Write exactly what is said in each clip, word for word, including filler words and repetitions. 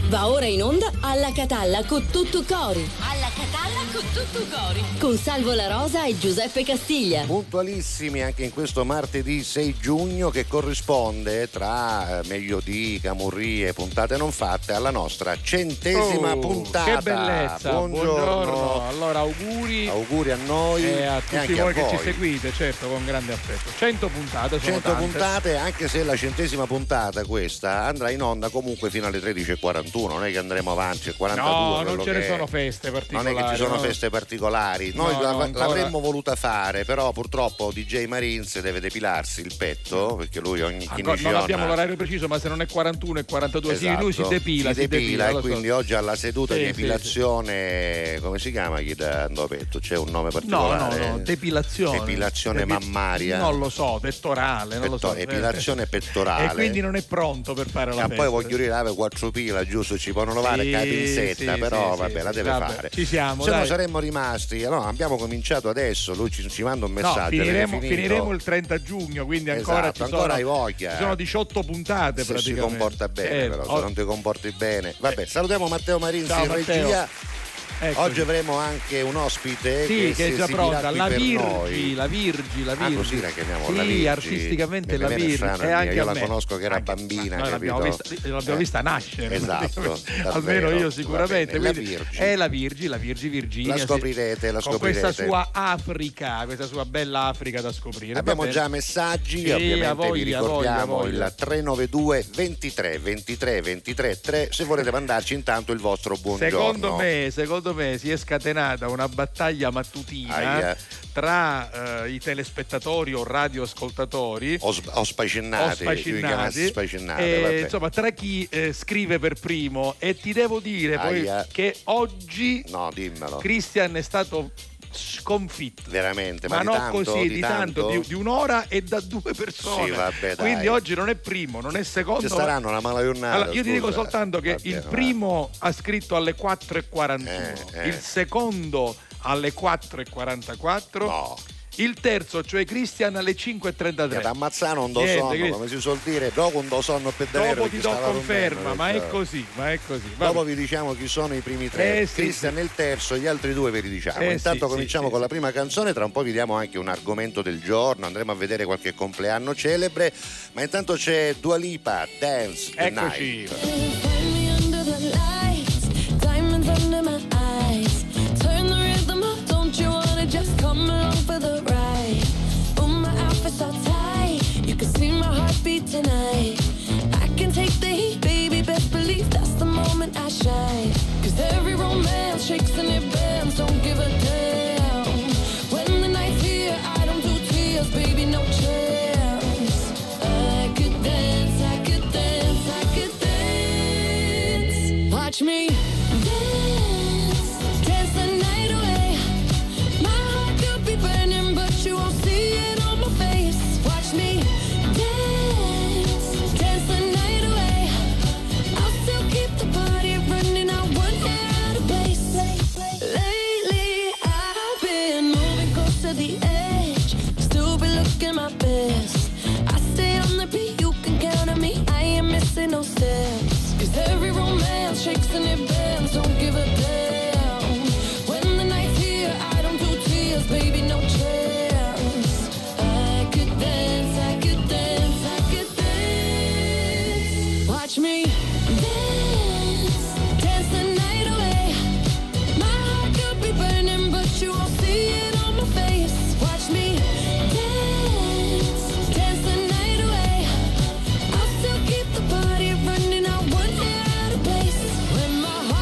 Va ora in onda Alla Catalla con Tuttu Cori. Alla Catalla con Tuttu Cori. Con Salvo La Rosa e Giuseppe Castiglia. Puntualissimi anche in questo martedì sei giugno, che corrisponde, tra eh, meglio di camurrie, puntate non fatte, alla nostra centesima oh, puntata. Che bellezza. Buongiorno. Buongiorno. Allora auguri. Auguri a noi e a e tutti anche voi a che voi. ci seguite, certo, con grande affetto. cento puntate sono cento tante. puntate, anche se la centesima puntata questa andrà in onda comunque fino alle tredici e quarantuno, non è che andremo avanti, quarantadue. No, non ce ne che... sono feste particolari. Non è che ci sono no? feste particolari. Noi no, la, no, ancora... l'avremmo voluta fare, però purtroppo D J Marines deve depilarsi il petto, perché lui ogni Ancora, non abbiamo l'orario preciso, ma se non è quarantuno e quarantadue, esatto, sì, lui si depila. Si depila, si depila e quindi so. oggi alla seduta sì, di sì, epilazione, sì. Come si chiama chi dà andò petto? C'è un nome particolare? No, no, no, depilazione. Depilazione Depi... mammaria. Non lo so, pettorale, non Petto... lo so. Epilazione pettorale. E quindi non è pronto per fare la ma festa. poi voglio dire, ave quattro pila, giusto, ci possono lavare sì, capinzetta, sì, però sì, vabbè, sì, la deve vabbè, fare. Ci siamo, se dai. no saremmo rimasti, no, abbiamo cominciato adesso, lui ci, ci manda un messaggio. No, finiremo, finiremo il trenta giugno, quindi ancora esatto, ci ancora sono, hai voglia. Ci sono diciotto puntate se praticamente. si comporta bene, eh, però oh. se non ti comporti bene. Vabbè, salutiamo Matteo Marinzi Ciao, in Matteo. regia. Eccoci. Oggi avremo anche un ospite sì, che, che è già si pronta, la Virgi, Virgi, la Virgi, la Virgi. Ah, così la chiamiamo, sì, la Virgi. artisticamente Mi la viene Virgi. strano, E anche io a la me. conosco che era anche, bambina, noi l'abbiamo capito? vista, l'abbiamo Eh. vista nascere. Esatto, almeno davvero, io sicuramente. bene, Quindi la Virgi. è la Virgi, la Virgi Virginia. La scoprirete, sì, la con scoprirete. questa sua Africa, questa sua bella Africa da scoprire. Abbiamo già messaggi, sì, ovviamente a voglia, vi ricordiamo a voglia, a il tre nove due ventitré ventitré ventitré tre se volete mandarci intanto il vostro buongiorno. Secondo me, secondo me si è scatenata una battaglia mattutina Aia. tra eh, i telespettatori o radioascoltatori o, sp- o spacinnati, o spacinnati, spacinnati e, vabbè. insomma tra chi eh, scrive per primo, e ti devo dire poi Aia. che oggi no, dimmelo. Christian è stato sconfitto veramente, ma, ma di non tanto, così di, di tanto, tanto di, di un'ora e da due persone. Sì, vabbè, dai. Quindi oggi non è primo, non è secondo. Ci saranno una mala giornata. Allora, io ti dico scusa. soltanto che Vabbè, il va. primo ha scritto alle quattro e quarantuno, Eh, eh. il secondo alle quattro e quarantaquattro. No. Il terzo, cioè Christian, alle cinque e trentatré. Che t'ammazzano un do Niente, sonno, Cristian. come si suol dire, dopo un do sonno per davvero. Dopo ti perché do stava conferma, dormendo, ma è perciò. così, ma è così. Vabbè. Dopo vi diciamo chi sono i primi tre, Eh, sì, Christian sì. nel terzo, gli altri due ve li diciamo. Eh, Intanto sì, cominciamo sì, con sì, la prima canzone, tra un po' vi diamo anche un argomento del giorno, andremo a vedere qualche compleanno celebre, ma intanto c'è Dua Lipa, Dance the Eccoci. Night. Tonight I can take the heat, baby, best believe that's the moment I shine. Cause every romance shakes and it bends, don't give a damn. When the night's here, I don't do tears, baby, no chance. I could dance, I could dance, I could dance. Watch me dance, dance the night away. My heart could be burning, but you won't see it on my face. Watch me no steps. Cause every romance shakes and it bends, don't give a damn. When the night's here, I don't do tears, baby, no chance. I could dance, I could dance, I could dance. Watch me dance, dance the night away. My heart could be burning, but you won't see it on my face. Watch me dance, dance the night away. I'll still keep the party running, I won't get out of place. When my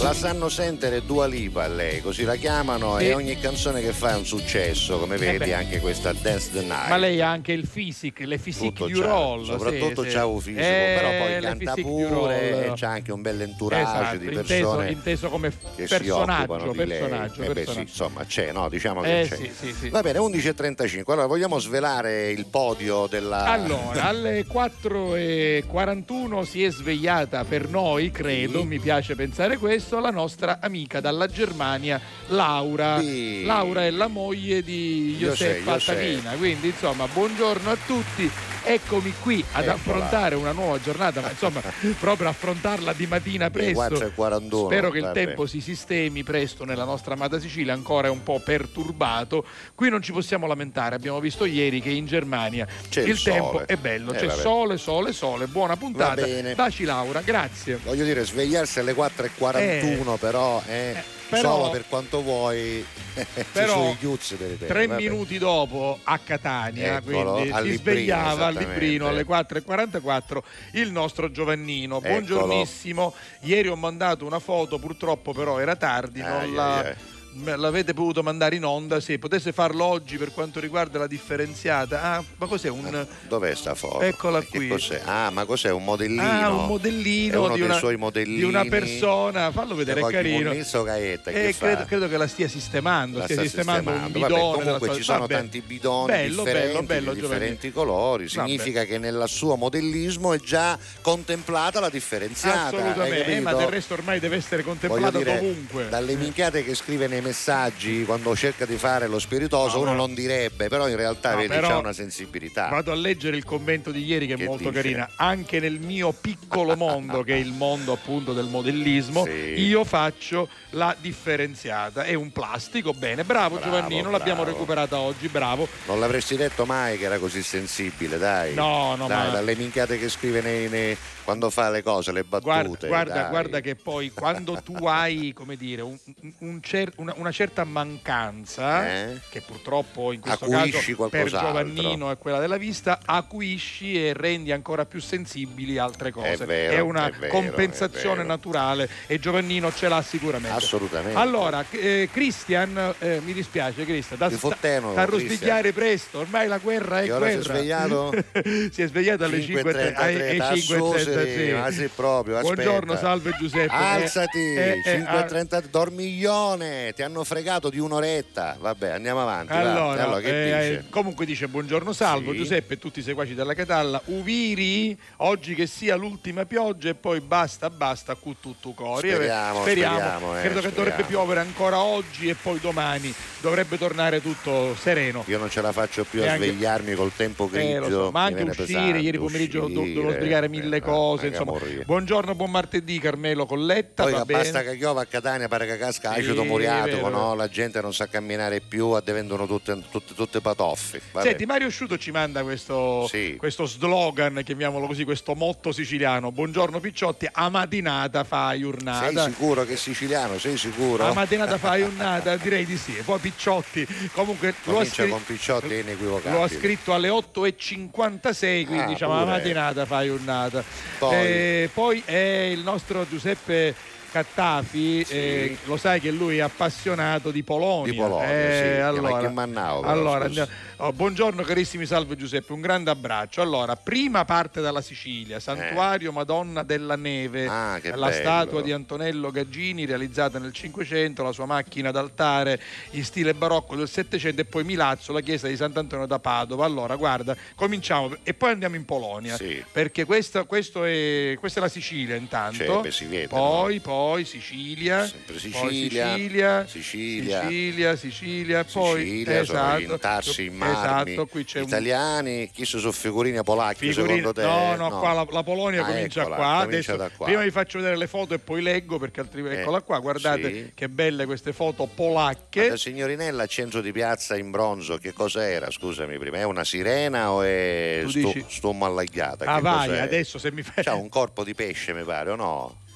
la sanno sentire Dua Lipa lei, così la chiamano, sì. E ogni canzone che fa è un successo, come vedi, beh. anche questa Dance the Night. Ma lei ha anche il physique, le physique Tutto du c'ha, roll. soprattutto sì, c'ha sì. un fisico, eh, però poi le canta physique du pure roll. e c'ha anche un bel entourage Esatto, di inteso, persone inteso come che personaggio, si occupano di lei. personaggio, Eh beh, personaggio. sì, insomma c'è, no? Diciamo che Eh, c'è. sì, sì, sì. Va bene, undici e trentacinque. Allora vogliamo svelare il podio della. Allora, alle quattro e quarantuno si è svegliata per noi, credo, Sì. mi piace pensare questo, la nostra amica dalla Germania, Laura. Sì. Laura è la moglie di Io Josefa sei, io sei. Tavina, quindi insomma, buongiorno a tutti. Eccomi qui ad Eccola. affrontare una nuova giornata, ma insomma, proprio affrontarla di mattina presto. quattro e quarantuno. Spero che il Vabbè. tempo si sistemi presto nella nostra amata Sicilia, ancora è un po' perturbato. Qui non ci possiamo lamentare, abbiamo visto ieri che in Germania C'è il, il sole. tempo è bello, Eh, c'è vabbè. sole, sole, sole, buona puntata. Va bene. Baci Laura, grazie. Voglio dire, svegliarsi alle quattro e quarantuno, però, eh, però- solo per quanto vuoi. Però sui chiuzzi delle tele, tre vabbè. minuti dopo a Catania, Eccolo, quindi al si Librino, svegliava al esattamente. Librino alle quattro e quarantaquattro il nostro Giovannino. Eccolo. Buongiornissimo. Ieri ho mandato una foto, purtroppo però era tardi, non Ai, la- ai, ai. me l'avete potuto mandare in onda. Se potesse farlo oggi per quanto riguarda la differenziata. Ah, ma cos'è un Dov'è sta foto? Eccola Che qui. cos'è? Ah, ma cos'è? Un modellino? Ah, un È modellino uno di dei una, suoi modellini. di una persona, fallo vedere, è Poi carino. Munnizzo Gaetta, che Eh, fa? credo, credo che la stia sistemando, La stia sta sistemando, un sistemando. bidone. Vabbè, comunque della ci sua- sono vabbè. tanti bidoni bello, differenti, bello, bello, di Giovanni. differenti colori. Vabbè. Significa che nel suo modellismo è già contemplata la differenziata. hai Assolutamente, eh, ma capito? del resto ormai deve essere Voglio contemplata dire, dovunque. dalle minchiate che scrive nei messaggi quando cerca di fare lo spiritoso, No, uno però- non direbbe, però in realtà No, vedi però- c'ha una sensibilità. Vado a leggere il commento di ieri che è Che molto dice? carina. Anche nel mio piccolo mondo, che è il mondo appunto del modellismo, Sì. io faccio la differenziata. È un plastico, bene, bravo, Bravo, Giovannino, l'abbiamo bravo. recuperata oggi, bravo. Non l'avresti detto mai che era così sensibile, dai. No, no, Dai, ma- dalle minchiate che scrive nei, nei- quando fa le cose, le Guarda, battute. guarda, dai. guarda che poi quando tu hai, come dire, un- un cer- una, una certa mancanza, Eh? che purtroppo in questo Acuisci caso per qualcos'altro. Giovannino è quella della vista, acuisci e rendi ancora più sensibili altre cose. È vero, una è vero, compensazione è vero. naturale e Giovannino ce l'ha sicuramente. Assolutamente. Allora, eh, Christian, eh, mi dispiace Cristian, da Ti fotteno, da Christian. rosticchiare presto, ormai la guerra è Che ora si è guerra. svegliato? si è svegliato alle cinque e cinque e trentatré, cinque. ma sì, proprio, aspetta. Buongiorno, salve Giuseppe. Alzati, Eh, eh, cinque e ah, trentatré, dormiglione, ti hanno fregato di un'oretta. Vabbè, andiamo avanti. va. Allora, allora che eh, dice? comunque dice buongiorno salvo Sì. Giuseppe e tutti i seguaci della Catalla. Uviri, oggi che sia l'ultima pioggia e poi basta basta cu tutto cori. Speriamo, speriamo, eh, Credo che speriamo. dovrebbe piovere ancora oggi e poi domani dovrebbe tornare tutto sereno. Io non ce la faccio più E a anche- svegliarmi col tempo Eh, grigio. lo so, ma mi anche viene uscire, pesante, ieri pomeriggio do- uscire, dovevo sbrigare mille eh, cose, eh, insomma. morire. Buongiorno, buon martedì Carmelo Colletta, Poi va che bene. basta che piova a Catania, pare che casca Sì, acido muriatico, vero. no? La gente non sa camminare più, diventano tutte, tutte, tutte patoffi. Vabbè. Senti, Mario Sciuto ci manda questo, Sì. questo slogan, chiamiamolo così, questo motto siciliano. Buongiorno Picciotti, a mattinata fai Sei giornata. sicuro che è siciliano? Sei sicuro? A mattinata fai giornata, direi di sì. E poi Picciotti, comunque lo ha, Comincia scri- con Picciotti, è inequivocabile. lo ha scritto alle otto e cinquantasei, quindi Ah, diciamo a pure. mattinata fai giornata. Poi- Eh, poi è il nostro Giuseppe Cattafi, Sì. eh, lo sai che lui è appassionato di Polonia. Di Polonia, Eh, sì. Ma allora, che mannavo, però, allora, scusa. andiamo- oh, buongiorno carissimi, salve Giuseppe, un grande abbraccio. Allora, prima parte dalla Sicilia, Santuario Madonna della Neve, Ah, che la bello. statua di Antonello Gaggini realizzata nel Cinquecento, la sua macchina d'altare in stile barocco del Settecento e poi Milazzo, la chiesa di Sant'Antonio da Padova. Allora, guarda, cominciamo e poi andiamo in Polonia, Sì. perché questa, questo è, questa è la Sicilia intanto, Cioè, beh, si vede, poi, poi Sicilia, Sempre poi Sicilia, Sicilia, Sicilia, Sicilia, Sicilia, poi Sicilia, sono esatto, gli intarsi in marmi esatto, qui c'è un italiani, chi sono figurine polacche figurine. secondo te? No, no, qua la, la Polonia Ah, comincia eccola, qua. comincia Adesso da qua. prima vi faccio vedere le foto e poi leggo perché altrimenti Eh, eccola qua, guardate sì. che belle queste foto polacche. La signorinella al centro di piazza in bronzo, che cos'era? Scusami prima, è una sirena o è Tu sto, dici- sto mallagliata? Ah Che vai, cos'è? adesso se mi fai C'ha un corpo di pesce mi pare o no?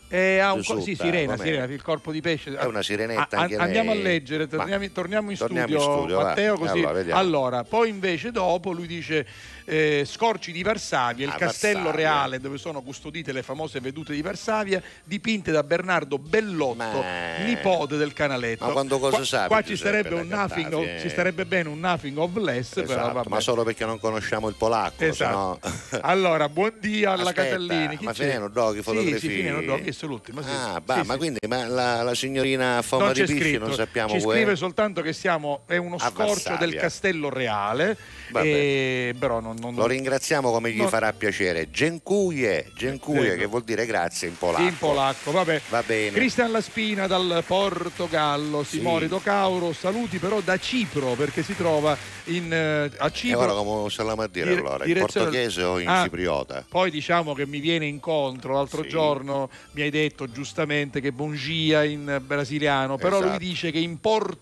Eh, ha un co- Giusuppa, sì, sirena, com'è? sirena, il corpo di pesce. È una sirenetta A- anche a- Andiamo lei. a leggere, torniamo, Ma- torniamo in torniamo studio, in studio, va. Matteo, così. Allora, vediamo. Allora, poi invece dopo lui dice eh, Scorci di Varsavia, il Ah, castello Varsavia. reale dove sono custodite le famose vedute di Varsavia, dipinte da Bernardo Bellotto, Ma- nipote del Canaletto. Ma quando cosa qua, sa qua ci Giuseppe sarebbe da un nothing Cattafi, of- eh? ci starebbe bene un nothing of less, però Esatto, vabbè. ma solo perché non conosciamo il polacco, Esatto. sennò- Allora, buon dia alla Aspetta, Catellini. Chi ma c'è? finendo Doghi, fotografie? Sì, sì, finendo Doghi, questo è l'ultimo. Sì, Ah, sì, bah, sì, ma sì. quindi ma la, la signorina a forma Non di c'è pisci scritto, non sappiamo ci qual è. scrive soltanto che siamo è uno A scorcio Varsavia. del Castello Reale, Vabbè. e, però non, non, Lo ringraziamo come gli No. farà piacere. Dziękuję, dziękuję, Prego. che vuol dire grazie in polacco. sì, in polacco, vabbè. Va bene. Cristian Laspina dal Portogallo, Sì. Simone Docauro, saluti però da Cipro perché si trova in, eh, a E Cipro. ora come se la a dire Dire- allora? In direzione- portoghese o in Ah, cipriota? Poi diciamo che mi viene incontro, l'altro Sì. giorno mi hai detto giustamente che bongia in brasiliano, però Esatto. lui dice che in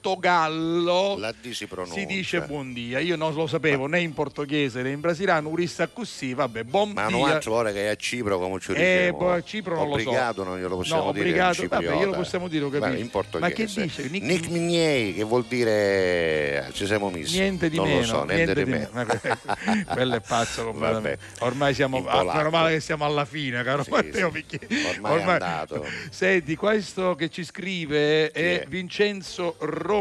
Portogallo La D si pronuncia. si dice buon dia. Io non lo sapevo né in portoghese né in brasiliano, urissa così, vabbè, buon Ma dia. non altro ora che è a Cipro come ci Eh, diciamo. boh, a Cipro non lo so. Obbligato non glielo possiamo No, dire obbligato, in vabbè, cipriota. glielo possiamo dire, ho capito. Vabbè, in portoghese. Ma che dice? Nick- Nick Miniei, che vuol dire ci siamo messi. Niente di non meno, lo so, niente, di meno. Ma que- quello è pazzo completamente. Ormai siamo In ah, polacco. meno male che siamo alla fine, caro Sì, Matteo, sì. perché Ormai è andato. Senti, questo che ci scrive Chi è è? Vincenzo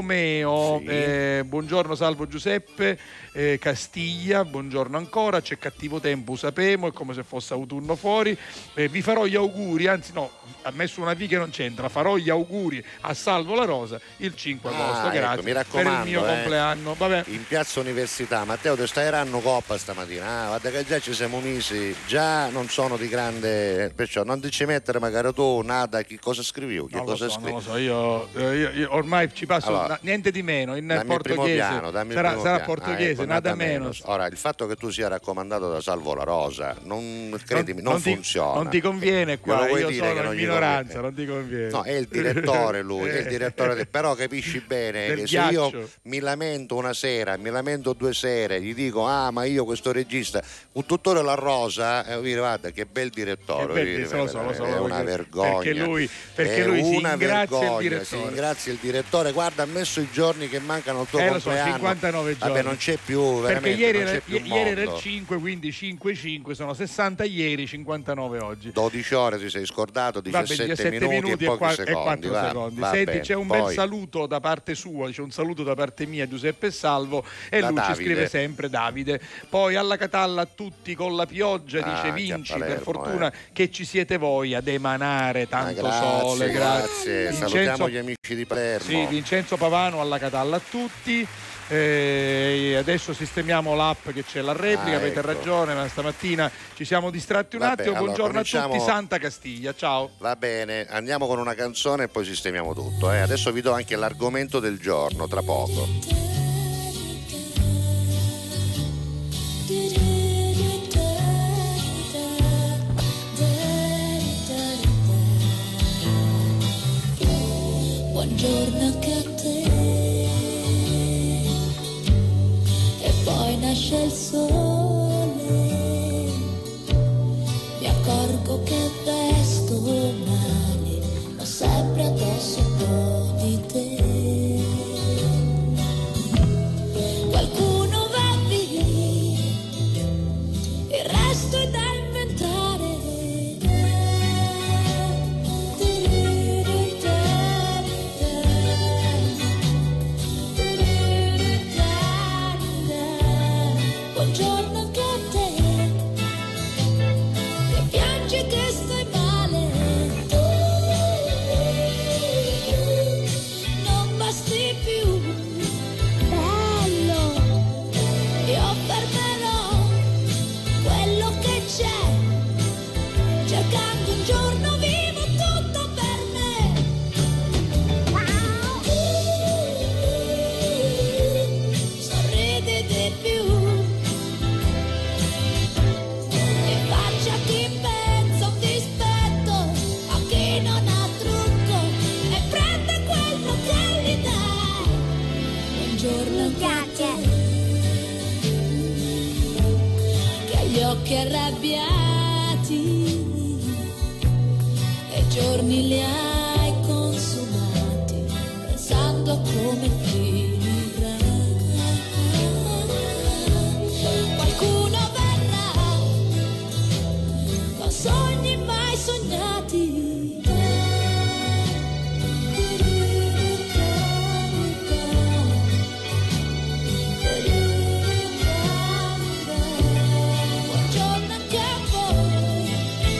Romeo. Sì. Eh, buongiorno, salvo Giuseppe eh, Castiglia, buongiorno ancora. C'è cattivo tempo, sapemo, è come se fosse autunno fuori. Eh, vi farò gli auguri, anzi no, ha messo una V che non c'entra, farò gli auguri a Salvo La Rosa il cinque Ah, agosto, ecco, grazie mi per il raccomando, mio eh. compleanno. Vabbè. In piazza Università, Matteo, te staeranno coppa stamattina. Ah, guarda che già ci siamo misi, già non sono di grande, perciò non ti ci mettere magari tu, nada, che cosa scrivi io? Che Non lo, cosa so, scrivi? non lo so, io, eh, io- io ormai ci passo Allora, na- niente di meno in Dammi il primo portoghese. piano, dammi il sarà primo sarà piano. portoghese, Ah, ecco, nada nada meno. menos. Ora, il fatto che tu sia raccomandato da Salvo La Rosa, non credimi, non, ti, funziona. non ti conviene qua, Glielo vuoi io dire sono che non in gli minoranza, conviene? non ti conviene. No, è il direttore lui, è il direttore del- però capisci bene Del che se io ghiaccio. mi lamento una sera, mi lamento due sere, gli dico ah ma io questo regista, un tuttore La Rosa, e dire guarda che bel direttore, Che bel voglio dire, lo so, lo so, è una perché- vergogna. perché lui- perché è lui si una ingrazia il vergogna, direttore. si ringrazia il direttore, guarda ha messo i giorni che mancano al tuo Eh, lo so, compleanno. cinquantanove Vabbè giorni. non c'è più, Perché veramente, ieri, non era, c'è più ieri era il mondo. cinque, quindi cinque cinque sono sessanta ieri, cinquantanove oggi. dodici ore ti sei scordato, Vabbè, diciassette, diciassette minuti, e qua- pochi e secondi. quattro va, secondi. va Senti, bene. c'è un Poi, bel saluto da parte sua, c'è un saluto da parte mia, Giuseppe Salvo, e Da lui Davide. ci scrive sempre Davide. Poi alla Catalla a tutti con la pioggia, Ah, dice che a Vinci, Palermo, per fortuna eh. che ci siete voi ad emanare ah, tanto grazie, sole. grazie. Vincenzo- Salutiamo gli amici di Palermo. Sì, Vincenzo Pavano alla Catalla a tutti. Eh, adesso sistemiamo l'app che c'è la replica, Ah, avete ecco. ragione, ma stamattina ci siamo distratti un Vabbè, attimo. allora, Buongiorno a cominciamo- tutti, Santa Castiglia, ciao. Va bene, andiamo con una canzone e poi sistemiamo tutto. Eh. Adesso vi do anche l'argomento del giorno, tra poco. Buongiorno anche a te. E poi nasce il sole. Mi accorgo che vesto male, ho sempre addosso un po' di te. Qualcuno va via, il resto è da inventare. Buongiorno anche a te, che piangi che stai male. Non basti più, bello, io fermerò quello che c'è, cercando un giorno vivo tutto per me. Sorridi di più e faccia chi pensa un dispetto a chi non ha trucco e prende quello che gli dai. Buongiorno grazie, che ha gli occhi arrabbiati e giorni giorni li hai consumati pensando a come finirà. Qualcuno verrà con sogni mai sognati. Buongiorno anche a voi,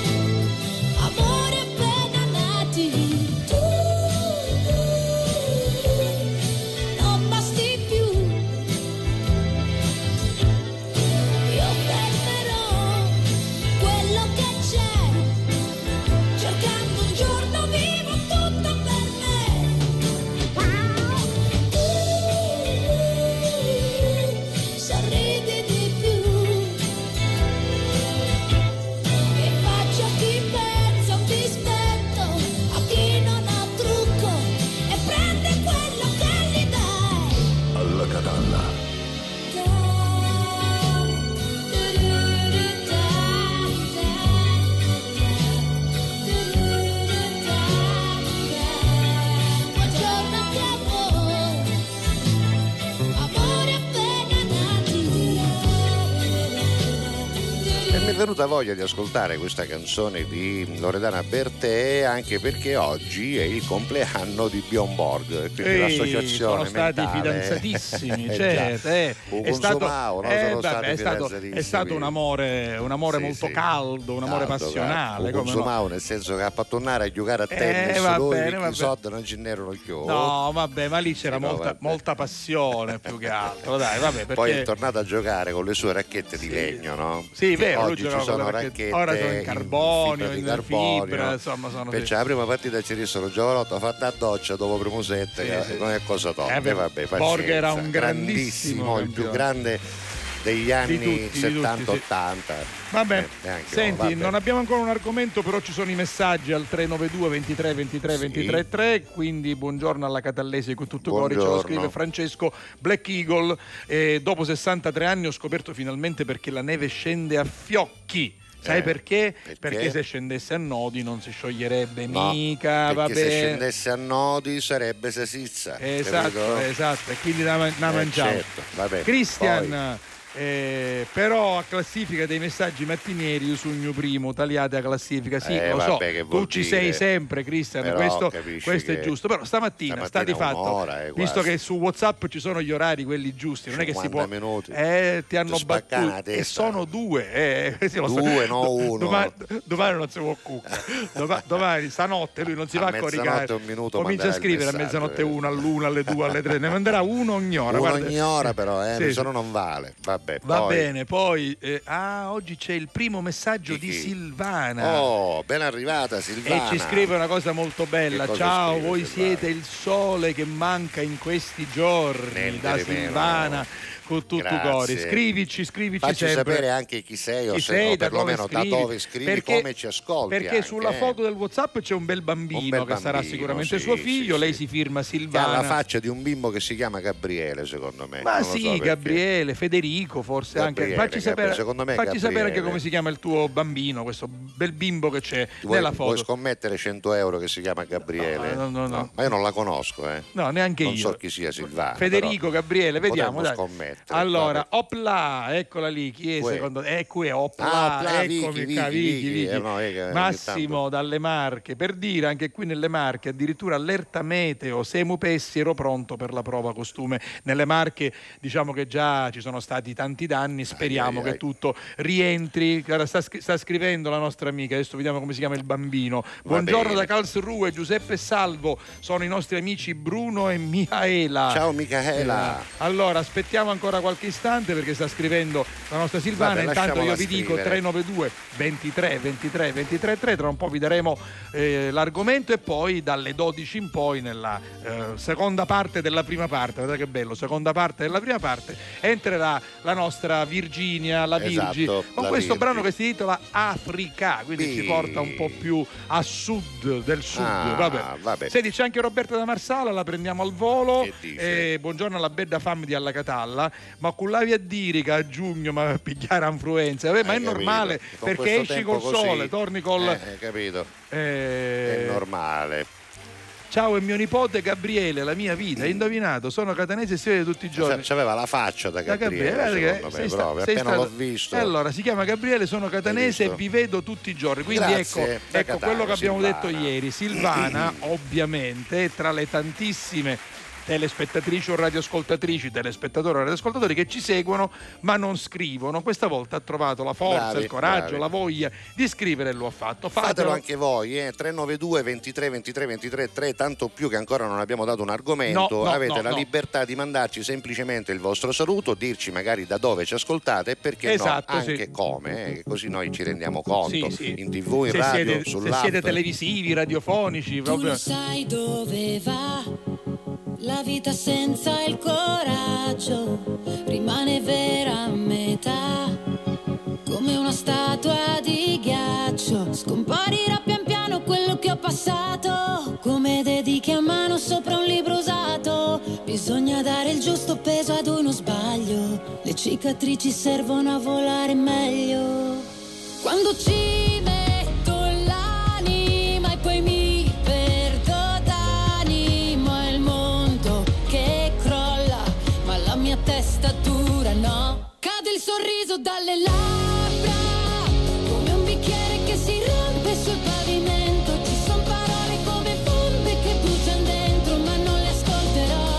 amore appena nati. Tu non basti più, io fermerò quello che c'è, cercando un giorno vivo tutto per me. Sorridi di più e faccio a chi pensa un dispetto, a chi non ha trucco e prende quello che gli dai. Alla Catalla. Buongiorno anche a voi, amore appena nati. E mi è venuta voglia di ascoltare questa canzone di Loredana Bertè, anche perché oggi è il compleanno di Bjorn Borg, quindi Ehi, l'associazione sono stati mentale. fidanzatissimi, Eh, certo, già. eh. Un È stato, consumao, no? eh, Sono vabbè, stati è stato, fidanzatissimi. è stato un amore, un amore Sì, molto sì. caldo, un amore Caldo, passionale. caldo. Un come no? consumao, nel senso che a tornare a giocare a Eh, tennis va lui bene, i va soldi non ce n'erano più. No, vabbè, ma lì c'era Sì, no, molta, vabbè. molta passione più che altro, dai, vabbè, perché... Poi è tornato a giocare con le sue racchette di Sì. legno, no? Sì, vero, lui Oggi giocava ci con sono le racchette- racchette ora sono in carbonio, fibra di in carbonio. fibra, insomma, sono- Perciò la prima partita ci dissero il giovanotto ha fatto a doccia dopo primo set, Sì, che sì. non è cosa tosta. Eh, beh, Eh, vabbè, Borg pazienza. era un grandissimo il più campione. grande degli anni Di tutti, di tutti, settanta sì. ottanta. Vabbè, Eh, neanche no, senti, vabbè. non abbiamo ancora un argomento, però ci sono i messaggi al tre nove due ventitré ventitré Sì. ventitré tre, quindi buongiorno alla Catallese con tutto cuore, ce lo Buongiorno. scrive Francesco Black Eagle. Eh, dopo sessantatré anni ho scoperto finalmente perché la neve scende a fiocchi. Sai Eh, perché? perché? Perché se scendesse a nodi non si scioglierebbe No, mica, perché vabbè. se scendesse a nodi sarebbe sesizza. Esatto, capito? esatto, e quindi da, da Eh, mangiare. certo, vabbè. Cristian, Poi- eh, però a classifica dei messaggi mattinieri io sogno primo, tagliate a classifica, sì, Eh, lo so, vabbè, che tu vuol ci dire? sei sempre Cristian, Però questo, capisci questo è che giusto, però stamattina, sta di stamattina fatto, un'ora, eh, visto quasi. che su WhatsApp ci sono gli orari, quelli giusti, non è che si può... cinquanta minuti. Eh, ti hanno Ti spaccano la battuto, e testa. sono due, eh, sì, lo so. Due, no uno. Domani, domani non si può cucca, Doma- domani, stanotte lui non si A va a mezzanotte coricare, un minuto comincia a manderà il scrivere a messaggio, mezzanotte eh. uno, all'una, alle due, alle tre, ne manderà uno ogni ora. Uno guarda. ogni ora però, eh, Sì, se no sì. non vale. Vabbè, Va poi- bene, poi eh, ah, oggi c'è il primo messaggio Di di, chi? Silvana. Oh, ben arrivata E Silvana. ci scrive una cosa molto bella. Che cosa Ciao, scrive, voi Silvana? siete il sole che manca in questi giorni. Niente Da di meno. Silvana con tutto Grazie. cuore. Scrivici, scrivici Facci sempre. sapere anche chi sei o, Chi se, sei, o da perlomeno dove da scrivi. dove scrivi, Perché- come ci ascolti. Perché anche, sulla eh. foto del WhatsApp c'è un bel bambino Un bel che sarà bambino, sicuramente sì, suo figlio. sì, Lei sì. si firma Che ha Silvana. la faccia di un bimbo che si chiama Gabriele, secondo me. Ma Non lo sì, so perché. Gabriele, Federico, forse Gabriele, anche. Facci, Gabriele, sapere, secondo me facci sapere anche Gabriele. come si chiama il tuo bambino, questo bel bimbo che c'è Ti vuoi, nella vuoi foto. scommettere cento euro che si chiama Gabriele? No, no, no, no. Ma io non la conosco, eh. No, neanche non io. so chi sia Silvana. Federico, però Gabriele, vediamo. potremmo Dai. scommettere. Allora, vabbè. Opla, eccola lì. Chi è Qui. secondo te? Eh, qui è Opla. Ah, Opla, eccomi Vicky, qua, Vicky, Vicky, Vicky. Vicky. Eh, no, è che ogni Massimo tanto- dalle Marche. Per dire, anche qui nelle Marche, addirittura allerta meteo. Semu Pessi, ero pronto per la prova costume. Nelle Marche, diciamo che già ci sono stati tanti danni. Speriamo ai, che ai. tutto rientri. Guarda, Sta, scri- sta scrivendo la nostra amica. Adesso vediamo come si chiama il bambino. Buongiorno bene. da Karlsruhe, Giuseppe e Salvo. Sono i nostri amici Bruno e Michaela. Ciao Michaela. Eh, allora aspettiamo ancora qualche istante perché sta scrivendo la nostra Silvana. Vabbè, Intanto io lasciamola vi dico scrivere. tre nove due ventitré ventitré ventitré tre, tra un po' vi daremo eh, l'argomento e poi dalle dodici in poi nella eh, seconda parte della prima parte, guardate che bello, seconda parte della prima parte entrerà la nostra Virginia, la Esatto, Virgi, con la questo Virgi. brano che si intitola Africa, quindi Sì. ci porta un po' più a sud del sud. Ah, vabbè. vabbè. Senti, c'è anche Roberta da Marsala, la prendiamo al volo. Che dice? Eh, buongiorno alla Bedda Family alla Catalla. ma cullavi a dire che a giugno ma pigliare influenza, vabbè, ma Hai è capito? normale Con perché questo esci tempo col così, sole, torni col eh, hai capito? eh, È normale. Ciao, è mio nipote Gabriele, la mia vita, hai indovinato, sono catanese e si vede tutti i giorni. C'aveva la faccia da Da Gabriele, Gabriele, secondo me, sei sta- proprio. sei Appena stato- l'ho visto. E allora si chiama Gabriele, sono catanese e visto? vi vedo tutti i giorni. Quindi Grazie, ecco, da ecco Catania, quello che abbiamo Silvana. detto ieri. Silvana, ovviamente, è tra le tantissime telespettatrici o radioascoltatrici, telespettatori o radioascoltatori che ci seguono ma non scrivono. Questa volta ha trovato la forza, Bravi, il coraggio, bravi. la voglia di scrivere e lo ha fatto. Fatelo anche voi, eh? tre nove due ventitré ventitré ventitré tre, tanto più che ancora non abbiamo dato un argomento. No, no, avete no, la no. libertà di mandarci semplicemente il vostro saluto, dirci magari da dove ci ascoltate e perché Esatto, no, sì. anche come, eh? Che così noi ci rendiamo conto Sì, sì. in tv, in se radio, siete, se sull'app. siete televisivi, radiofonici, Tu proprio. lo sai dove va la vita senza il coraggio, rimane vera a metà, come una statua di ghiaccio. Scomparirà pian piano quello che ho passato, come dedichi a mano sopra un libro usato. Bisogna dare il giusto peso ad uno sbaglio, le cicatrici servono a volare meglio. Quando ci metto l'anima e poi mi perdo d'animo, è il mondo che crolla, ma la mia testa dura no. Cade il sorriso dalle labbra, come un bicchiere che si rompe sul pavimento. Ci son parole come bombe che bruciano dentro, ma non le ascolterò.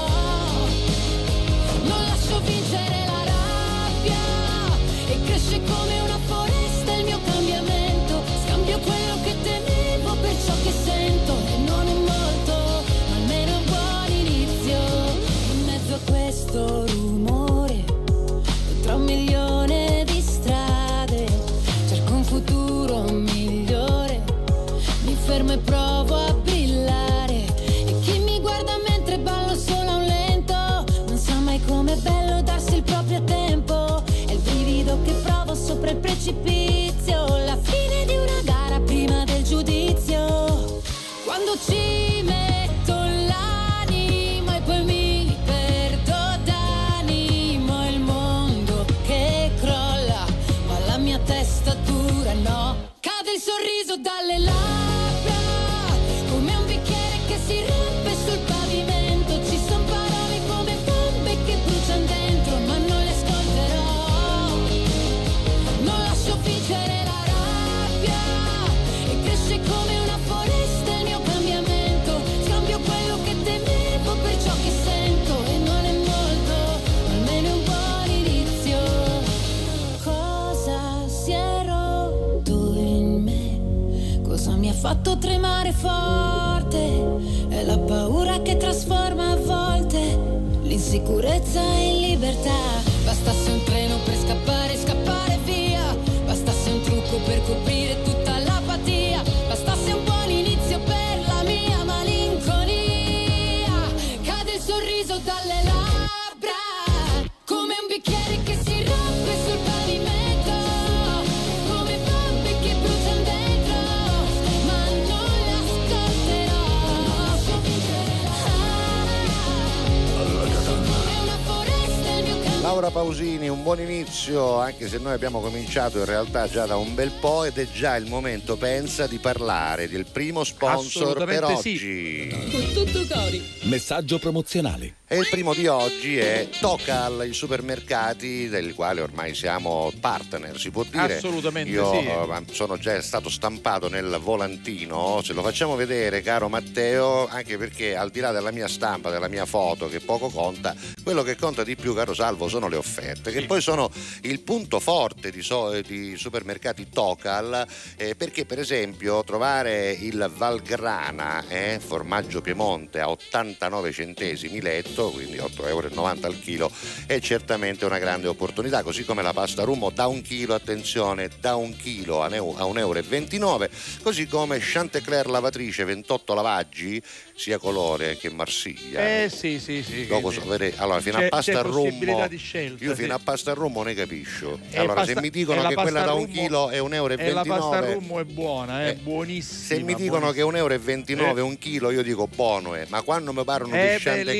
Non lascio vincere la rabbia, e cresce come una foresta il mio cambiamento. Scambio quello che temevo per ciò che sento, e non è molto, ma almeno è un buon inizio. In mezzo a questo rumore, tra un milione di strade, cerco un futuro migliore. Mi fermo e provo a brillare, e chi mi guarda mentre ballo solo a un lento non sa mai com'è bello darsi il proprio tempo. È il brivido che provo sopra il precipizio, la fine di una gara prima del giudizio. Quando ci metto l'anima e poi mi perdo d'animo, è il mondo che crolla, ma la mia testa dura no. Cade il sorriso dalle labbra, come un bicchiere che si rompe sul pavimento. Ci son parole come bombe che bruciano dentro, ma non le ascolterò. Non lascio vincere la rabbia, e cresce come una foresta il mio cambiamento. Scambio quello che temevo per ciò che sento, e non è molto, ma almeno è un buon inizio. Cosa si è rotto in me? Cosa mi ha fatto tremare forte? È la paura che trasforma a volte l'insicurezza in libertà. Bastasse un treno per scappare, scappare via. Bastasse un trucco per coprire tutta l'apatia. Bastasse un buon inizio per la mia malinconia. Cade il sorriso dalle labbra, come un bicchiere che si rompe sul pavimento. Come bombe che bruciano dentro, ma non le ascolterò. Come una foresta il mio campo. Laura Pausini, un buon inizio, anche se noi abbiamo cominciato in realtà già da un bel po', ed è già il momento, pensa, di parlare del primo sponsor per Assolutamente oggi. sì. Con tutto cori. Messaggio promozionale. E il primo di oggi è Tocal, i supermercati del quale ormai siamo partner, si può dire. Assolutamente Io sì. eh, sono già stato stampato nel volantino, se lo facciamo vedere, caro Matteo, anche perché al di là della mia stampa, della mia foto, che poco conta, quello che conta di più, caro Salvo, sono le offerte, che Sì. poi sono il punto forte di, so- di supermercati Tocal, eh, perché per esempio trovare il Valgrana, eh, formaggio Piemonte, a ottantanove centesimi letto, quindi otto virgola novanta euro al chilo, è certamente una grande opportunità, così come la pasta Rummo da un chilo, attenzione, da un chilo a un euro e ventinove, così come Chantecler lavatrice, ventotto lavaggi, sia colore che Marsiglia. Eh sì, sì, sì. Dopo quindi so- vede- allora fino c'è- a pasta c'è al rummo possibilità di scelta, io sì. fino a pasta al rummo ne capisco. E Allora pasta- se mi e dicono la che pasta quella da al un rummo- chilo è un euro e E la pasta ventinove, rummo è buona, è eh, buonissima. se mi dicono che buonissima. un euro e ventinove Eh. un chilo, io dico buono è, ma quando mi parlano Eh, di beh, Chantecler lì- mi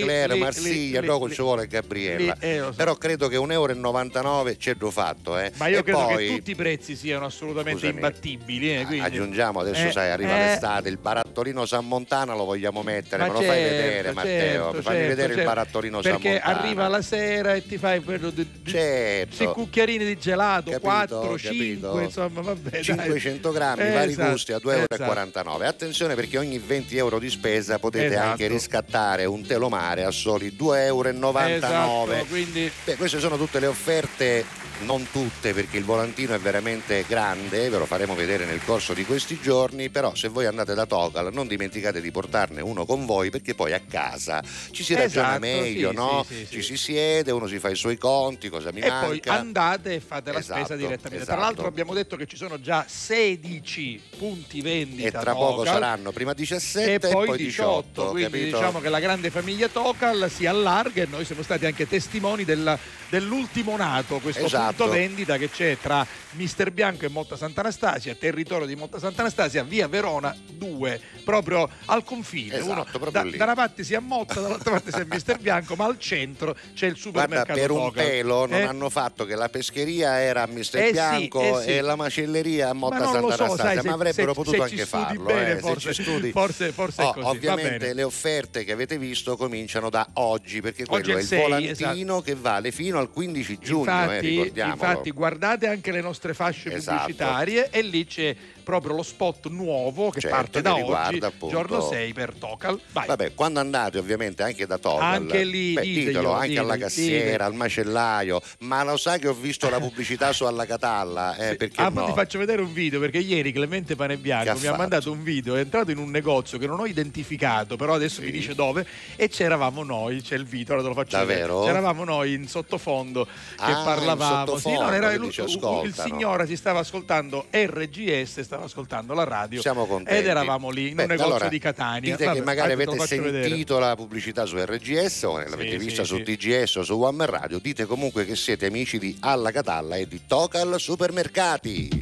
Marsiglia, lì, dopo lì, ci vuole Gabriella. lì, eh, lo so. Però credo che un euro e novantanove c'è già fatto, eh. Ma io e credo poi, che tutti i prezzi siano assolutamente scusami, imbattibili. Eh, quindi... aggiungiamo adesso, eh, sai, arriva eh, l'estate, il barattolino San Montana lo vogliamo mettere, ma me lo certo, fai vedere, Matteo, certo, fammi certo, vedere certo. il barattolino San Perché Montana. arriva la sera e ti fai quello di, di, Certo. sì, cucchiarini di gelato, Capito, quattro, capito. cinque, insomma, vabbè, cinquecento dai. grammi, Eh, vari esatto, gusti a due euro e esatto. quarantanove. Attenzione, perché ogni venti euro di spesa potete Esatto. anche riscattare un telomare a soli due euro e novantanove. Esatto, quindi... Beh, queste sono tutte le offerte, non tutte, perché il volantino è veramente grande, ve lo faremo vedere nel corso di questi giorni, però se voi andate da Tocal non dimenticate di portarne uno con voi, perché poi a casa ci si ragiona Esatto, meglio, sì, no? sì, sì, ci sì. si siede, uno si fa i suoi conti, cosa mi E manca. poi andate e fate la Esatto, spesa direttamente. esatto. Tra l'altro abbiamo detto che ci sono già sedici punti vendita E tra poco Tocal, saranno prima diciassette e poi diciotto, diciotto, quindi capito? diciamo che la grande famiglia Tocal si allarga e noi siamo stati anche testimoni della- dell'ultimo nato, questo Esatto. punto vendita che c'è tra Mister Bianco e Motta Sant'Anastasia, territorio di Motta Sant'Anastasia, via Verona due, proprio al confine. Esatto, Uno, proprio da, lì. da una parte si è a Motta, dall'altra parte si è Mister Bianco, ma al centro c'è il Guarda, supermercato per un Tocal. pelo non Eh? hanno fatto che la pescheria era a Mister Eh sì, Bianco eh sì. e la macelleria a Motta Ma non lo so, Sant'Anastasia, sai, se- ma avrebbero se- potuto se anche ci studi farlo. bene, eh, forse- se ci studi. forse- forse è Oh, così, va ovviamente bene. le offerte che avete visto cominciano da oggi, perché quello Oggi è è il il sei, volantino che vale fino al quindici giugno, eh, Infatti, ricordiamolo. infatti guardate anche le nostre fasce Esatto. pubblicitarie e lì c'è proprio lo spot nuovo che Certo, parte che da riguarda, oggi, appunto. giorno sei per Tocal. Vai. Vabbè, quando andate ovviamente anche da Tocal, Anche lì, beh, diteglielo, ditelo, anche dite, alla dite. cassiera, al macellaio, ma lo sai che ho visto la pubblicità su Alla Catalla, eh, perché Ah, no? ti faccio vedere un video perché ieri Clemente Che ha Panebianco mi ha fatto? mandato un video, è entrato in un negozio che non ho identificato, però adesso Sì. mi dice dove, e c'eravamo noi, c'è il video, ora te lo faccio Davvero? vedere. C'eravamo noi in sottofondo che Ah, in parlavamo. Sì, sottofondo, no, era che lui- ci il ascoltano. signore si stava ascoltando R G S, stava ascoltando la radio. Siamo contenti. Ed eravamo lì in Beh, un negozio allora, di Catania. Dite Vabbè, che magari adesso te lo avete faccio vedere. sentito la pubblicità su R G S o l'avete Sì, vista sì, su sì. T G S o su One Man Radio. Dite comunque che siete amici di Alla Catalla e di Tocal Supermercati.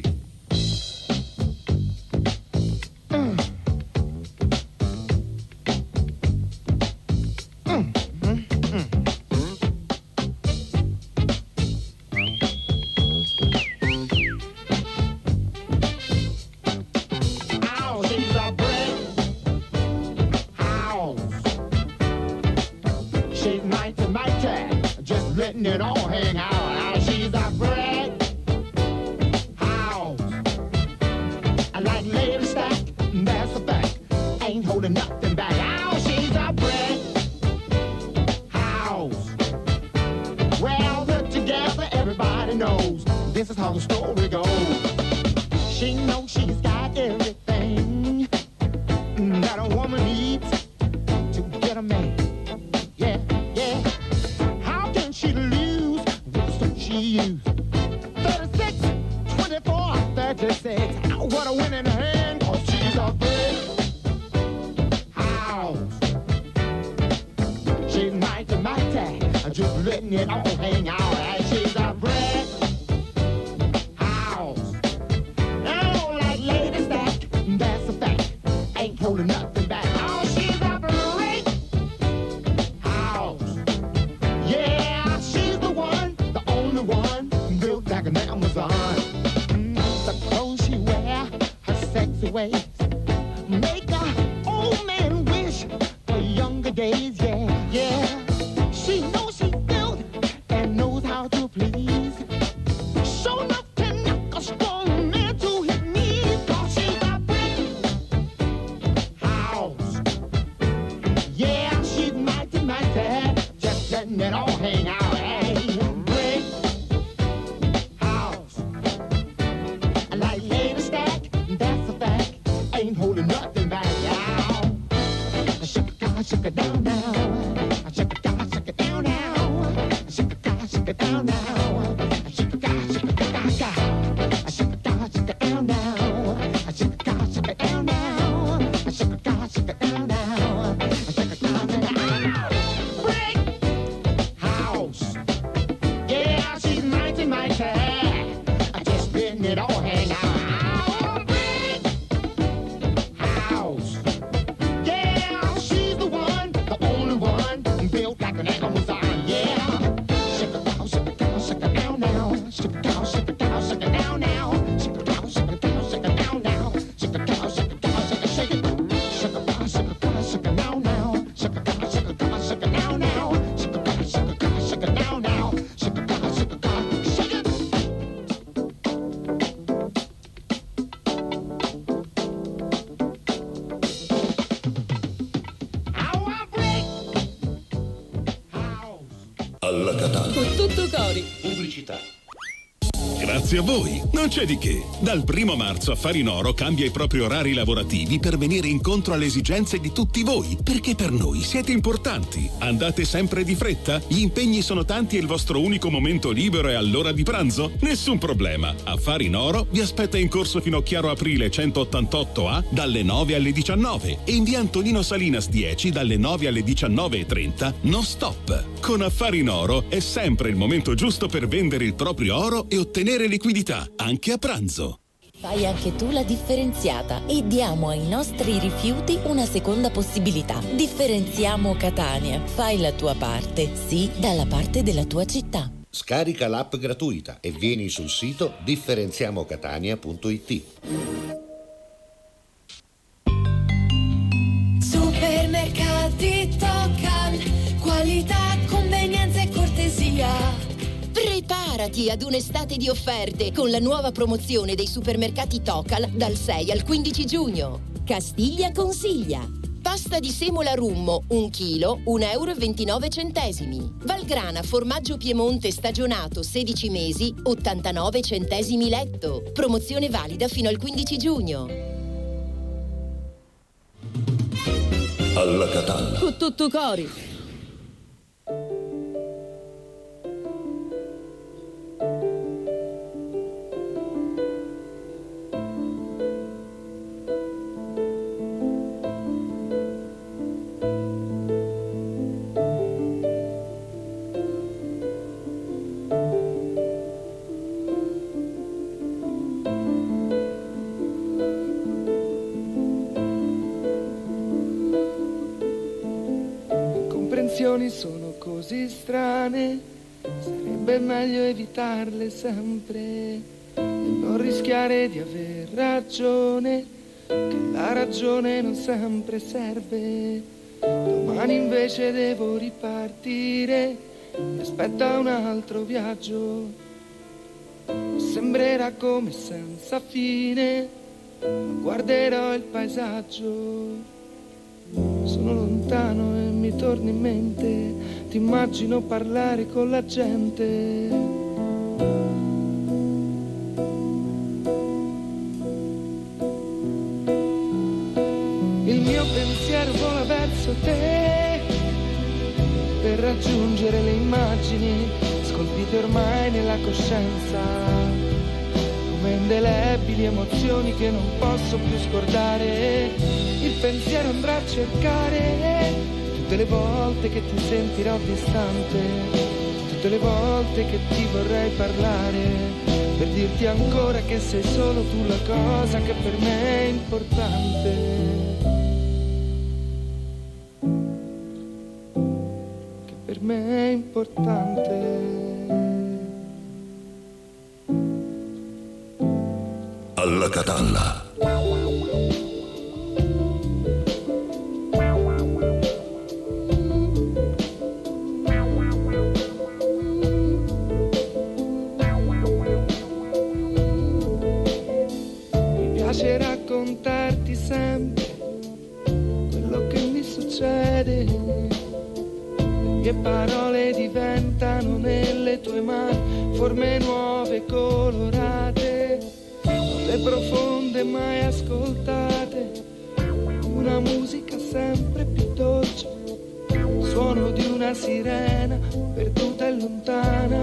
Ow, she's a brick house. She's mighty, mighty, just letting it all hang out. Ow, she's a brick house. I like lady stack, that's a fact. Ain't holding nothing back. Ow, she's a brick house. Well, put together, everybody knows this is how the story goes. She knows she's got everything that a woman needs to get a man. Yeah, yeah. How can she lose with the stuff she used? thirty-six, twenty-four, thirty-six. What a winning hand, 'cause she's a big house. She's mighty, mighty, just letting it all hang out. And she's a brick house. Oh, like lady stack, that's a fact. Ain't holding nothing back. Oh, she's a brick house. Yeah, she's the one, the only one, built like an Amazon. Mm, the clothes she wear, her sexy ways, make a old man wish for younger days. Yeah, yeah. She knows she's built and knows how to please. Show enough can knock a strong man to his knees. 'Cause she's a brick house. Yeah, she's mighty, mighty, just letting it all hang out. Hey, brick house. I like lady stack, that's a fact. Ain't holding nothing back. Now, shake it down, shake it down now. Shake it down, shake it down now. Shake it down, shake it down now. Shake it down, shake it down, down. Shake it down, shake it down now. Shake it down, shake it down now. Shake it down, shake it down now. Shake it down, shake it down. Brick house. Yeah, she's mighty, mighty. Just letting it all hang out. Brick house. Yeah, she's the one, the Alla Catalla. Con tutto cori. Pubblicità. Grazie a voi, non c'è di che. Dal primo marzo Affari in Oro cambia i propri orari lavorativi per venire incontro alle esigenze di tutti voi, perché per noi siete importanti. Andate sempre di fretta? Gli impegni sono tanti e il vostro unico momento libero è all'ora di pranzo? Nessun problema. Affari in Oro vi aspetta in corso Finocchiaro Aprile centottantotto A dalle nove alle diciannove e in via Antonino Salinas dieci dalle nove alle diciannove e trenta, non stop. Con Affari in Oro è sempre il momento giusto per vendere il proprio oro e ottenere liquidità, anche a pranzo. Fai anche tu la differenziata e diamo ai nostri rifiuti una seconda possibilità. Differenziamo Catania. Fai la tua parte, sì, dalla parte della tua città. Scarica l'app gratuita e vieni sul sito differenziamocatania punto it. Supermercati Tocal, qualità, convenienza e cortesia. Preparati ad un'estate di offerte con la nuova promozione dei supermercati Tocal dal sei al quindici giugno. Castiglia consiglia. Pasta di semola Rummo, un chilo, un euro e ventinove centesimi. Valgrana formaggio Piemonte stagionato sedici mesi, ottantanove centesimi letto. Promozione valida fino al quindici giugno. Alla Catalla. Con tutto cori. Sono così strane, sarebbe meglio evitarle sempre e non rischiare di aver ragione, che la ragione non sempre serve. Domani invece devo ripartire, mi aspetta un altro viaggio, sembrerà come senza fine, ma guarderò il paesaggio. Sono lontano e mi torni in mente, ti immagino parlare con la gente. Il mio pensiero vola verso te, per raggiungere le immagini scolpite ormai nella coscienza, come indelebili emozioni che non posso più scordare. Il pensiero andrà a cercare tutte le volte che ti sentirò distante, tutte le volte che ti vorrei parlare, per dirti ancora che sei solo tu la cosa che per me è importante. Che per me è importante. Alla Catalla. Raccontarti sempre quello che mi succede, le mie parole diventano nelle tue mani forme nuove colorate, note profonde mai ascoltate, una musica sempre più dolce, suono di una sirena perduta e lontana.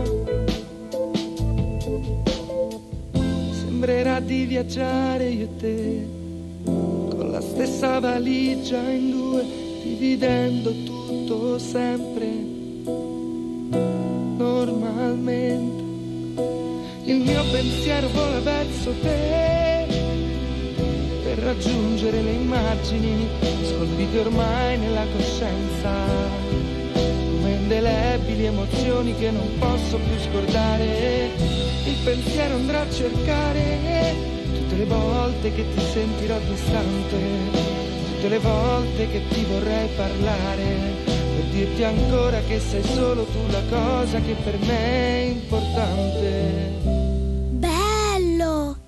Sembrerà di viaggiare io e te, con la stessa valigia in due, dividendo tutto sempre, normalmente. Il mio pensiero vola verso te, per raggiungere le immagini scolpite ormai nella coscienza, come indelebili emozioni che non posso più scordare. Il pensiero andrà a cercare tutte le volte che ti sentirò distante, tutte le volte che ti vorrei parlare, per dirti ancora che sei solo tu la cosa che per me è importante. Bello!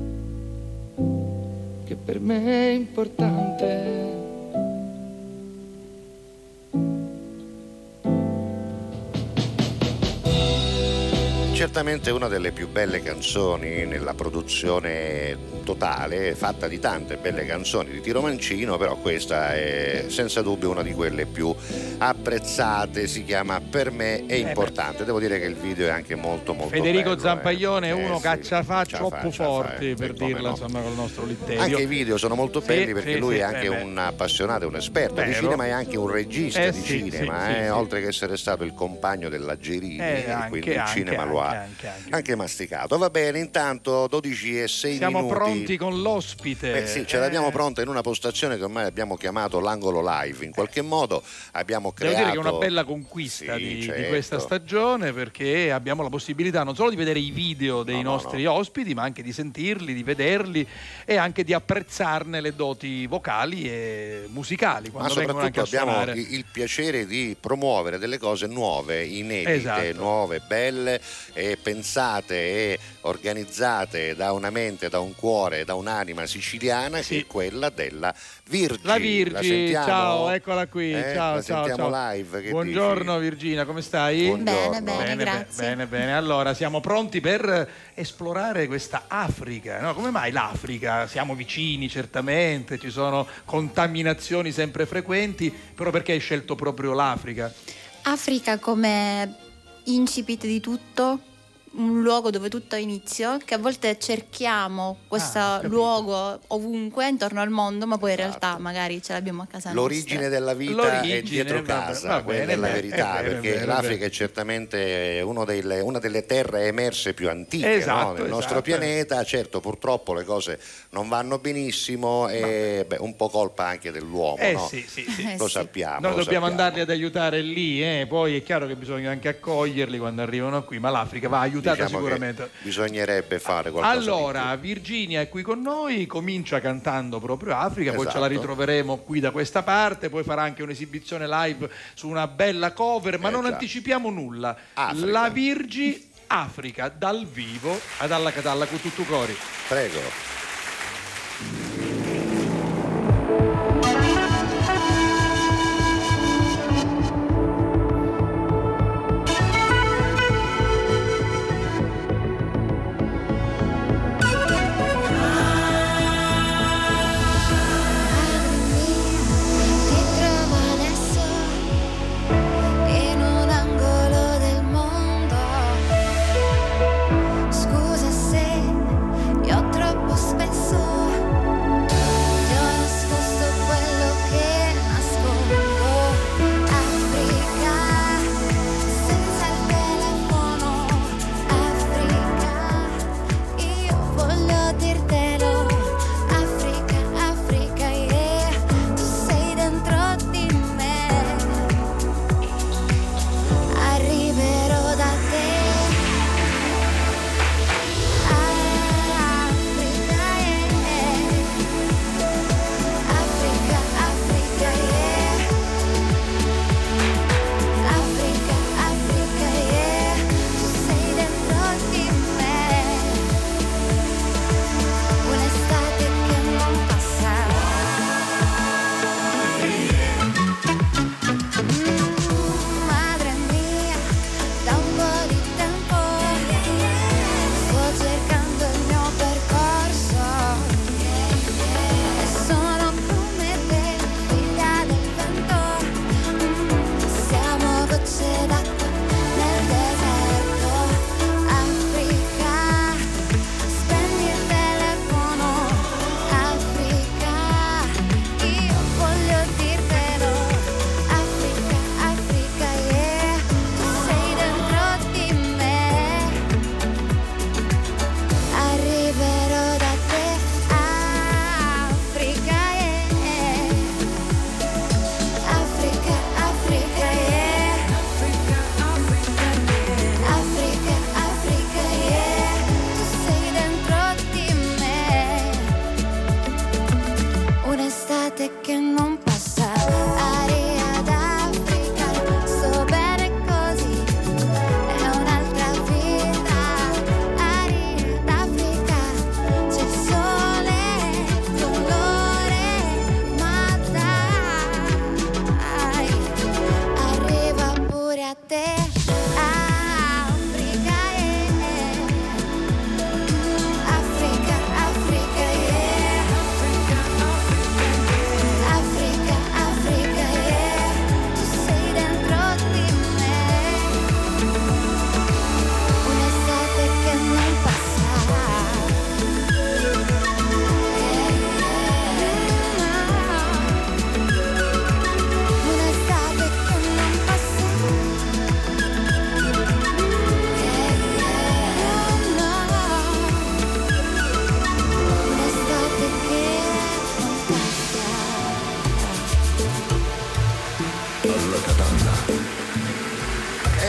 Che per me è importante. certamente una delle più belle canzoni nella produzione totale, fatta di tante belle canzoni di Tino Mancino, però questa è senza dubbio una di quelle più apprezzate, si chiama Per me è importante. Devo dire che il video è anche molto molto Federico bello, Zampaglione è eh. uno eh, cacciafà sì, troppo cacciafà, forti, eh, per dirla no. insomma col nostro Litterio. Anche i video sono molto belli, sì, perché sì, lui sì, è anche eh, un appassionato, un esperto Vero. di cinema, e anche un regista Eh, di sì, cinema, sì, eh, sì, sì. oltre che essere stato il compagno della Gerini, Eh, e anche, quindi il anche, cinema anche, lo ha anche, anche. anche masticato. Va bene, intanto dodici e sei Siamo minuti. pronti con l'ospite. Eh sì, ce l'abbiamo pronta in una postazione che ormai abbiamo chiamato l'angolo live. In qualche modo abbiamo Devo creato... dire che è una bella conquista Sì, di, certo. di questa stagione, perché abbiamo la possibilità non solo di vedere i video dei No, no, nostri no. ospiti, ma anche di sentirli, di vederli e anche di apprezzarne le doti vocali e musicali Ma quando vengono anche soprattutto a abbiamo suonare. il piacere di promuovere delle cose nuove, inedite, Esatto. nuove, belle, e pensate e organizzate da una mente, da un cuore, da un'anima siciliana, Sì. che è quella della Virgi. La Virgi, sentiamo? ciao, eccola qui, Eh, ciao, la ciao, sentiamo ciao. live, che Buongiorno Virginia, come stai? Buongiorno. Bene, bene, Bene, grazie. bene, bene. Allora, siamo pronti per esplorare questa Africa, no? Come mai l'Africa? Siamo vicini, certamente, ci sono contaminazioni sempre frequenti, però perché hai scelto proprio l'Africa? Africa come incipit di tutto, un luogo dove tutto ha inizio, che a volte cerchiamo questo Ah, ho capito. luogo ovunque intorno al mondo, ma poi in Esatto. realtà magari ce l'abbiamo a casa L'origine nostra. della vita L'origine, è dietro vabbè, casa, va quella bene, è la bene, verità, è vero, perché è vero, è l'Africa vero. è certamente uno delle- una delle terre emerse più antiche, Esatto, no, del nostro esatto. pianeta. Certo, purtroppo le cose non vanno benissimo, e beh, un po' colpa anche dell'uomo, Eh no? sì, sì, sì. Eh Lo sì. sappiamo. Noi lo dobbiamo sappiamo. andarli ad aiutare lì, eh? Poi è chiaro che bisogna anche accoglierli quando arrivano qui, ma l'Africa va aiutata Diciamo che sicuramente. bisognerebbe fare qualcosa di Allora, Virginia è qui con noi, comincia cantando proprio Africa, poi ce la Esatto. ritroveremo qui da questa parte, poi farà anche un'esibizione live su una bella cover, ma Eh, non già. anticipiamo nulla. Africa. La Virgi Africa dal vivo ad Alla Catalla con tutto cori. più. Prego. Ti trovo adesso in un angolo del mondo. Scusa se io troppo spesso ti ho nascosto quello che nascondo. Africa, senza il telefono. Africa, io voglio dirtelo. Africa, Africa, yeah, tu sei dentro di me. Arriverò da te. Africa, yeah. Africa, Africa, yeah. Africa, Africa, yeah, tu sei dentro di me. Un'estate che non passa. Mm, madre mia, da un po' di tempo sto cercando il mio percorso e sono come te, figlia del vento. Mm, siamo gocce d'acqua nel deserto. Africa, spegni il telefono. Africa, io voglio dirtelo. Africa, Africa, yeah, tu sei dentro di me. Arriverò da te. Africa, yeah. Africa, Africa, yeah. Africa, Africa, yeah, tu sei dentro di me. Un'estate che non passa. Aria d'Africa, sto bene così, è un'altra vita. Aria d'Africa, c'è il sole, colore, ma dai, arriva pure a te. Africa, yeah.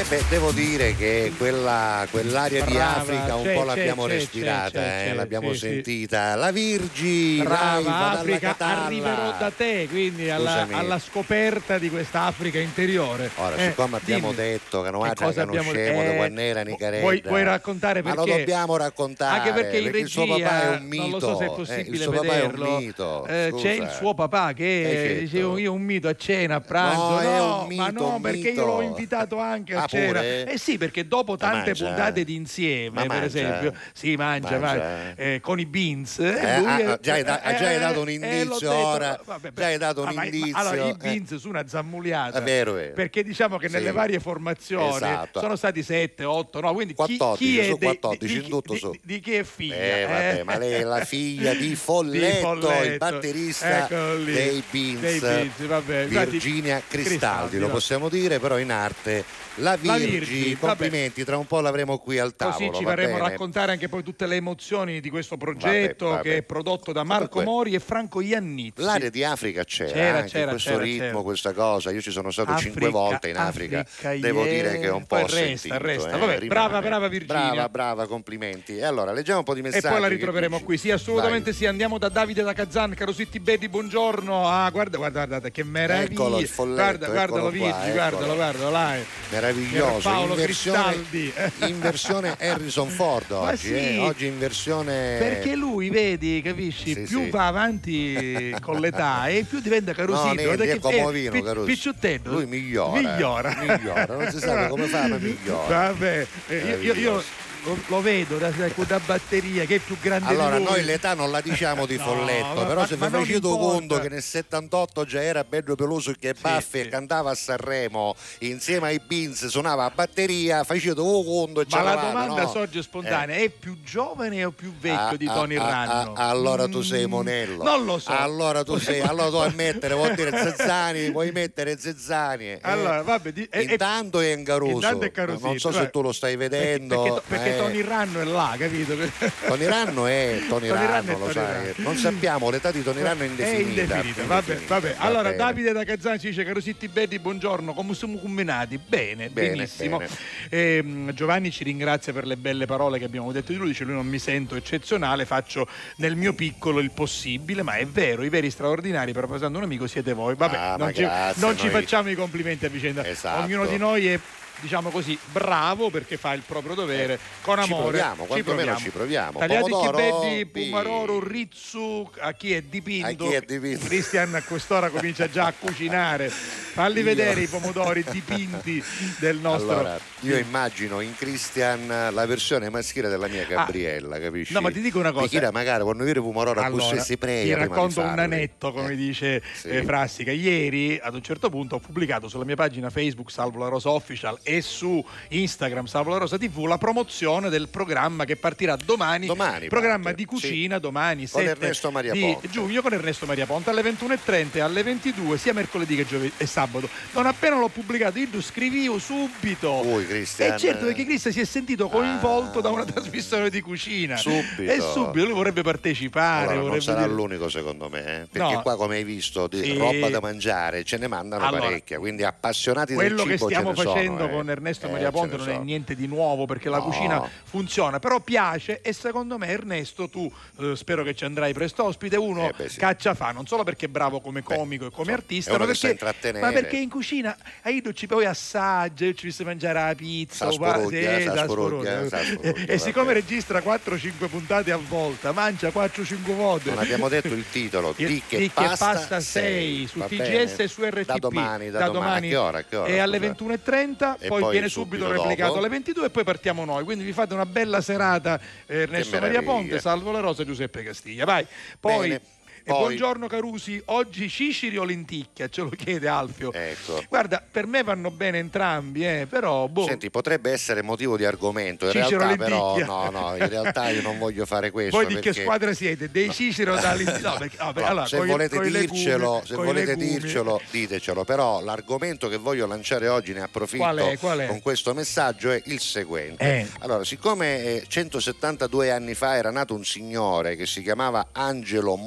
beh, devo dire che quella, quell'area di Brava, Africa un c'è, po' c'è, l'abbiamo c'è, respirata, c'è, eh, c'è, l'abbiamo sì, sentita. La Virgi, Brava live dalla Africa, Catalla. arriverò da te, quindi alla, Scusami. alla scoperta di questa Africa interiore. Ora, Eh, siccome abbiamo dimmi, detto che non che ha cosa che non abbiamo- scemo eh, di quando era Nicaredda. vuoi, vuoi raccontare Ma perché? lo dobbiamo raccontare. Anche perché in il suo papà regia, è un mito. non lo so se è eh, possibile il suo papà vederlo, è un mito. eh, scusa. c'è il suo papà che Eh, certo. dicevo io un mito a cena, a pranzo. No, è No, un mito, ma no, un perché mito. io l'ho invitato anche a Ah, cena. pure? Eh sì, perché dopo tante mangia? puntate di insieme, Ma per mangia? esempio, sì, mangia, Mangia? mangia, eh, con i beans. Eh, eh, lui ah, è- già hai da- eh, già hai dato un eh, l'ho indizio detto, ora, vabbè, già hai dato un ah, ma- ma- indizio, allora, i eh. beans su una zammuliata. È vero, è vero. Perché diciamo che Sì. nelle varie formazioni Esatto. sono stati sette, otto, no, quindi chi- quattordici, chi, è su dei- quattordici, di, in di- tutto di- su. di- di chi è figlia? Eh, vabbè, eh? ma lei è la figlia di Folletto, Di Folletto. il batterista Eccolo lì. dei Beans, Dei Beans, vabbè. Infatti, Virginia Cristaldi, Cristaldi, lo no. possiamo dire, però in arte la Virgi. La Virgi, Complimenti, tra un po' l'avremo qui al tavolo. Così ci va faremo bene? raccontare anche poi tutte le emozioni di questo progetto Vabbè, vabbè. che è prodotto da Marco Comunque, Mori e Franco Iannizzi. L'area di Africa c'era, C'era, anche c'era, questo c'era, ritmo, c'era. questa cosa. Io ci sono stato Africa, cinque volte in Africa, Africa, devo yeah. dire che ho un po' Poi ho resta, sentito, resta. eh, Vabbè, rimane. brava, brava Virginia. Brava, brava, complimenti. E allora leggiamo un po' di messaggi. E poi la che ritroveremo dici? qui. Sì, assolutamente Vai. sì. Andiamo da Davide da Kazan, caro Sitti Betty, buongiorno. Ah, guarda, guarda, guardate che meraviglia. Eccolo, il folletto, guarda, guardalo eccolo qua, Virgi, eccolo. guardalo, guardalo là. eh. Meraviglioso, Paolo in versione, Cristaldi. in versione Harrison Ford Ma oggi, sì. eh? oggi in versione Perché lui, vedi, capisci, Sì, più sì. va avanti con l'età e più diventa No, carosino. Neri, perché è come vino, pi- Caruso. picciuttello. Lui migliora, Migliora. migliora, non si sa come fa, ma migliora. Vabbè, eh, io, io- io lo, lo vedo da, da, da batteria che è più grande Allora, di lui. noi l'età non la diciamo di No, Folletto, ma- però ma- se ma vi non facete importa. conto che nel settantotto già era bello peloso che baffe sì. e cantava a Sanremo insieme ai Beans, suonava a batteria, facete conto e Ma la c'eravate, domanda no? sorge spontanea: è più giovane o più vecchio Ah, di ah, Tony ah, Ranno? ah, allora tu Mm, sei Monello. Non lo so. Allora tu sei, allora tu vuoi mettere, vuol dire Zezzani, vuoi mettere Zezzani. eh. Allora, vabbè, di- e- e- intanto è in Caruso. intanto è Caruso, Non so vabbè. se tu lo stai Perché, vedendo. perché, perché eh. Tony Ranno è là, capito? Tony Ranno è Tony, Tony Ranno Ranno, è lo Tony sai. Ranno. Non sappiamo, l'età di Tony Ranno è indefinita. È indefinita, vabbè, indefinita, vabbè. va Allora, bene. Davide da Kazan ci dice: caro Sitti Betty, buongiorno, come siamo combinati? Bene, Bene, benissimo. bene. Ehm, Giovanni ci ringrazia per le belle parole che abbiamo detto di lui. Dice: lui non mi sento eccezionale, faccio nel mio piccolo il possibile, ma è vero, i veri straordinari, parafrasando un amico, siete voi. Vabbè, Ah, ma non, ci, grazie, non ci noi- facciamo i complimenti a vicenda. Esatto. Ognuno di noi è, diciamo così, bravo perché fa il proprio dovere con Ci amore. proviamo, quantomeno ci proviamo. Tagliati Pomodoro, chibetti, pi- Pumaroro, Rizzu, a chi è dipinto. A chi è dipinto. Cristian a quest'ora comincia già a cucinare. Falli Io- vedere i pomodori dipinti del nostro. Allora, io immagino in Christian la versione maschile della mia Gabriella, capisci? no, ma ti dico una cosa. Perché magari quando vede Pomodoro a Allora, cui si prega ti prima di racconto un farli. anetto, come Eh, dice sì. eh, Frassica. Ieri, ad un certo punto, ho pubblicato sulla mia pagina Facebook Salvo la Rosa Official e su Instagram Salvo la Rosa tivù la promozione del programma che partirà domani. Domani programma parte, di cucina, domani Con sette Ernesto Maria di Ponte. giugno con Ernesto Maria Ponte alle ventuno e trenta e alle ventidue, sia mercoledì che giovedì e sabato. Non appena l'ho pubblicato, io lo scrivivo subito. Ui, Christian. E certo, perché Cristian si è sentito coinvolto Ah. da una trasmissione di cucina. Subito. E subito lui vorrebbe partecipare. Allora, non vorrebbe sarà dire- l'unico secondo me, eh? Perché No. qua come hai visto di Sì. roba da mangiare ce ne mandano Allora, parecchia, quindi appassionati del Quello cibo che stiamo ce ne facendo sono, eh. con Ernesto Eh, Maria ce Ponte ne non è sono. niente di nuovo perché la No. cucina funziona, però piace e secondo me Ernesto tu eh, spero che ci andrai presto ospite, uno Eh beh, sì. caccia fa, non solo perché è bravo come Beh, comico e come insomma, artista, è uno ma che sa perché, intrattenere. ma perché in cucina eh, io ci poi assaggia, io ci visto mangiare la pizza, Sa o pa- sporuglia, sì, sa sa sporuglia, sporuglia. sa sporuglia, e, e siccome vabbè. registra quattro cinque puntate a volta, mangia quattro cinque volte. Non abbiamo detto il titolo, Il- Di che Di che pasta, pasta sei su va T G bene? S e su R T P Da domani, da, domani. A che ora? A che ora, e alle scusa? ventuno e trenta, E poi poi viene subito subito replicato dopo? alle ventidue e poi partiamo noi, quindi vi fate una bella serata, eh, Ernesto Che Maria meraviglia. Ponte, Salvo la Rosa, Giuseppe Castiglia, vai. Poi Bene. e Poi- buongiorno Carusi, oggi Ciciri o lenticchia? Ce lo chiede Alfio. Ecco. Guarda, per me vanno bene entrambi, eh, però boh. Senti, potrebbe essere motivo di argomento, in Cicero realtà però Lenticchia. no, no, in realtà io non voglio fare questo Voi di che perché- squadra siete? Dei Cicero o da Lenticchia? No, perché- no, perché No, allora, se coi- volete coi dircelo, legumi- se coi volete legumi. dircelo, ditecelo. Però l'argomento che voglio lanciare oggi, ne approfitto Qual è? Qual è? con questo messaggio, è il seguente. Eh. Allora, siccome eh, centosettantadue anni fa era nato un signore che si chiamava Angelo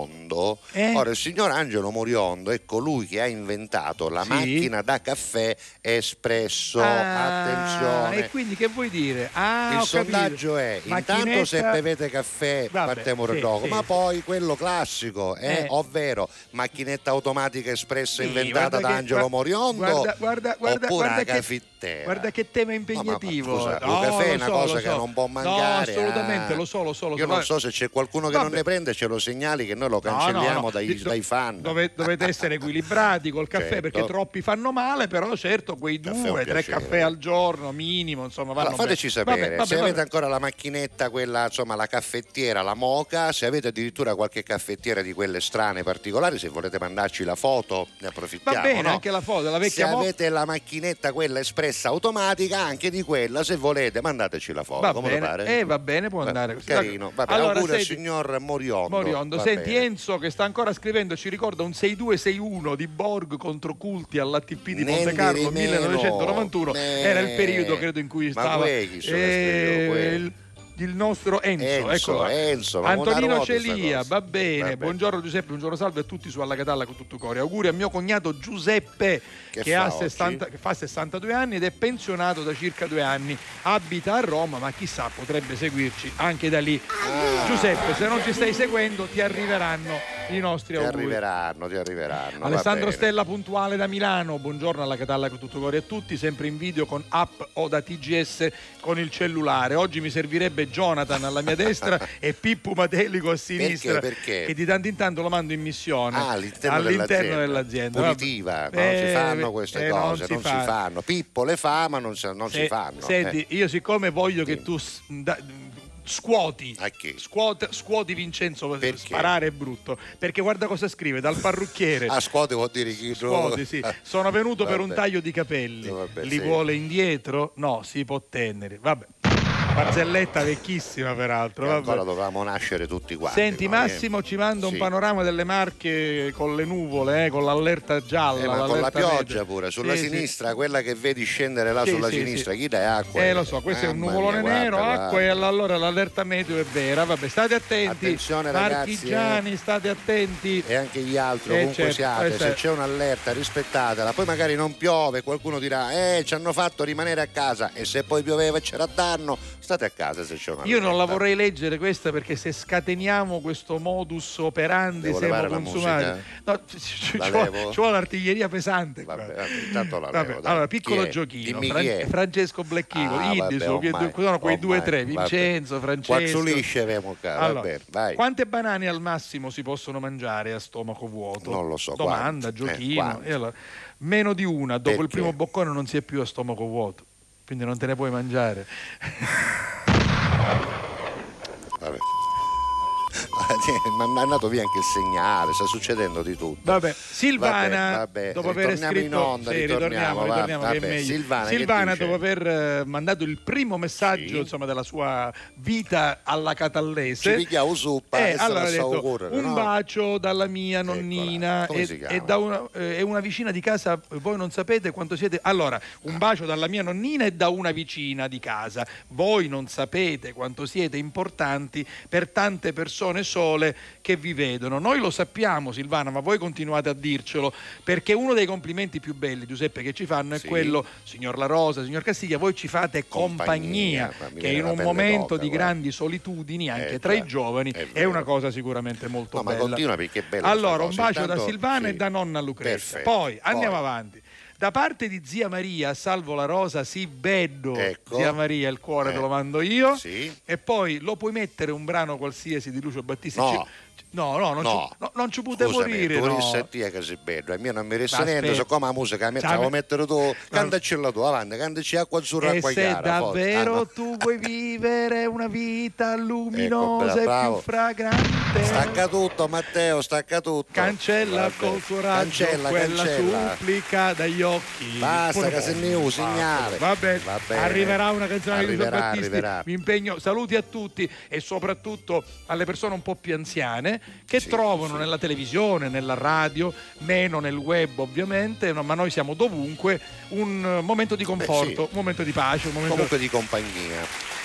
Moriondo. Eh? Ora, il signor Angelo Moriondo è colui che ha inventato la Sì. macchina da caffè espresso. Ah, Attenzione. e quindi che vuoi dire? Ah, Il ho sondaggio capito. è: intanto Macchinetta- se bevete caffè Vabbè, partiamo sì, il gioco, sì, ma sì. poi quello classico, eh? Eh. ovvero macchinetta automatica espressa Sì, inventata guarda da che- Angelo guarda- Moriondo, guarda, guarda, guarda, oppure guarda la che- caffettera. Guarda che tema No, ma- impegnativo. scusa, No, il caffè è lo una so, cosa lo che so. non può No, mancare. assolutamente, ah. lo so, lo so, lo Io so. non so se c'è qualcuno che Vabbè. non ne prende, ce lo segnali che noi lo No, no, cancelliamo no. Dai, Do- dai fan. dove- dovete essere equilibrati col caffè, Certo. perché troppi fanno male, però certo quei Caffè è un due, tre piacere. caffè al giorno minimo, insomma, vanno Allora, fateci bene. sapere Vabbè, vabbè, se vabbè. avete ancora la macchinetta, quella, insomma, la caffettiera, la moca, se avete addirittura qualche caffettiera di quelle strane particolari, se volete mandarci la foto, ne approfittiamo. Va bene, no? anche la foto, la vecchia Se moca. avete la macchinetta, quella espressa automatica, anche di quella, se volete, mandateci la foto. Va come bene, lo pare? eh, va bene, può andare così. Carino, vabbè, Allora, auguri senti- al signor Moriondo. Moriondo, Va senti bene. Enzo che sta ancora scrivendo, ci ricorda un sei due sei uno di Borg contro Culti all'A T P di Ne Monte Carlo dire meno. millenovecentonovantuno. Ne- Era il periodo, credo, in cui Ma stava quei chi sono che eh, scrivono, quei? il, il nostro Enzo, Enzo, eccolo là. Enzo, ma una Antonino ruota sta Celia, cosa. va bene. Va bene. Buongiorno Giuseppe, buongiorno salve a tutti su Alla Catalla con tutto cuore. Auguri a mio cognato Giuseppe Che che, fa ha oggi? sessanta, che fa sessantadue anni ed è pensionato da circa due anni. Abita a Roma, ma chissà, potrebbe seguirci anche da lì. Ah. Giuseppe, se non ci stai seguendo, ti arriveranno i nostri Ti auguri. arriveranno, ti arriveranno. va Alessandro bene. Stella puntuale da Milano, buongiorno alla Catalla con tutto cuore a tutti, sempre in video con app o da T G S con il cellulare. Oggi mi servirebbe Jonathan alla mia destra e Pippo Matelico a sinistra, Perché? Perché? che di tanto in tanto lo mando in missione Ah, all'interno, all'interno dell'azienda. dell'azienda. Punitiva, Vabbè. non si Eh, fanno queste eh, cose, si non si, fa. fanno. Pippo le fa, ma non, si- non si Se- fanno. Senti, eh. io siccome voglio che Dimmi. tu s- da- scuoti A chi? scuota- scuoti Vincenzo, Perché? sparare è brutto, perché guarda cosa scrive dal parrucchiere. A scuote vuol dire chi Scuoti, sì. Sono venuto per un Vabbè. taglio di capelli. Vabbè, Li sì. vuole indietro? No, si può tenere. Vabbè. Barzelletta vecchissima peraltro. E Vabbè. ancora dovevamo nascere tutti quanti. Senti, no? Massimo ci manda un Sì. panorama delle Marche con le nuvole, eh, con l'allerta gialla. Eh, ma con la l'allerta pioggia meteo. pure, sulla Sì, sì. sinistra, quella che vedi scendere là Sì, sulla sì, sinistra, sì. chi dà acqua? Eh lo so, questo è un Mamma nuvolone mia, nero, guarda, acqua, e guarda. allora l'allerta meteo è vera. Vabbè, state attenti. Attenzione, ragazzi, Marchigiani, state attenti. E anche gli altri, Eh, ovunque certo, siate, questa se è- c'è un'allerta rispettatela, poi magari non piove, qualcuno dirà eh ci hanno fatto rimanere a casa, e se poi pioveva e c'era danno, state a casa se c'è un'allerta. Io non la vorrei leggere questa, perché se scateniamo questo modus operandi Devo siamo levare la consumati. musica? No, ci, ci- La ci vuole, levo? ci vuole l'artiglieria pesante. qua. Vabbè, vabbè, intanto la Vabbè, levo, dai. allora, piccolo Chi è? giochino. Dimmi Fran- chi è. Francesco Black Eagle, Ah, Iddiso, vabbè, che ormai, sono quei due o tre, ormai, vabbè. Vincenzo, Francesco. Quazzulisce avevamo qua, Allora, vabbè, vai. quante banane al massimo si possono mangiare a stomaco vuoto? Non lo so, Domanda, quante? Eh, giochino. quante? E allora, meno di una, dopo il Perché? primo boccone non si è più a stomaco vuoto, quindi non te ne puoi mangiare. Vabbè. Ma è andato via anche il segnale, sta succedendo di tutto. Vabbè, Silvana, Vabbè, vabbè, dopo aver ritorniamo scritto, in onda, sì, ritorniamo, ritorniamo, va, ritorniamo, che è vabbè, meglio. Silvana, che Silvana, dice? dopo aver eh, mandato il primo messaggio, Sì. insomma, della sua vita alla catallese, Ci picchiamo suppa eh, e se allora la ha stavo detto, correre, un no? bacio dalla mia nonnina, Come e, si chiama? e da una, eh, è una vicina di casa, voi non sapete quanto siete. Allora, un bacio dalla mia nonnina e da una vicina di casa, voi non sapete quanto siete importanti per tante persone sole che vi vedono. Noi lo sappiamo, Silvana, ma voi continuate a dircelo, perché uno dei complimenti più belli, Giuseppe, che ci fanno è Sì. quello, signor La Rosa, signor Castiglia, voi ci fate compagnia, Compagnia, ma mi che viene in la un pelle momento d'oca, di guarda. grandi solitudini anche Eh, tra i già, giovani è è, vero. una cosa sicuramente molto No, ma bella. continua perché è bella Allora, un questa bacio cosa. da Intanto- Silvana sì. e da nonna Lucrezia. Perfetto. Poi andiamo Poi. avanti. Da parte di zia Maria, salvo la rosa, sì, bello. Ecco. Zia Maria, il cuore Eh. te lo mando io. Sì. E poi lo puoi mettere un brano qualsiasi di Lucio Battisti? No. Ci- No, no, non, No. Ci, no, non ci potevo Scusami, dire. tu No. risenti che sei bello, a me non mi resta Ma niente, aspetta. so come la musica, mi Sa- devo mettere tu, cantacella tu, avanti, cantaci acqua azzurra, E acqua se chiara. forza. davvero Ah, no. tu vuoi vivere una vita luminosa Ecco, e bravo. più fragrante, Stacca tutto Matteo, stacca tutto. cancella Vabbè. col suo raggio Cancella, quella cancella. supplica dagli occhi. Basta, Pure che se poco. ne usi, Basta. segnale. Vabbè, Va bene. arriverà una canzone di Lucio Arriverà, Battisti. arriverà. Mi impegno, saluti a tutti e soprattutto alle persone un po' più anziane che Sì, trovano sì. nella televisione, nella radio, meno nel web ovviamente, no, ma noi siamo dovunque, un eh, momento di conforto, sì. un momento di pace, un momento Comunque di compagnia.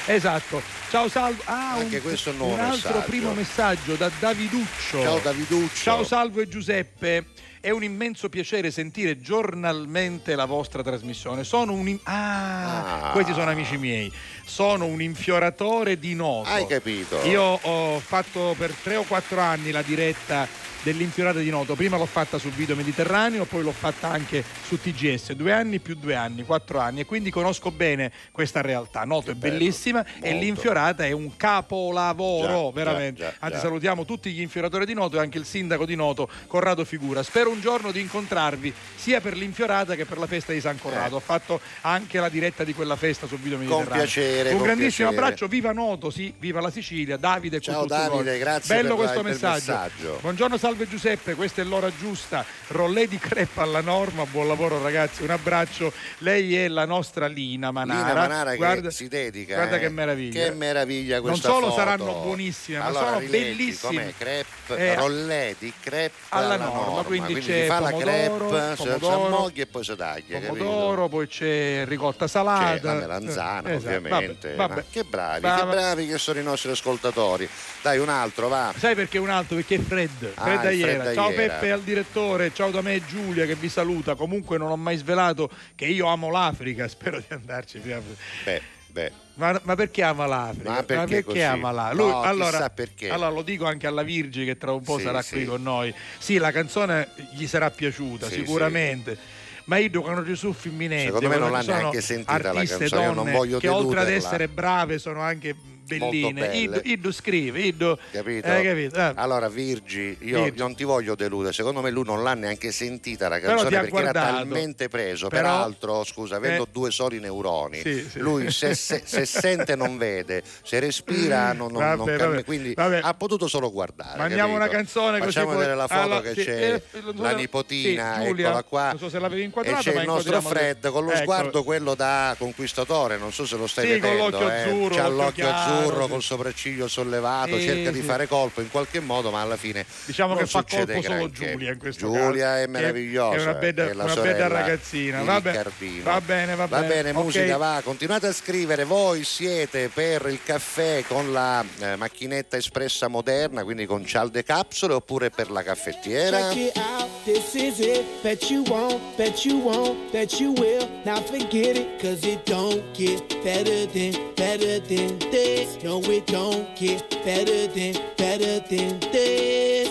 Esatto. Ciao Salvo. Ah, Anche un, questo è un nuovo un altro messaggio. primo messaggio da Daviduccio. Ciao Daviduccio. Ciao Salvo e Giuseppe. È un immenso piacere sentire giornalmente la vostra trasmissione. Sono un in- ah, Ah. questi sono amici miei. Sono un infioratore di Noto. Hai capito? Io ho fatto per tre o quattro anni la diretta dell'infiorata di Noto. Prima l'ho fatta sul Video Mediterraneo, poi l'ho fatta anche su T G S. Due anni più due anni, quattro anni, e quindi conosco bene questa realtà. Noto Che è bello, bellissima e molto. l'infiorata è un capolavoro, Già, veramente. già, già, Anzi, già. salutiamo tutti gli infioratori di Noto e anche il sindaco di Noto, Corrado Figura. Spero un giorno di incontrarvi sia per l'infiorata che per la festa di San Corrado. Eh. Ho fatto anche la diretta di quella festa sul Video Con Mediterraneo. piacere, Un con grandissimo piacere. abbraccio, viva Noto, sì, viva la Sicilia. Davide e Ciao tutto il suo Davide, cuore. grazie Bello per la- questo per il messaggio. messaggio. Buongiorno, salve Giuseppe, questa è l'ora giusta. Rollè di crepa alla norma, buon lavoro ragazzi, un abbraccio. Lei è la nostra Lina Manara. Lina Manara Guarda- che si dedica. Guarda eh. che meraviglia. Che meraviglia questa Non solo foto. saranno buonissime, ma allora, sono rileggi, bellissime. Com'è? Crepe, Eh, rollè di crepe alla alla, norma, norma. quindi Quindi c'è si fa pomodoro, la crepe, si pomodoro, ammoglia e poi si taglia. Pomodoro, poi c'è ricotta salata. C'è la melanzana, Eh, esatto. ovviamente. Vabbè, vabbè. Ma che bravi, Va- che va- bravi che sono i nostri ascoltatori. Dai, un altro, va. Sai perché un altro? Perché è Fred, Ah, Fred il Aiera. Fred Ciao Aiera. Peppe al direttore, ciao da me e Giulia che vi saluta. Comunque non ho mai svelato che io amo l'Africa, spero di andarci prima. Beh, beh. Ma, ma perché ama l'Africa? Ma perché così? ama l'Africa? Lui, No, allora, chissà perché. allora lo dico anche alla Virgi che tra un po' Sì, sarà sì. qui con noi. Sì, la canzone gli sarà piaciuta Sì, sicuramente. Ma io quando ci sono femminette, Secondo me non quando l'ha ci neanche sono sentita la artiste canzone, io non donne voglio che oltre ad deluderla. essere brave sono anche belline. belle. Iddo, Iddo scrive, Iddo, Capito? eh, capito? Eh. Allora Virgi, io Virgi. non ti voglio deludere, secondo me lui non l'ha neanche sentita la Però canzone ti ha perché era guardato. talmente preso. Però- Peraltro, scusa, avendo Eh. due soli neuroni, Sì, sì. lui se, se- se sente non vede, se respira non, non, Vabbè, non cammina, vabbè, quindi vabbè. ha potuto solo guardare. Mandiamo capito? una canzone così Facciamo poi- vedere la foto Allora, che sì, c'è eh, non so la se- nipotina, sì, Giulia, eccola qua. non so se l'avevi inquadrata, e c'è ma il nostro inquadriamo- Fred con lo Ecco. sguardo quello da conquistatore, non so se lo stai Sì, con vedendo, l'occhio eh. azzurro, c'ha l'occhio l'occhio chiaro, azzurro sì. col sopracciglio sollevato, Sì, cerca di sì. fare colpo in qualche modo, ma alla fine Diciamo non che fa succede colpo solo granché. Giulia in questo Giulia caso, è che meravigliosa, è una bella, è la una sorella bella ragazzina. di Va, be- Riccardino. va bene, va, Va bene, ok. musica va, continuate a scrivere, voi siete per il caffè con la eh, macchinetta espressa moderna, quindi con cialde capsule, oppure per la caffettiera? Check it out, this is it. Bet you won't, bet you won't, bet you will. Now forget it, cause it don't get better than, better than this. No, it don't get better than, better than this.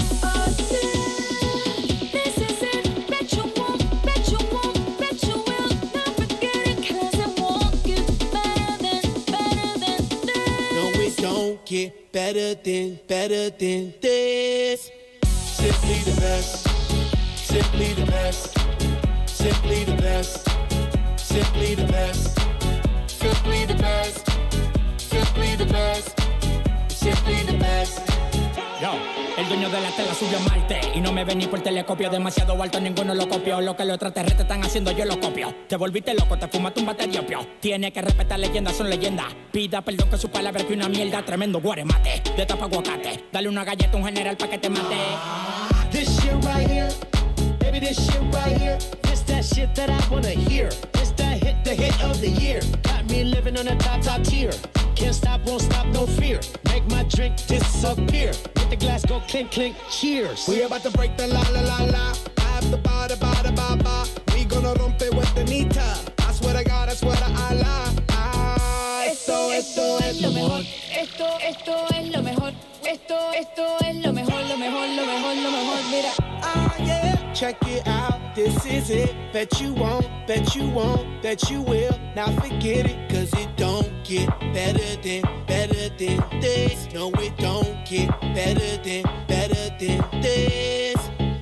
This is it. Bet you won't, bet you won't, bet you will. Now forget it, 'cause it won't get better than, better than this. No, it don't get better than, better than this. Simply the best, simply the best, simply the best, simply the best, simply the best, simply the best, simply the best. Yo, el dueño de la tela subió a Marte y no me ven ni por telescopio, demasiado alto, ninguno lo copió. Lo que los extraterrestres están haciendo yo lo copio. Te volviste loco, te fumaste un bate de opio. Tiene que respetar leyendas, son leyendas. Pida perdón que su palabra que una mierda, tremendo guaremate. De tapa aguacate, dale una galleta a un general pa' que te mate. This shit right here, baby, this shit right here. This that shit that I wanna hear. This that hit, the hit of the year. Got me living on the top, top tier. Can't stop, won't stop, no fear. Make my drink disappear. Let the glass go clink, clink, cheers. We about to break the la la la la. I have the ba da ba da ba ba. We gonna rompe with the nita. I swear to God, I swear to Allah. Ah, esto, esto es lo mejor. Esto, esto es lo mejor. Esto, esto es lo mejor, lo mejor, lo mejor, lo mejor. Mira. Ah, yeah. Check it out, this is it. Bet you won't, bet you won't, bet you will. Now forget it, cause it don't get better than, better than this. No, it don't get better than, better than this.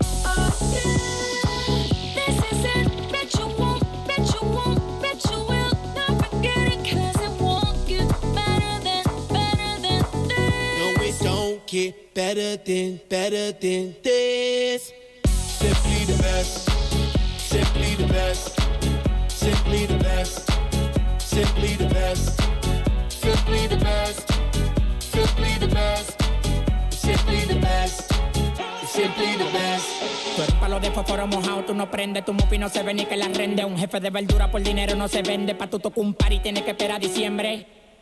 This is it. Bet you won't, bet you won't, bet you will. Now forget it, 'cause it won't get better than, better than this. No, it don't get better than, better than this. Simply the best, simply the best, simply the best, simply the best, simply the best, simply the best, simply the best, simply the best. Tú eres palo de fósforo mojado, tú no prendes, tu mufi no se ve ni que la rende. Un jefe de verdura por dinero no se vende, pa' tu tocar un par y tienes que esperar a diciembre.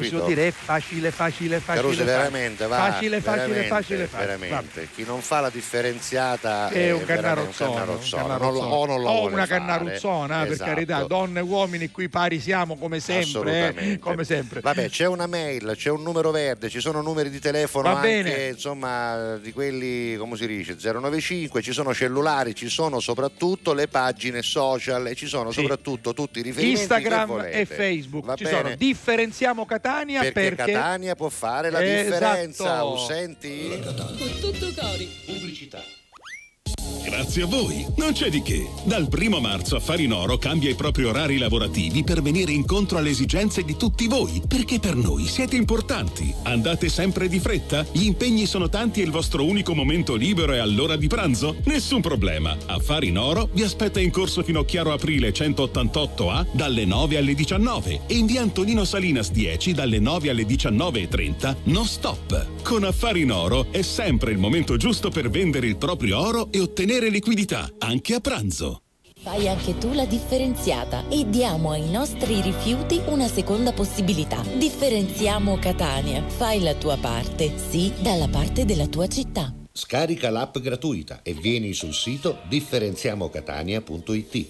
possiamo dire è facile, facile, facile. Caruso, veramente, va. Facile, facile, veramente, facile, facile. Veramente. Chi non fa la differenziata è, è un cannarozzone, un cannarozzone. un cannarozzone. Non, o non la o vuole una fare. cannaruzzona, Esatto. per carità, donne e uomini qui pari siamo come sempre, eh, come sempre. Vabbè, c'è una mail, c'è un numero verde, ci sono numeri di telefono Va anche, bene. insomma, di quelli, come si dice, zero nove cinque, ci sono cellulari, ci sono soprattutto le pagine social e ci sono Sì. soprattutto tutti i riferimenti Instagram che volete. e Facebook. Va Ci bene? sono differenziamo Catania perché, perché Catania può fare la Esatto. differenza. Oh, senti? Con tutto cori. Pubblicità. Grazie a voi, non c'è di che. Dal primo marzo Affari in Oro cambia i propri orari lavorativi per venire incontro alle esigenze di tutti voi, perché per noi siete importanti. Andate sempre di fretta? Gli impegni sono tanti e il vostro unico momento libero è all'ora di pranzo? Nessun problema. Affari in Oro vi aspetta in corso Finocchiaro Aprile centottantotto A dalle nove alle diciannove e in via Antonino Salinas dieci dalle nove alle diciannove e trenta, no stop. Con Affari in Oro è sempre il momento giusto per vendere il proprio oro e ottenere liquidità, anche a pranzo. Fai anche tu la differenziata e diamo ai nostri rifiuti una seconda possibilità. Differenziamo Catania. Fai la tua parte, sì, dalla parte della tua città. Scarica l'app gratuita e vieni sul sito differenziamocatania punto it.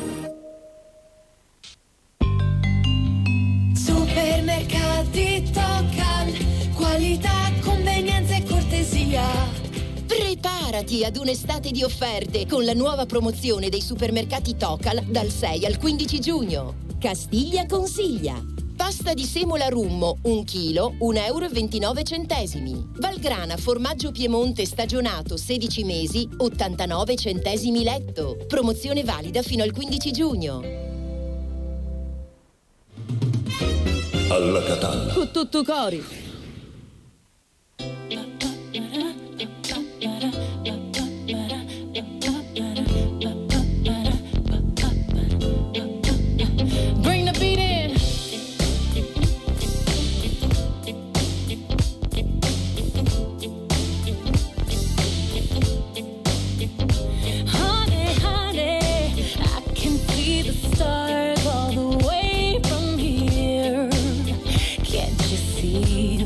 Supermercati Tocal, qualità, convenienza e cortesia. Preparati ad un'estate di offerte con la nuova promozione dei supermercati Tocal dal sei al quindici giugno. Castiglia consiglia. Pasta di semola Rummo, un chilo, un euro e ventinove centesimi. Valgrana formaggio Piemonte stagionato sedici mesi, ottantanove centesimi letto. Promozione valida fino al quindici giugno. Alla Catalla. Con tutto cori. Bring the beat in. Honey, honey, I can see the stars all the way from here. Can't you see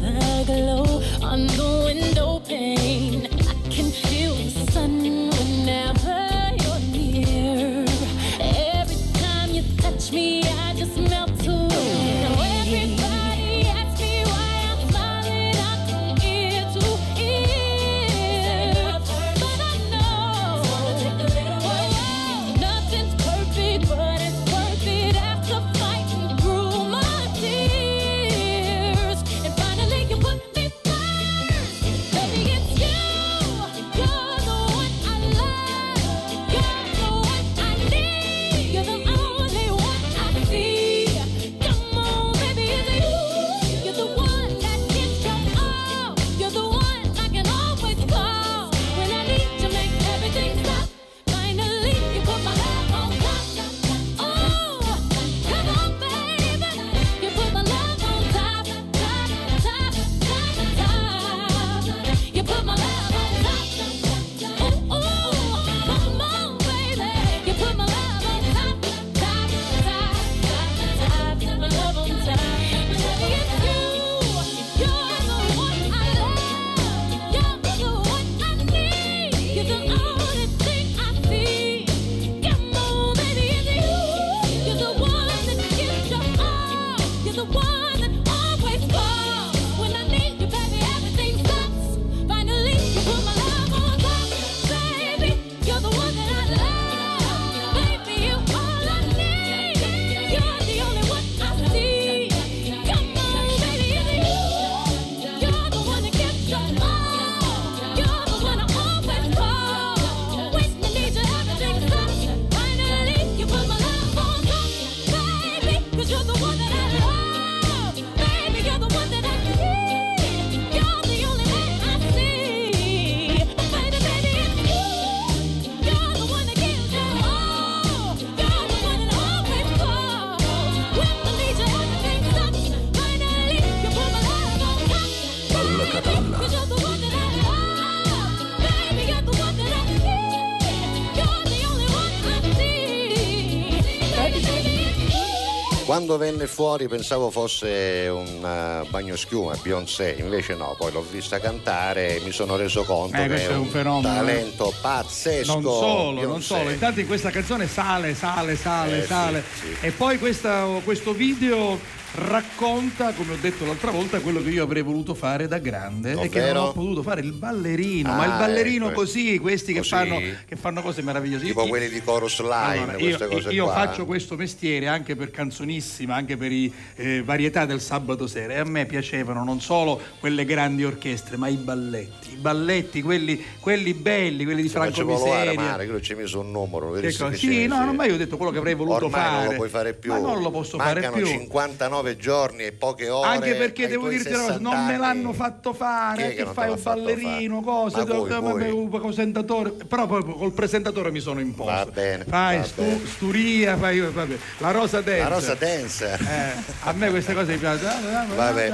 Quando venne fuori pensavo fosse un uh, bagnoschiuma, Beyoncé, invece no, poi l'ho vista cantare e mi sono reso conto eh, che è un, un fenomeno, talento pazzesco. Non solo, Beyoncé. non solo, intanto in questa canzone sale, sale, sale, eh, sale sì, sì. E poi questa, questo video racconta, come ho detto l'altra volta, quello che io avrei voluto fare da grande. Ovvero? E che non ho potuto fare, il ballerino. Ah, ma il ballerino ecco, così, questi così. Che, fanno, che fanno cose meravigliose. Tipo io, quelli di Chorus Line, allora, queste io, cose io qua. faccio questo mestiere anche per Canzonissima, anche per i eh, varietà del sabato sera, e a me piacevano non solo quelle grandi orchestre, ma i balletti. I balletti, quelli, quelli belli, quelli di Se Franco Miseria. Mare, che lui ci ha messo un numero. Che che sì, no, non, ma io ho detto quello che avrei voluto ormai fare. non lo puoi fare più. Ma non lo posso Mancano fare più. cinquantanove giorni e poche ore. Anche perché devo dirti una cosa, non me l'hanno fatto fare, che, che fai un ballerino, cose, un presentatore, però poi col presentatore mi sono imposto. Va bene. Fai va stu, bene. sturia, fai vabbè, la Rosa Dance. La Rosa Dance. Eh, a me queste cose mi piacciono. Vabbè.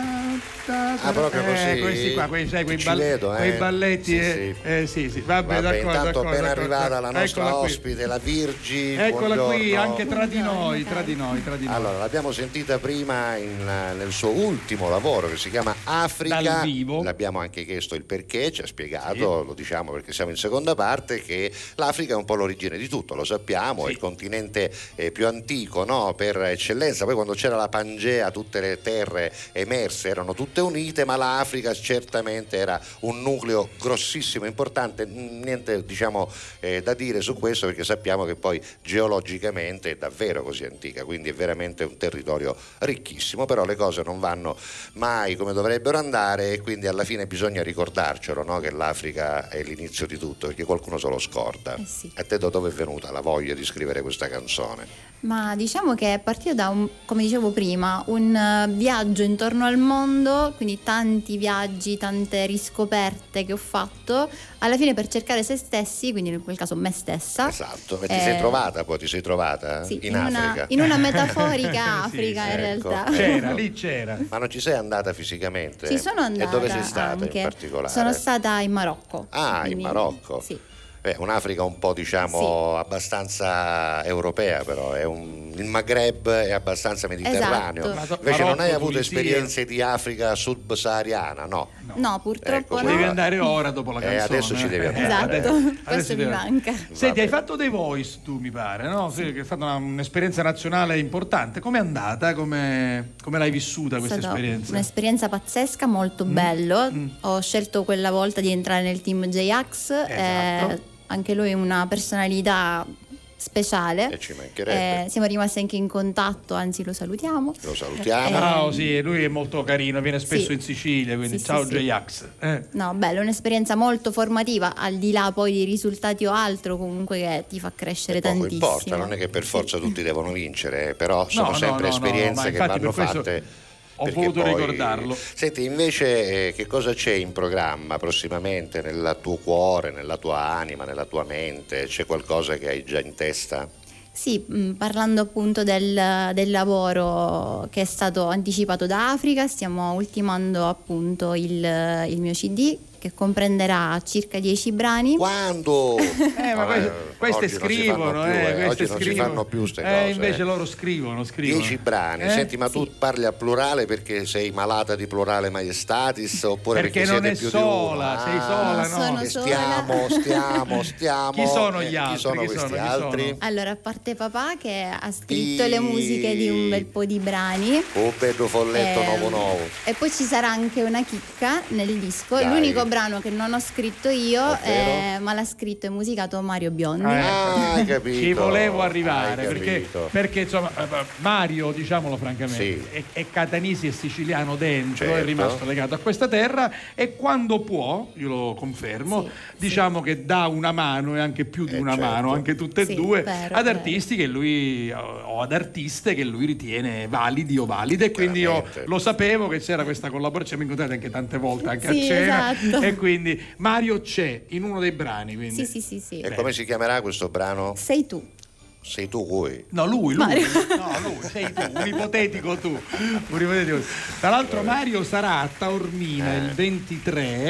Ah, proprio così. Eh, questi qua, quei, sai, quei, Ci ball- vedo, eh. quei balletti. Sì, eh, sì. Eh, sì, sì. Vabbè, Vabbè, d'accordo, intanto d'accordo, appena d'accordo. arrivata la nostra Eccola ospite, qui. la Virgi. Eccola buongiorno. qui, anche tra di noi, tra di noi, tra di noi. Allora, l'abbiamo sentita prima in, nel suo ultimo lavoro che si chiama Africa. Dal vivo. L'abbiamo anche chiesto il perché, ci ha spiegato, sì. Lo diciamo perché siamo in seconda parte, che l'Africa è un po' l'origine di tutto, lo sappiamo, sì. È il continente eh, più antico, no? Per eccellenza. Poi quando c'era la Pangea tutte le terre emerse erano tutte unite, ma l'Africa certamente era un nucleo grossissimo, importante, niente diciamo eh, da dire su questo, perché sappiamo che poi geologicamente è davvero così antica, quindi è veramente un territorio ricchissimo, però le cose non vanno mai come dovrebbero andare e quindi alla fine bisogna ricordarcelo, no? Che l'Africa è l'inizio di tutto, perché qualcuno se lo scorda. Eh sì. A te da dove è venuta la voglia di scrivere questa canzone? Ma diciamo che è partito da, un, come dicevo prima, un uh, viaggio intorno al mondo, quindi tanti viaggi, tante riscoperte che ho fatto, alla fine per cercare se stessi, quindi in quel caso me stessa. Esatto, e ti eh, sei trovata poi, ti sei trovata sì, in, in Africa? Una, in una metaforica Africa, sì, in ecco. realtà. C'era, lì c'era. Ma non ci sei andata fisicamente? Ci sono andata. E dove sei stata anche. in particolare? Sono stata in Marocco. Ah, quindi, in Marocco? Sì. Beh, un'Africa un po' diciamo sì. abbastanza europea, però è un, il Maghreb è abbastanza mediterraneo. Esatto. Invece Marocco, non hai avuto Tunisia. esperienze di Africa subsahariana, no? No, no purtroppo ecco, no. Devi andare ora dopo la canzone. Eh, adesso ci devi andare. Esatto, Adesso questo mi devi... manca. Senti, hai fatto dei voice tu, mi pare, no? Sì, che hai fatto una, un'esperienza nazionale importante. Com'è andata? Come, come l'hai vissuta questa È stata esperienza? Un'esperienza pazzesca, molto mm. bello. Mm. Ho scelto quella volta di entrare nel team J-Ax. Esatto. Eh, anche lui è una personalità speciale. E ci mancherebbe. Eh, siamo rimasti anche in contatto, anzi lo salutiamo. Lo salutiamo. Eh, Ah, oh, sì, lui è molto carino, viene spesso sì. in Sicilia, quindi sì, ciao sì, J-Ax. Eh. No, bello, un'esperienza molto formativa, al di là poi di risultati o altro, comunque che ti fa crescere Poco tantissimo. importa, non è che per forza sì. tutti devono vincere, però sono no, sempre no, no, esperienze no, che infatti vanno per questo fatte. Ho voluto poi... ricordarlo. Senti, invece eh, che cosa c'è in programma prossimamente nel tuo cuore, nella tua anima, nella tua mente? C'è qualcosa che hai già in testa? Sì, mh, parlando appunto del, del lavoro che è stato anticipato da Africa, stiamo ultimando appunto il, il mio C D, che comprenderà circa dieci brani. Quando? Eh, ma Vabbè, queste, queste scrivono, più, eh, eh, queste oggi non scrivono. si fanno più ste eh, cose. invece eh. loro scrivono, scrivono. Dieci brani, eh? senti, ma Sì. tu parli a plurale perché sei malata di plurale maiestatis oppure Perché perché, non siete è più sola, di uno? sei Ah, sola, no, no? sono che sola. stiamo, stiamo, stiamo. Chi sono eh, gli altri? Chi sono Chi questi sono? Chi altri? sono? Allora, a parte papà che ha scritto I- le musiche di un bel po' di brani. Oh, bello folletto Ehm, nuovo nuovo. E poi ci sarà anche una chicca nel disco. Dai. L'unico brano che non ho scritto io, Ovvero? eh, ma l'ha scritto e musicato Mario Biondi. Ah, hai capito. Ci volevo arrivare Hai perché, capito. perché insomma Mario, diciamolo francamente, Sì. è, è catanese e siciliano dentro, Certo. è rimasto legato a questa terra e quando può, io lo confermo, Sì, diciamo che dà una mano e anche più di Eh, una certo. mano, anche tutte e Sì, due, vero, ad vero. artisti che lui o ad artiste che lui ritiene validi o valide, e quindi io Chiaramente. lo sapevo che c'era questa collaborazione, ci abbiamo incontrati anche tante volte anche Sì, a cena, esatto. e quindi Mario c'è in uno dei brani, quindi. Sì, sì, sì, sì. E come si chiamerà questo brano? Sei tu. Sei tu cui? No, lui, lui. Mario. No, lui, sei tu, un ipotetico tu. Un ipotetico. Tra l'altro Mario sarà a Taormina Eh. il ventitré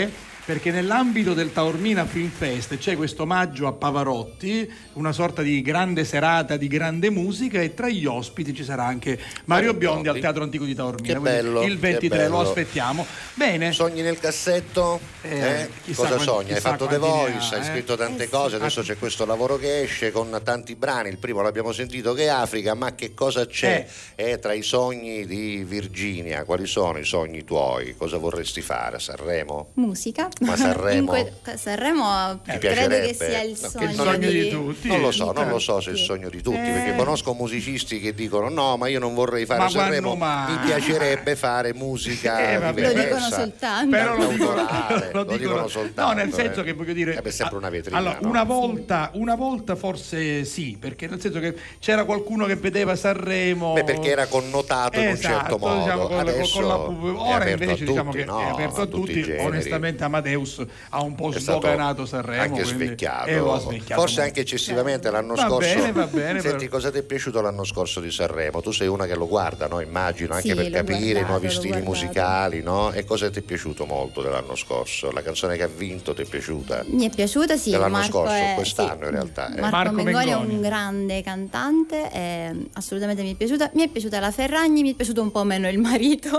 perché nell'ambito del Taormina Film Fest c'è questo omaggio a Pavarotti, una sorta di grande serata di grande musica, e tra gli ospiti ci sarà anche Mario Biondi al Teatro Antico di Taormina. Che bello, il ventitré che lo bello. aspettiamo. Bene. Sogni nel cassetto? Eh, Eh? chissà Cosa quanti- sogni? Hai chissà fatto The quanti ne Voice, ha, hai eh? scritto tante Eh sì. cose, adesso c'è questo lavoro che esce con tanti brani, il primo l'abbiamo sentito che è Africa, ma che cosa c'è eh. tra i sogni di Virginia? Quali sono i sogni tuoi? Cosa vorresti fare a Sanremo? Musica. Ma Sanremo? In que- Sanremo Ti credo piacerebbe? che sia il No, che sogno, il sogno di tutti. Non lo so, non lo so se è il sogno di tutti, Eh. perché conosco musicisti che dicono no, ma io non vorrei fare Ma Sanremo, quando mai? mi piacerebbe fare musica Eh, vabbè. diversa. Lo dicono soltanto. Però lo dicono, Autorale, lo lo dicono dicono- soltanto, no, nel senso eh. che voglio dire, È sempre una vetrina. allora, no? una volta, una volta forse sì, perché nel senso che c'era qualcuno che vedeva Sanremo. Beh, perché era connotato in un Esatto, certo modo. diciamo, con, Adesso con la, è ora aperto invece a diciamo tutti, che no, è aperto a a tutti i tutti. generi. Onestamente Amadeus ha un po' È stato sdoganato Sanremo, anche quindi- svecchiato, e lo ha svecchiato forse molto. anche eccessivamente l'anno Va scorso. bene, va bene, Senti, però- cosa ti è piaciuto l'anno scorso di Sanremo? Tu sei una che lo guarda, no? Immagino, anche Sì, per l'ho capire i guardato, nuovi l'ho stili guardato. musicali, no? E cosa ti è piaciuto molto dell'anno scorso? La canzone che ha vinto ti è piaciuta? Mi è piaciuta, sì. Dell'anno Marco scorso, è, quest'anno sì, in realtà. eh. Marco, Marco Mengoni è Mengoni. un grande cantante, e assolutamente mi è piaciuta. Mi è piaciuta la Ferragni, mi è piaciuto un po' meno il marito.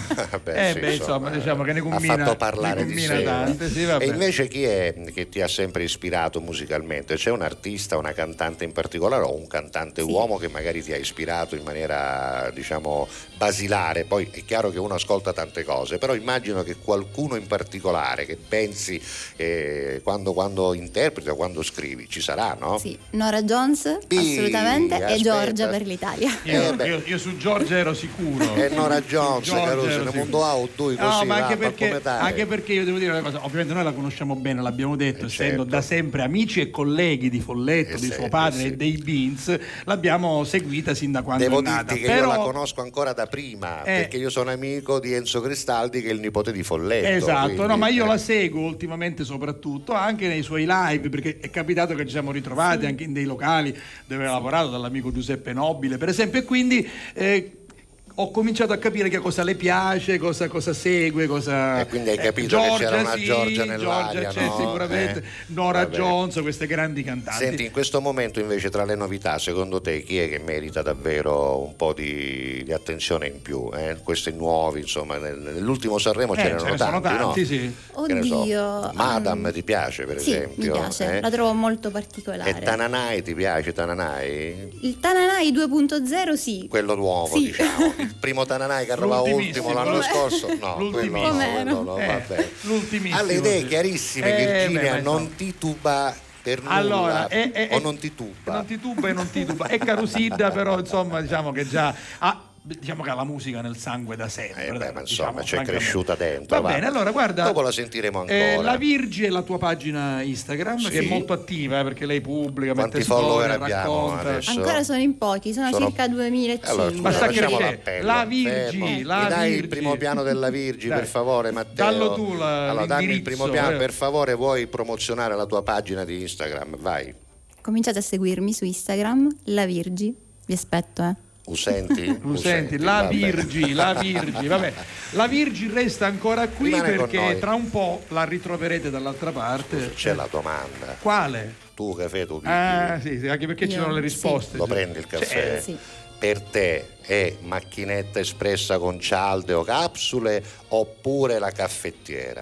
Beh, Eh, sì, beh, insomma, diciamo che ne ha combina- fatto parlare ne di combina sé. tante, sì, vabbè. E invece chi è che ti ha sempre ispirato musicalmente? C'è un artista, una cantante in particolare o un cantante Sì. uomo che magari ti ha ispirato in maniera, diciamo, basilare? Poi è chiaro che uno ascolta tante cose, però immagino che qualcuno in particolare che pensi eh, quando, quando interpreti o quando scrivi ci sarà, no? Sì, Nora Jones, Sì, assolutamente, aspetta. e Giorgia per l'Italia. Io, Eh, beh. io- io su Giorgia ero sicuro. E Nora Jones, Giorgia Caruso, ero nel sicuro. mondo out, tu così, No, ma anche va, perché, come dai? anche perché io devo dire una cosa, ovviamente noi la conosciamo bene, l'abbiamo detto, Eh, essendo certo. da sempre amici e colleghi di Folletto, Eh di sì, suo padre eh sì. e dei Beans, l'abbiamo seguita sin da quando Devo è nata. dirti che Però, io la conosco ancora da prima, Eh. perché io sono amico di Enzo Cristaldi, che è il nipote di Folletto. Esatto, quindi, no, ma io eh. la seguo ultimamente soprattutto anche nei suoi live, perché è capitato che ci siamo ritrovati anche in dei locali dove aveva lavorato dall'amico Giuseppe Nobile, per esempio, e quindi eh, ho cominciato a capire che cosa le piace, cosa, cosa segue, cosa... E quindi hai eh, capito che c'era una sì, Giorgia nell'aria, Giorgia c'è no? sicuramente, Eh, Nora vabbè. Jones, queste grandi cantanti. Senti, in questo momento invece tra le novità, secondo te chi è che merita davvero un po' di, di attenzione in più? Eh? Questi nuovi, insomma, nel- nell'ultimo Sanremo Eh, c'erano ce ne sono tanti, tanti, no? sì. Che ne so, Oddio, Madame um, ti piace per Sì, esempio? mi piace, eh? la trovo molto particolare. E Tananai ti piace, Tananai? Il Tananai due punto zero, sì. Quello nuovo, Sì. diciamo. Il primo Tananai che arrivava ultimo l'anno Come- scorso? No, quello no, L'ultimissimo. quello no, Eh, vabbè. l'ultimissimo, Ha le idee sì. chiarissime, Eh, Virginia, beh, ma non insomma. tituba per nulla. Allora, è- è- o è- non tituba. Non tituba e non tituba. È Carusidda, però insomma diciamo che già ha, diciamo che ha la musica nel sangue da sempre. Eh, beh, dai, ma diciamo, insomma, c'è francamente. cresciuta dentro. Va bene, allora guarda. Dopo la sentiremo ancora. Eh, la Virgi è la tua pagina Instagram, Sì. che è molto attiva, eh, perché lei pubblica, Quanti mette follower storie, abbiamo racconta. adesso? Ancora sono in pochi, sono, Sono- circa duemilacinquecento. Allora, scusa, Ma sta facciamo che c'è? l'appello. La Virgi, Fermo. la Mi dai il Virgi. primo piano della Virgi, Dai. per favore, Matteo? Dallo tu la- Allora, dammi il l'indirizzo, primo piano, eh. per favore, vuoi promozionare la tua pagina di Instagram? Vai. Cominciate a seguirmi su Instagram, La Virgi. Vi aspetto, eh. Usenti? Usenti, la vabbè. Virgi, la Virgi, vabbè. La Virgi resta ancora qui Rimane con perché noi. tra un po' la ritroverete dall'altra parte. C'è la domanda. Quale? Tu caffè, tu pigli. Ah, sì, sì, anche perché ci Io, sono le sì. risposte. Lo sì. prendi il caffè? Cioè, Sì. Per te è macchinetta espressa con cialde o capsule oppure la caffettiera?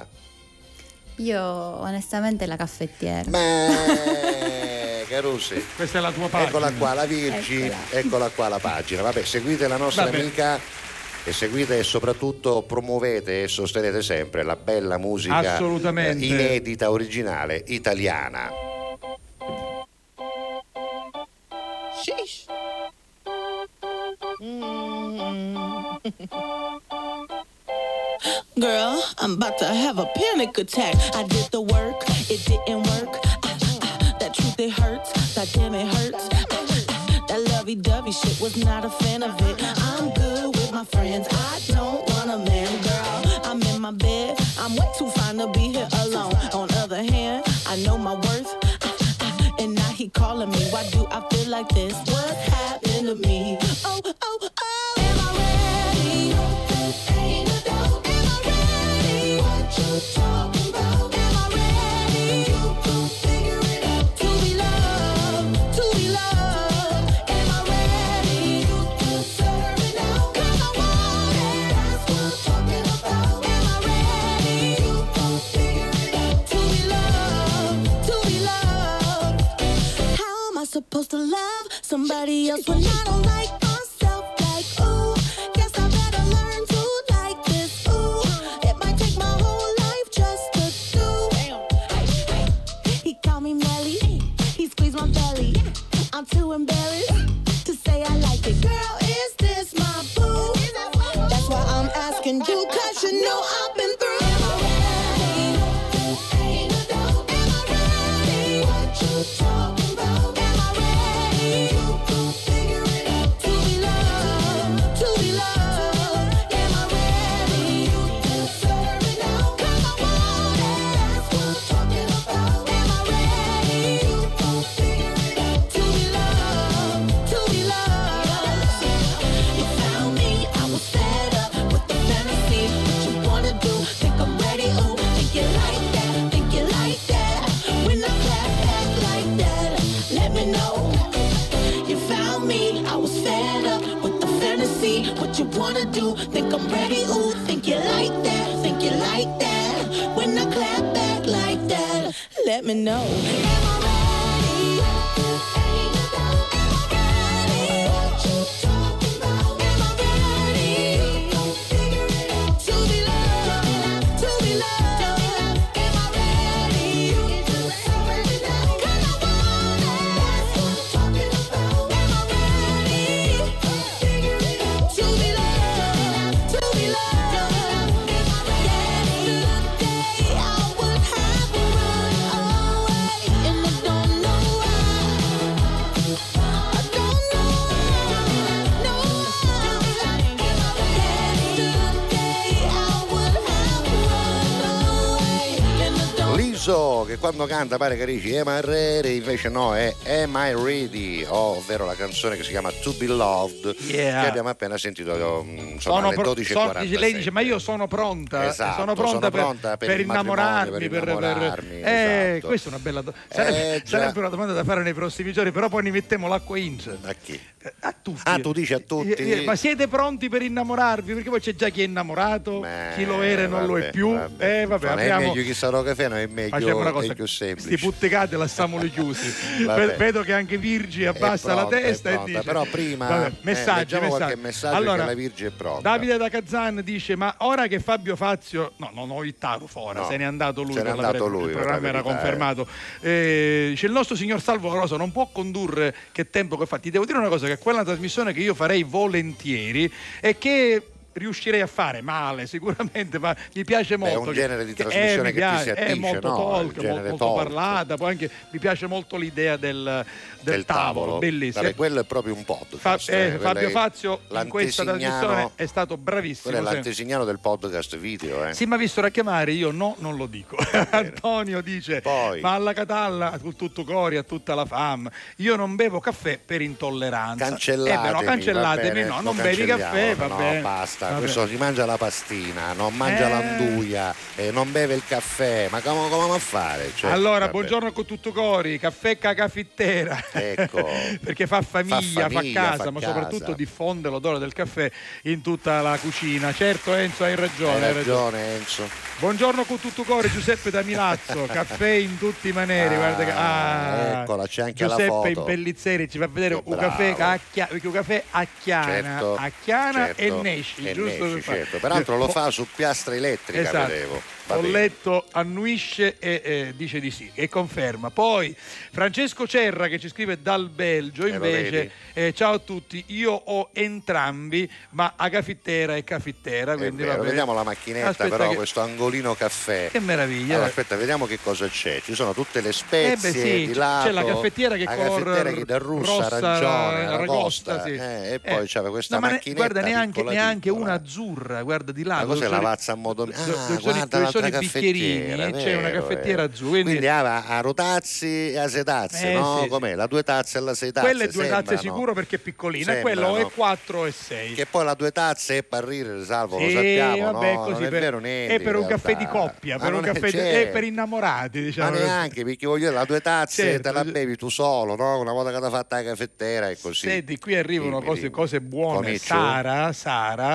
Io onestamente la caffettiera. Beh, Carusi. Questa è la tua pagina. Eccola qua la Virgi, Eccola. eccola qua la pagina. Vabbè, seguite la nostra Vabbè. amica e seguite e soprattutto promuovete e sostenete sempre la bella musica Assolutamente. eh, inedita, originale, italiana. Sheesh. Girl, I'm about to have a panic attack. I did the work, it didn't work. Ah, ah, that truth, it hurts. God damn, it hurts. Ah, ah, that lovey-dovey shit, was not a fan of it. I'm good with my friends. I don't want a man, girl. I'm in my bed. I'm way too fine to be here alone. On other hand, I know my worth. Ah, ah, and now he calling me. Why do I feel like this? What happened to me? Oh, oh, oh. Am I ready? Ain't no doubt. Am I ready? What you talking about? somebody else when I don't like myself. Like, ooh, guess I better learn to like this. Ooh, it might take my whole life just to do. He called me Melly, he squeezed my belly. I'm too embarrassed to say I like it. Girl, is this my boo? That's why I'm asking you, cause you know I've been through. Talking about, am I ready to figure it out, to be loved, to be loved? Am I ready to deserve it now? Cause I want it, that's what I'm talking about. Am I ready to figure it out, to be loved, to be loved? You found me, I was fed up with the fantasy. What you wanna do? Think I'm ready? Ooh, think you like that? Think you like that? When I clap back like that, let me know. You found me, I was fed up with the fantasy. What you wanna do? Think I'm ready? Ooh, think you like that? Think you like that? When I clap back like that, let me know. Am I ready? Am I ready? What you talking about? Am I ready? Figure it out. To be loved, to be loved. Am I ready? To deserve it now? Cause I want it. That's what I'm talking about. Am I ready? Figure it out. To be loved, to be loved. Am I ready? Yesterday I would have run away, and I don't know why. I don't know why. No why. Yesterday I would have run away, and I don't. Liso che quando canta pare che dici Am I ready? Invece no, è Am I ready? Ovvero la canzone che si chiama To Be Loved, Yeah. che abbiamo appena sentito, mm, insomma, Sono alle pro- dodici e sono- quarantasei. lei dice ma io sono pronta, Esatto, sono pronta, sono per, pronta per per il matrimonio, innamorarmi, per per, innamorarmi, eh, esatto. questa è una bella do- sarebbe, Eh, già. sarebbe una domanda da fare nei prossimi giorni, però poi ne mettiamo l'acqua in. A chi? A tutti. Ah, tu dici a tutti? Eh, eh, Ma siete pronti per innamorarvi? Perché poi c'è già chi è innamorato, chi lo era e non lo è vabbè, più. vabbè. Eh, vabbè, Non è apriamo- meglio chi sarà caffè, non è meglio, Facciamo una è cosa, più semplice. sti puttecate lasciamoli chiusi. Vabbè. Ve- Vedo che anche Virgi abbassa È pronta, la testa è e pronta, dice però prima, vabbè, eh, messaggi, leggiamo qualche messaggi. messaggio Allora, che la Virgi è pronta. Davide da Kazan dice ma ora che Fabio Fazio no, non ho il Tarufo ora, No, se n'è andato lui, se n'è per la andato verità, lui, il per la programma era verità, confermato. Eh, dice il nostro signor Salvo Rosa non può condurre, che tempo che fa. Ti devo dire una cosa, che quella è una trasmissione che io farei volentieri e che riuscirei a fare male sicuramente, ma mi piace molto. È un genere di che- trasmissione eh, mi che ti piace, si è addice, molto no? talk, Il molto, genere molto talk. parlata, poi anche mi piace molto l'idea del, del, Del tavolo, bellissimo. Vabbè, quello è proprio un podcast. Fa- eh, eh, quello Fabio è Fazio in questa l'antesignano- trasmissione è stato bravissimo. Quello è sì. l'antesignano del podcast video, eh. Sì, ma visto a chiamare io no, non lo dico. Antonio dice: Poi. ma alla Catalla, con tutto cori, a tutta la fam, io non bevo caffè per intolleranza. Cancellatemi, eh, però, cancellatemi, va bene, no, lo non bevi cancelliamo, caffè, va no, bene. basta, Va questo bene. si mangia la pastina, non mangia Eh. l'anduia, eh, non beve il caffè, ma come, come a fare? Cioè, allora, vabbè. buongiorno con tutto cori, caffè cacafittera. Ecco. Perché fa famiglia, fa, famiglia, casa, fa ma casa. soprattutto diffonde l'odore del caffè in tutta la cucina. Certo, Enzo, hai ragione. Hai ragione, Enzo. Buongiorno con tutto cuore, Giuseppe da Milazzo, caffè in tutti i maneri. Ah, guarda che, ah, eccola, c'è anche la Giuseppe foto. in Pellizzeri ci fa vedere Che un caffè, che bravo. acchia- perché un caffè a chiana, Certo, a chiana certo. e nesci, E giusto? nesci, per fare- certo. Peraltro lo Oh, fa su piastra elettrica, esatto. vedevo. Va Ho bene. letto, annuisce e eh, dice di sì e conferma. Poi Francesco Cerra che ci scrive dal Belgio lo invece vedi? eh, ciao a tutti, io ho entrambi ma a cafittera e cafittera, È quindi vero, va bene. vediamo la macchinetta, Aspetta però che- questo angolino caffè. Che meraviglia. Allora, aspetta, vediamo che cosa c'è. Ci sono tutte le spezie Eh beh, sì, di c'è- lato. c'è la caffettiera che la color caffettiera che da russa, rossa, arancione, aragosta, aragosta, sì. eh, e poi Eh, c'è questa no, ma ne- macchinetta guarda neanche, piccola, neanche piccola. una azzurra, guarda di là. Ma dove cos'è sono la i- vazza a modo? Ah, dove sono, guarda dove sono i l'altra bicchierini, caffettiera, c'è una vero, caffettiera vero. azzurra. Quindi, Quindi ha, ha rotazzi e a sei tazze, Eh, no? sì, Com'è? La due tazze e la sei tazze. quelle due tazze sembrano. sicuro perché è piccolina, e Sembrano. quello è quattro e sei. Che poi la due tazze è parrire, Salvo, lo Sì, sappiamo, vabbè, no? così Non è per- vero niente. è per un in caffè realtà. di coppia, Ma per un non è- caffè di- c'è. è per innamorati, diciamo. Ma neanche, perché voglio dire, la due tazze Certo. te la bevi tu solo, no? Una volta che ti fatta la caffettiera e così. Senti, qui arrivano Dimmi, cose, dimmi. cose buone. Comincio? Sara, Sara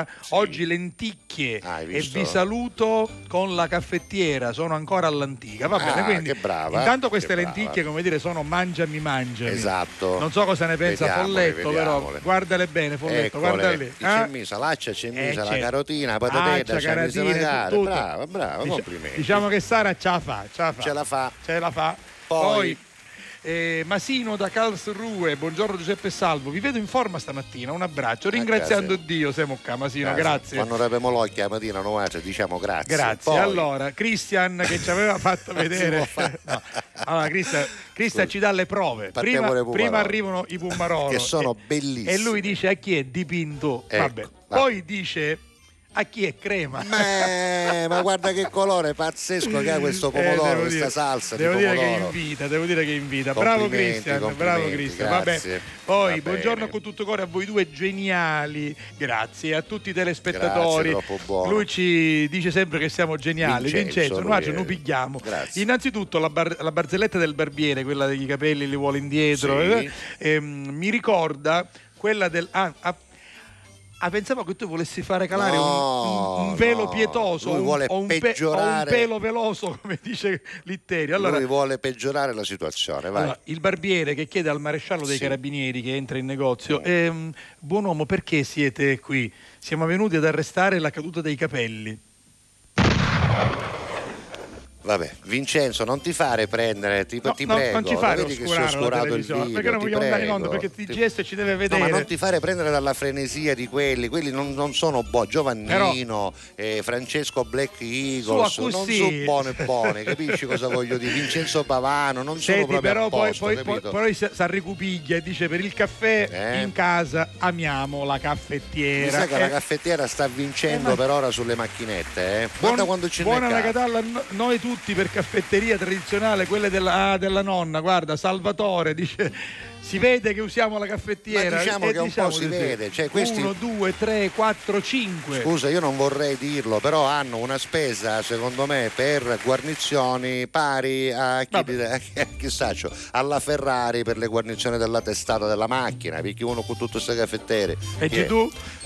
Oggi lenticchie Ah, hai e visto? vi saluto con la caffettiera, sono ancora all'antica, va bene, Ah, quindi che brava, intanto queste che brava. lenticchie, come dire, sono mangiami mangiami. Esatto. Non so cosa ne pensa Vediamole, Folletto, vediamole. però guardale bene Folletto, Eccole. guarda lì. C'è Eh? misa, l'accia c'è Eh, misa, la c'è. carotina, la patatetta, Accia, c'è misa caratine, magari. tutto. Brava, brava, Dicia- complimenti. Diciamo che Sara ce la fa, ce la fa. Ce la fa. Ce la fa. Poi- Poi eh, Masino da Karlsruhe, buongiorno Giuseppe e Salvo, vi vedo in forma stamattina, un abbraccio, ringraziando Dio, siamo qua Masino, grazie. Quando apriamo l'occhio la mattina noi diciamo grazie. Grazie. Poi- Allora, Christian che ci aveva fatto vedere. No. Allora, Christian, Christian ci dà le prove. Partiamo Prima, dai Pumarolo. prima arrivano i Pumarolo. Che sono e, bellissimi. E lui dice a chi è dipinto. Ecco, Vabbè. va. Poi dice a chi è crema. Ma, ma guarda che colore pazzesco che ha questo Eh, pomodoro, devo questa dire- salsa devo di dire che pomodoro. invita, devo dire che invita. Bravo Complimenti, Christian, bravo complimenti, Christian. grazie. Vabbè. Poi Va buongiorno bene. con tutto cuore a voi due geniali. Grazie a tutti i telespettatori. Grazie, troppo buono. Lui ci dice sempre che siamo geniali. Vincenzo, Vincenzo, lui noi è- ce lo pigliamo. Grazie. Innanzitutto la, bar- la barzelletta del barbiere, quella dei capelli li vuole indietro, Sì. eh, ehm, mi ricorda quella del ah, ah, ah, pensavo che tu volessi fare calare un- No, un, un velo no. pietoso Lui un- vuole o, un pe- o un peggiorare- pelo veloso, come dice Litteri. Allora, Lui vuole peggiorare la situazione, vai. allora, il barbiere che chiede al maresciallo dei Sì. carabinieri che entra in negozio, ehm, buon uomo, perché siete qui? Siamo venuti ad arrestare la caduta dei capelli. Vabbè, Vincenzo, non ti fare prendere, ti, No, ti no, prego. non ci fare vedi che si è oscurare la oscurato il televisione, video, perché non ti vogliamo andare in onda, prego. perché il Ti- T G S ci deve No, vedere. ma non ti fare prendere dalla frenesia di quelli, quelli non, non sono buoni. Giovannino, eh, Francesco Black Eagles, Su, a non così. sono buone buone, capisci cosa voglio dire? Vincenzo Pavano, non sono Senti, proprio però a poi, posto, poi, poi, capito? poi si si arricupiglia e dice per il caffè Eh? in casa amiamo la Mi caffettiera. sa che Eh, la caffettiera sta vincendo eh, ma- per ora sulle macchinette, eh. Guarda Buon- quando ce buona n'è la caso. Catalla, no- noi tutti per caffetteria tradizionale, quelle della, ah, della nonna, guarda, Salvatore dice si vede che usiamo la caffettiera. Ma diciamo e che un diciamo po' si di sì. vede, cioè questi- uno, due, tre, quattro, cinque. Scusa, io non vorrei dirlo, però hanno una spesa, secondo me, per guarnizioni pari a chi dire, chissà, cioè, alla Ferrari per le guarnizioni della testata della macchina, perché uno con tutte queste caffettere. E Che- tu?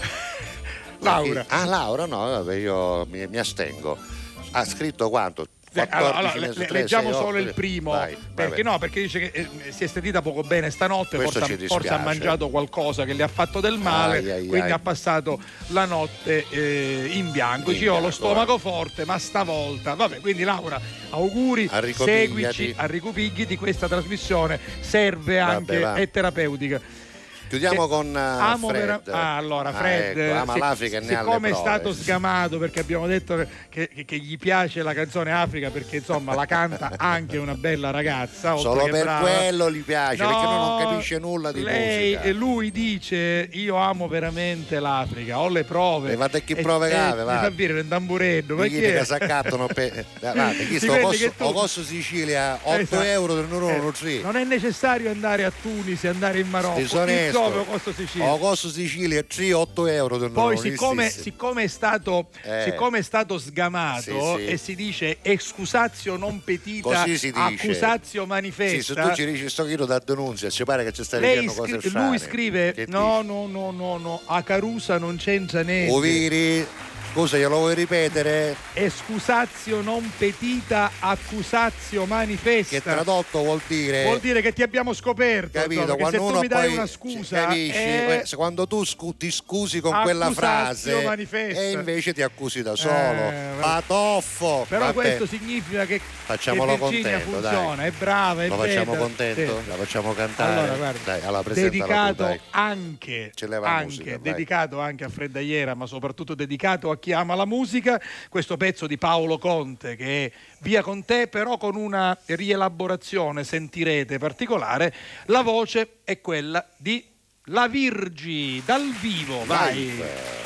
Laura. Ah, Laura, no, vabbè, io mi, mi astengo. Ha scritto quanto? Eh, allora, quattordici allora, mesi, le- tre, leggiamo sei, solo otto, il primo, vai, perché vabbè. no? Perché dice che eh, si è sentita poco bene stanotte, Questo forse, ci forse ha dispiace. mangiato qualcosa che le ha fatto del male, Ai, ai, quindi ai. ha passato la notte eh, in bianco. In Dice, io ho lo bianco, stomaco forte, ma stavolta, vabbè, quindi Laura, auguri, Arricopigliati. seguici, arricopigliati, questa trasmissione serve Vabbè, anche, va. è terapeutica. Chiudiamo Che con uh, amo Fred. vera- ah, allora Ah, Fred, ecco, ama si- l'Africa e ne ha le siccome è prove. stato sgamato perché abbiamo detto che, che- che gli piace la canzone Africa, perché insomma la canta anche una bella ragazza, oltre Solo che per brava. quello gli piace, No, perché lui non capisce nulla di lei, musica. e lui dice io amo veramente l'Africa, ho le prove. E vada che E- prove e cave, mi va. fa dire un tamburetto, Chi perché che si accattano per eh, guarda, chi Si sto vede costo, che tu- o costo Sicilia otto Esatto. euro per uno Eh, uno sì. non è necessario andare a Tunisi, andare in Marocco, Disonesto. il dove costo Sicilia. O costo Sicilia tre otto euro del Poi non siccome, esiste. siccome, è stato, Eh. siccome è stato sgamato Sì, sì. e si dice excusatio non petita, Così si dice. accusatio Sì, se manifesta, tu ci dici sto chilo da denunzia, ci pare che ci stai lei dicendo cose scri- strane. lui scrive Che no no no no no a Carusa non c'entra niente. Oviri, scusa, glielo vuoi ripetere? Excusatio non petita, accusatio manifesta. Che tradotto vuol dire Vuol dire che ti abbiamo scoperto, capito, insomma, che quando se tu uno mi dai poi una scusa, capisci, eh, eh, se quando tu scu- ti scusi con quella accusatio frase manifesta. e invece ti accusi da solo, Eh, patoffo. però Vabbè, questo significa che, facciamolo che Virginia contento, funziona, dai. è brava, è Lo facciamo bella. contento? Sì. La facciamo cantare? Allora, guarda, dai, alla presentala tu, dedicato dai. anche, Ce leva anche musica, vai. dedicato anche a Fred Agliera, ma soprattutto dedicato a chi ama la musica, questo pezzo di Paolo Conte che è Via con te, però con una rielaborazione, sentirete, particolare. La voce è quella di La Virgi dal vivo, vai. Live.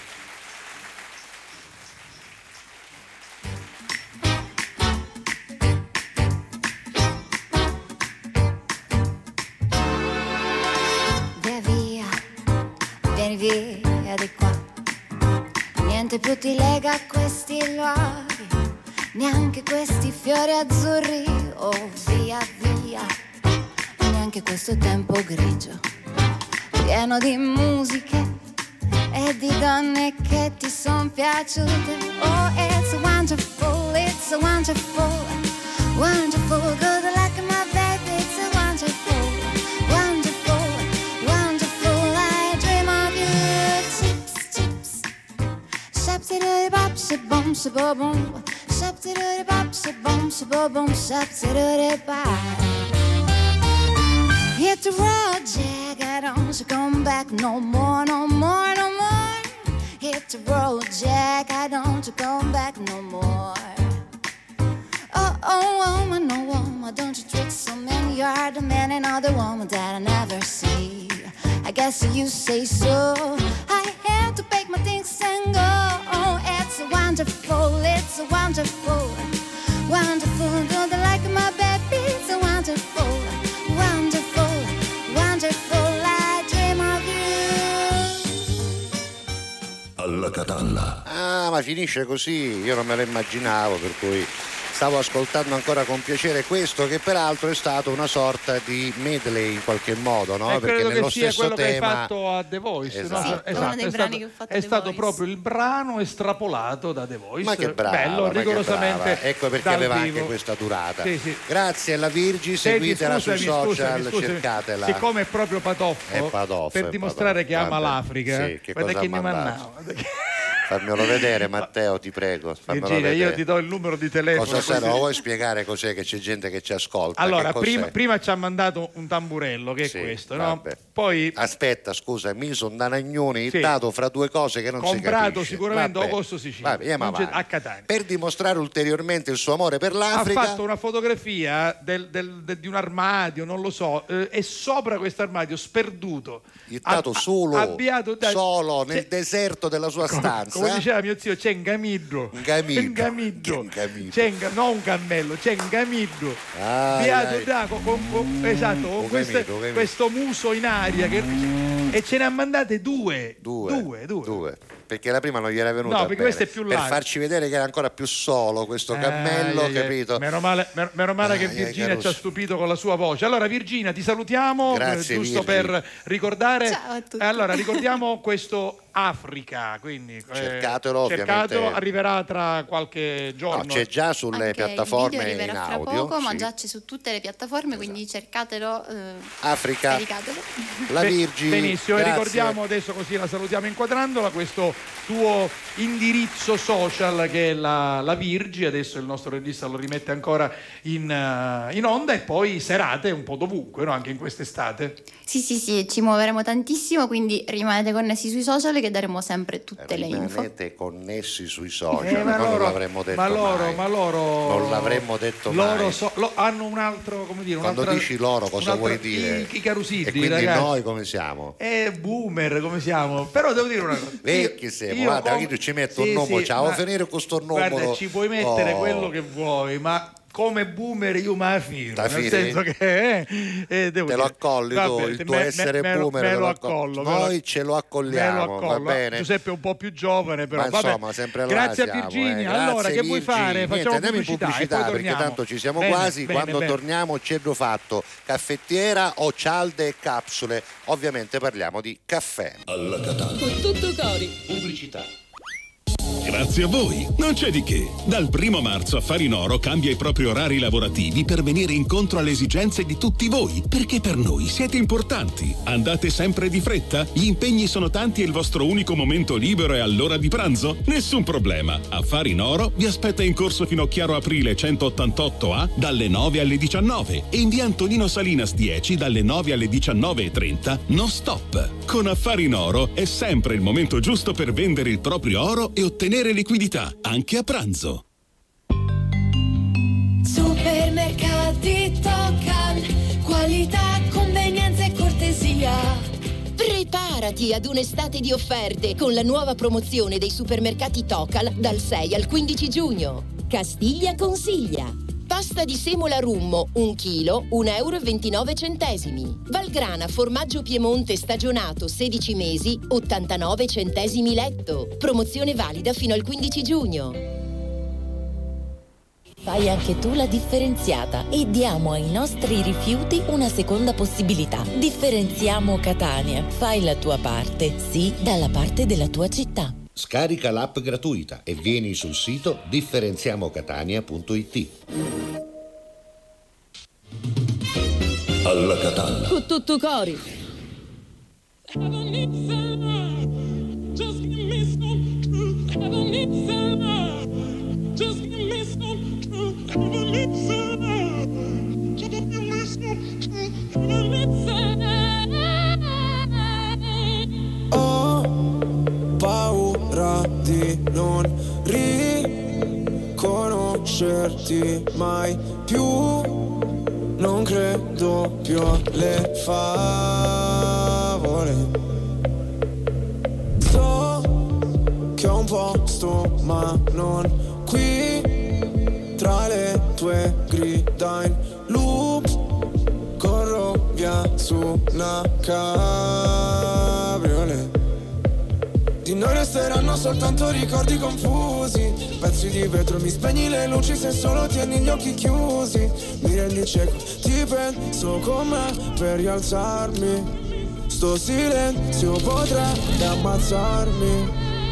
Via via, vieni via di qua. Niente più ti lega a questi luoghi, neanche questi fiori azzurri. Oh via via, neanche questo tempo grigio, pieno di musiche e di donne che ti son piaciute. Oh, it's wonderful, it's wonderful, wonderful, good luck my baby, it's wonderful, wonderful, wonderful, I dream of you. Chips, chips, shop-ti-doo-bop, ship-bom, ship-bom, shop-ti-doo-bop, ship-bom, ship-bom, shop-ti-doo-bop. Hit the road, Jack, I don't come back no more, no more, no more. Hit the road, Jack, I don't come back no more. Oh, oh, woman, oh, woman, don't you trick so many. You are the man and other woman that I never see. I guess you say so. I had to pack my things and go. Oh, it's wonderful, it's wonderful, wonderful. Don't you like my baby? It's wonderful, wonderful, wonderful. I dream of you. Alla Catalla. Ah, ma finisce così, io non me lo immaginavo, per cui stavo ascoltando ancora con piacere questo, che peraltro è stato una sorta di medley in qualche modo, no? Eh, Perché credo nello che sia stesso quello tema che hai fatto a The Voice, esatto. no? Sì, Esatto, uno dei è brani stato, che ho fatto è a The stato Voice. proprio il brano estrapolato da The Voice. Ma che brava, bello, ma che rigorosamente brava. Ecco perché dal aveva vivo. anche questa durata. Sì, sì. Grazie alla Virgi, Senti, seguitela scusami, sui social, scusami, scusami. cercatela. Siccome è proprio patoffo, È patoffo, per è dimostrare patoffo. che ama Vabbè. l'Africa, Sì, che guarda cosa che ha mi mandato? mannava. Fammelo vedere, Matteo, ti prego. Fammelo Virginia, vedere. io ti do il numero di telefono. Cosa così- sarà? Vuoi spiegare cos'è, che c'è gente che ci ascolta? Allora, Che prima, cos'è? prima ci ha mandato un tamburello, che Sì, è questo, no? vabbè. Poi Aspetta, scusa, mi sono Danagnoni Sì. ittato fra due cose che non si capisce. comprato sicuramente Vabbè. a Costo Sicilia, Vabbè, andiamo non c'è- avanti. a Catania. Per dimostrare ulteriormente il suo amore per Ha l'Africa, fatto una fotografia del- del- del- di un armadio, non lo so, eh, e sopra questo armadio sperduto, ittato a- solo, abbiato da- solo nel c'è- deserto della sua stanza. come diceva mio zio, c'è un gamidro, Un gamidro. un gamidro. Un gamidro. C'è un, non un cammello, c'è un gamidro, Ai, beato ai. da, con, con- con- esatto, con Un queste- gamidro, un gamidro. questo muso in aria che- e ce ne ha mandate due, Due, due, due. due. Perché la prima non gli era venuta No, perché bene. questo è più per largo. farci vedere che era ancora più solo questo cammello, Ai, ai, ai. capito? Meno male, meno- meno male Ai, che ai, Virginia Caruso. ci ha stupito con la sua voce. Allora Virginia, ti salutiamo, Grazie, eh, giusto Virgi. per ricordare. Ciao a tutti. Allora ricordiamo questo Africa, quindi eh, Cercatelo, cercatelo, ovviamente. arriverà tra qualche giorno. No, c'è già sulle Anche piattaforme il video in arriverà fra audio. poco, ma sì. già c'è su tutte le piattaforme, quindi cercatelo, eh, Africa, scaricatelo. la Be- Virgi. Benissimo, e grazie. ricordiamo adesso, così la salutiamo inquadrandola, questo tuo indirizzo social che è la, la Virgi, adesso il nostro regista lo rimette ancora in, eh, in onda, e poi serate un po' dovunque, no? Anche in quest'estate. Sì, sì, sì, ci muoveremo tantissimo, quindi rimanete connessi sui social che daremo sempre tutte le info. Rimanete connessi sui social, Eh, ma noi non loro- l'avremmo detto ma loro, mai. ma loro Non l'avremmo detto loro mai. so- lo- hanno un altro, come dire, Quando un'altra- dici loro cosa un'altra- vuoi dire? I, i carusilli, E quindi ragazzi. noi come siamo? Eh, boomer, come siamo? Però devo dire una cosa. Vecchi Io- siamo, io guarda, com- io ci metto Sì, un nome, sì, ciao, ma- finire con sto Guarda, numero. ci puoi mettere Oh. quello che vuoi, ma come boomer io mi affiro, La nel firi? senso che eh, eh, devo Te lo dire. accolli tu, Vabbè, il te- tuo me- essere me- me lo- boomer me te lo lo accollo, me lo- Noi ce lo me accogliamo, lo accollo. va bene? Giuseppe è un po' più giovane, però Ma vabbè. insomma, sempre là Grazie siamo, a Virginia. eh. Allora, Grazie, che vuoi Virgi. fare? Niente, Facciamo andiamo in pubblicità, e pubblicità poi perché torniamo. tanto ci siamo Bene, quasi. bene, Quando bene. torniamo c'è già fatto caffettiera o cialde e capsule. Ovviamente parliamo di caffè. Alla Catalla. Con tutto cori. Pubblicità. Grazie a voi, non c'è di che. Dal primo marzo Affari in Oro cambia i propri orari lavorativi per venire incontro alle esigenze di tutti voi, perché per noi siete importanti. Andate sempre di fretta? Gli impegni sono tanti e il vostro unico momento libero è all'ora di pranzo? Nessun problema. Affari in Oro vi aspetta in corso Finocchiaro Aprile centottantotto A dalle nove alle diciannove e in via Antonino Salinas dieci dalle nove alle diciannove e trenta, non stop. Con Affari in Oro è sempre il momento giusto per vendere il proprio oro e ottenere liquidità, anche a pranzo. Supermercati Tocal, qualità, convenienza e cortesia. Preparati ad un'estate di offerte con la nuova promozione dei supermercati Tocal dal sei al quindici giugno. Castiglia consiglia. Pasta di semola Rummo, un chilo, un euro e ventinove centesimi. Valgrana formaggio Piemonte stagionato sedici mesi, ottantanove centesimi letto. Promozione valida fino al quindici giugno. Fai anche tu la differenziata e diamo ai nostri rifiuti una seconda possibilità. Differenziamo Catania. Fai la tua parte, sì, dalla parte della tua città. Scarica l'app gratuita e vieni sul sito differenziamocatania punto it. Alla Catalla. Con tutto cori. Ho paura di non riconoscerti mai più. Non credo più alle favole. So che ho un posto ma non qui. Tra le tue grida in loop corro via su una cabriolet. Di noi resteranno soltanto ricordi confusi. Pezzi di vetro, mi spegni le luci se solo tieni gli occhi chiusi. Mi rendi cieco, ti penso con me per rialzarmi. Sto silenzio potrebbe ammazzarmi.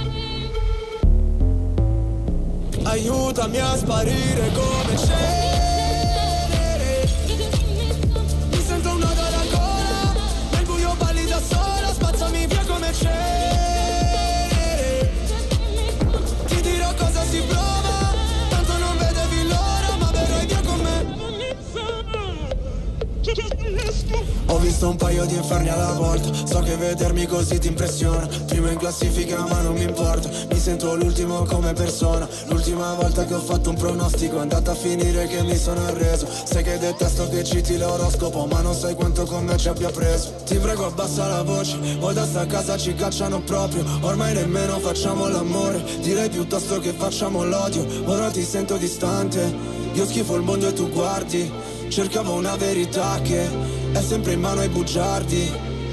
Aiutami a sparire come cenere. Mi sento un nodo alla gola. Nel buio balli da sola. Spazzami via come cenere. Ti dirò cosa si prova. Tanto non vedevi l'ora. Ma verrai via con me. Ho visto un paio di inferni alla volta. So che vedermi così ti impressiona. Primo in classifica ma non mi importa. Mi sento l'ultimo come persona. L'ultima volta che ho fatto un pronostico è andata a finire che mi sono arreso. Sai che detesto che citi l'oroscopo, ma non sai quanto con me ci abbia preso. Ti prego abbassa la voce, o da sta casa ci cacciano proprio. Ormai nemmeno facciamo l'amore, direi piuttosto che facciamo l'odio. Ora ti sento distante, io schifo il mondo e tu guardi. Cercavo una verità che è sempre in mano ai bugiardi.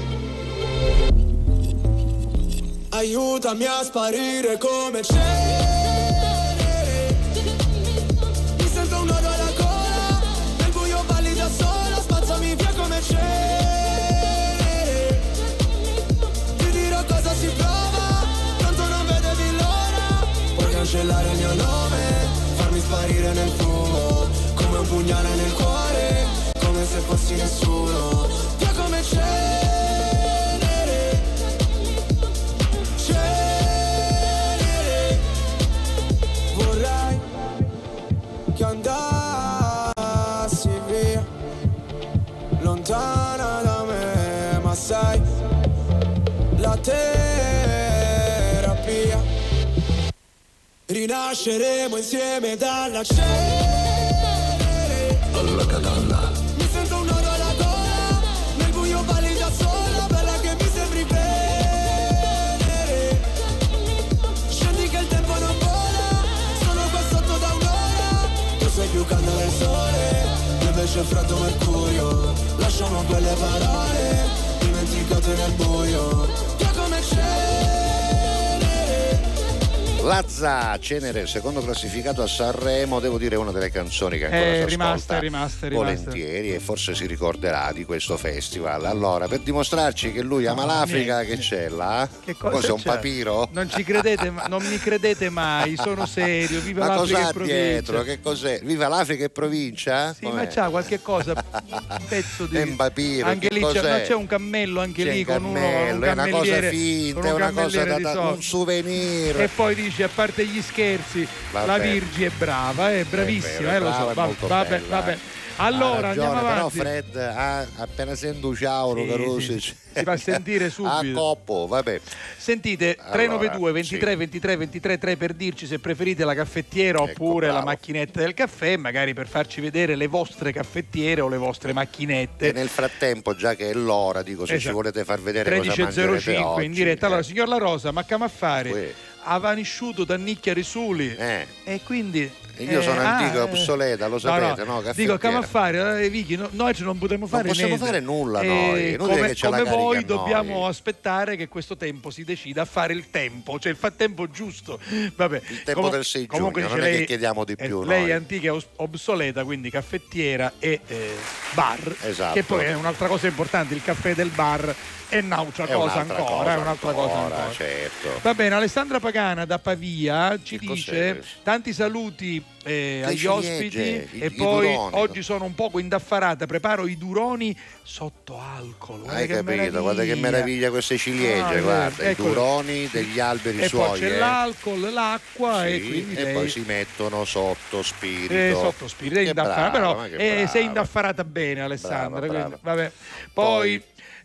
Aiutami a sparire come cenere. Mi sento un nodo alla gola. Nel buio balli da sola. Spazzami via come cenere. Ti dirò cosa si prova. Tanto non vedevi l'ora. Puoi cancellare il mio nome, farmi sparire nel fumo, come un pugnale nel cuore, come se fossi nessuno. Via come cenere. Cenere. Vorrei che andassi via, lontana da me, ma sai, la terapia. Rinasceremo insieme dalla cenere. Alla Catalla. Mi sento un nodo alla gola. Nel buio balli da sola. Bella che mi sembri venere. Scendi che il tempo non vola. Sono qua sotto da un'ora. Tu sei più caldo del sole, io invece freddo mercurio. Lasciamo quelle parole dimenticate nel buio. Via come cenere. Lazza, Cenere, secondo classificato a Sanremo, devo dire una delle canzoni che ancora È si rimasta, ascolta rimasta, rimasta. volentieri e forse si ricorderà di questo festival. Allora, per dimostrarci che lui ama l'Africa, niente. che c'è là? Che cosa Cos'è, un c'è? papiro? Non ci credete, ma- non mi credete mai, sono serio, viva Ma l'Africa cos'ha e provincia. dietro? Che cos'è? Viva l'Africa e provincia? Sì, Com'è? ma c'ha qualche cosa, un pezzo di... È un papiro, anche che lì c'è, cos'è? no, c'è un cammello anche C'è lì un con uno, cammello, un è una cosa cammelliere- finta, con è un una cosa cammelliere da, di da- soldi. un souvenir. E poi dice, a parte gli scherzi, Vabbè. la Virgi è brava, è bravissima, È eh, lo brava, so. è Va- molto vabbè, bella. vabbè. Ha Allora, ragione, andiamo però avanti. Fred ha appena sento ciao Sì, Carusi, sì, si fa sentire a subito. coppo, vabbè. Sentite, Allora, tre nove due, sì. ventitré ventitré ventitré tre per dirci se preferite la caffettiera Ecco, oppure bravo. la macchinetta del caffè, magari per farci vedere le vostre caffettiere o le vostre macchinette. E nel frattempo, già che è l'ora, dico, se Esatto. ci volete far vedere cosa tredici e zero mangerete cinque oggi. in diretta. Allora, eh. signor La Rosa, ma che a fare? Sì. Ha vanisciuto da Nicchia Risuli Eh. e quindi Io Eh, sono antica, ah, obsoleta, lo no, sapete, no, no? Dico, che Caffettiera. a fare, eh, Vicky, no- noi non potremo fare Non possiamo niente. fare nulla Eh, noi, è inutile come che ce la come carichi voi a noi. dobbiamo aspettare che questo tempo si decida a fare il tempo, cioè il fa tempo giusto. Vabbè, Il tempo del sei giugno, dice non è che lei- chiediamo di eh, più Lei noi. è antica e os- obsoleta, quindi caffettiera e eh, bar, Esatto. che poi è un'altra cosa importante, il caffè del bar è un'altra È cosa un'altra ancora, cosa è un'altra cosa ancora, ancora. certo. Va bene, Alessandra Pagana da Pavia ci Che cos'è dice questo? tanti saluti eh, Le agli ciliegie, ospiti i- e i poi duroni. oggi sono un poco indaffarata, preparo i duroni sotto alcol. Guarda Hai che capito? Guarda che meraviglia queste ciliegie, Ah, guarda, i eccolo. duroni degli alberi E suoi. poi c'è eh. l'alcol, l'acqua e Sì, quindi e lei poi si mettono sotto spirito. eh, sotto spirito, è Che indaffarata, brava, però ma che eh, brava. sei indaffarata bene Alessandra. Brava, quindi, brava. vabbè. Poi,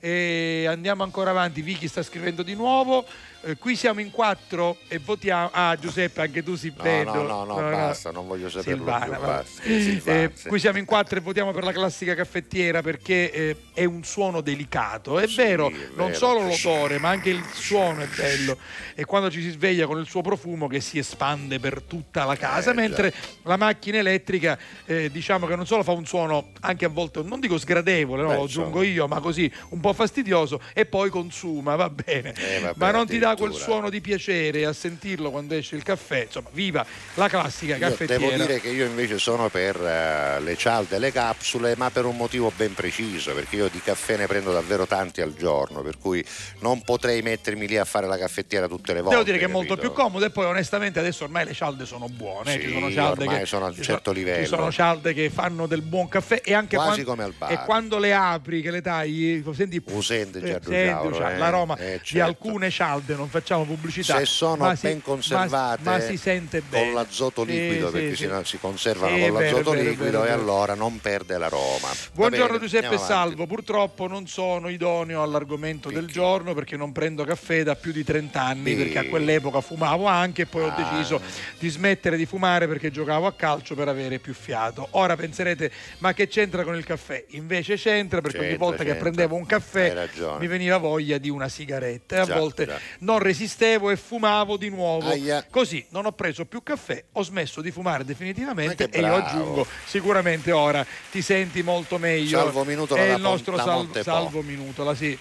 eh, andiamo ancora avanti, Vicky sta scrivendo di nuovo. Eh, qui siamo in quattro e votiamo. Ah, Giuseppe, anche tu si No, vedo. no, no, no, basta, non voglio saperlo Silvana, più, vabbè. basta. Silvana, Eh, sì. qui siamo in quattro e votiamo per la classica caffettiera perché eh, è un suono delicato. È vero, non vero. solo l'odore, ma anche il suono è bello. E quando ci si sveglia con il suo profumo che si espande per tutta la casa, Eh, mentre la macchina elettrica, eh, diciamo che non solo fa un suono anche a volte, non dico sgradevole, no, Beh, lo aggiungo io, ma così un po' fastidioso, e poi consuma, va bene. Eh, vabbè, ma non ti dà quel addirittura. suono di piacere a sentirlo quando esce il caffè. Insomma, viva la classica Io caffettiera. devo dire che io invece sono per eh, le cialde e le capsule, ma per un motivo ben preciso, perché io di caffè ne prendo davvero tanti al giorno, per cui non potrei mettermi lì a fare la caffettiera tutte le volte. Devo dire che è molto capito? più comodo e poi onestamente adesso ormai le cialde sono buone, eh. Sì, ci sono cialde ormai che sono a un ci certo sono- livello. Ci sono cialde che fanno del buon caffè e anche Quasi quando, come al bar. e quando le apri, che le tagli, senti, Lo sente già eh, Giugiaro, senti, cioè, eh. l'aroma Eh, di certo. alcune cialde, non facciamo pubblicità. Se sono ma si- ben conservate ma, ma si sente bene. con l'azoto Sì, liquido, sì, perché sì. si, si conservano Sì, con è vero, l'azoto è vero, è liquido vero, è e vero. allora non perde l'aroma. Va Buongiorno bene, Giuseppe andiamo avanti. Salvo, purtroppo non sono idoneo all'argomento del giorno perché non prendo caffè da più di trenta anni, Sì. perché a quell'epoca fumavo anche e poi ho Ah. deciso di smettere di fumare perché giocavo a calcio per avere più fiato. Ora penserete, ma che c'entra con il caffè? Invece c'entra, perché ogni C'entra, volta che c'entra. prendevo un Hai caffè ragione. mi veniva voglia di una sigaretta e a Già, volte già. non resistevo e fumavo di nuovo. Aia. Così non ho preso più caffè, ho smesso di fumare definitivamente Ma che e io bravo. aggiungo, sicuramente ora ti senti molto meglio. Salvo Minutola è da il nostro Pon- da Salvo, Montepo. Salvo Minutola, sì.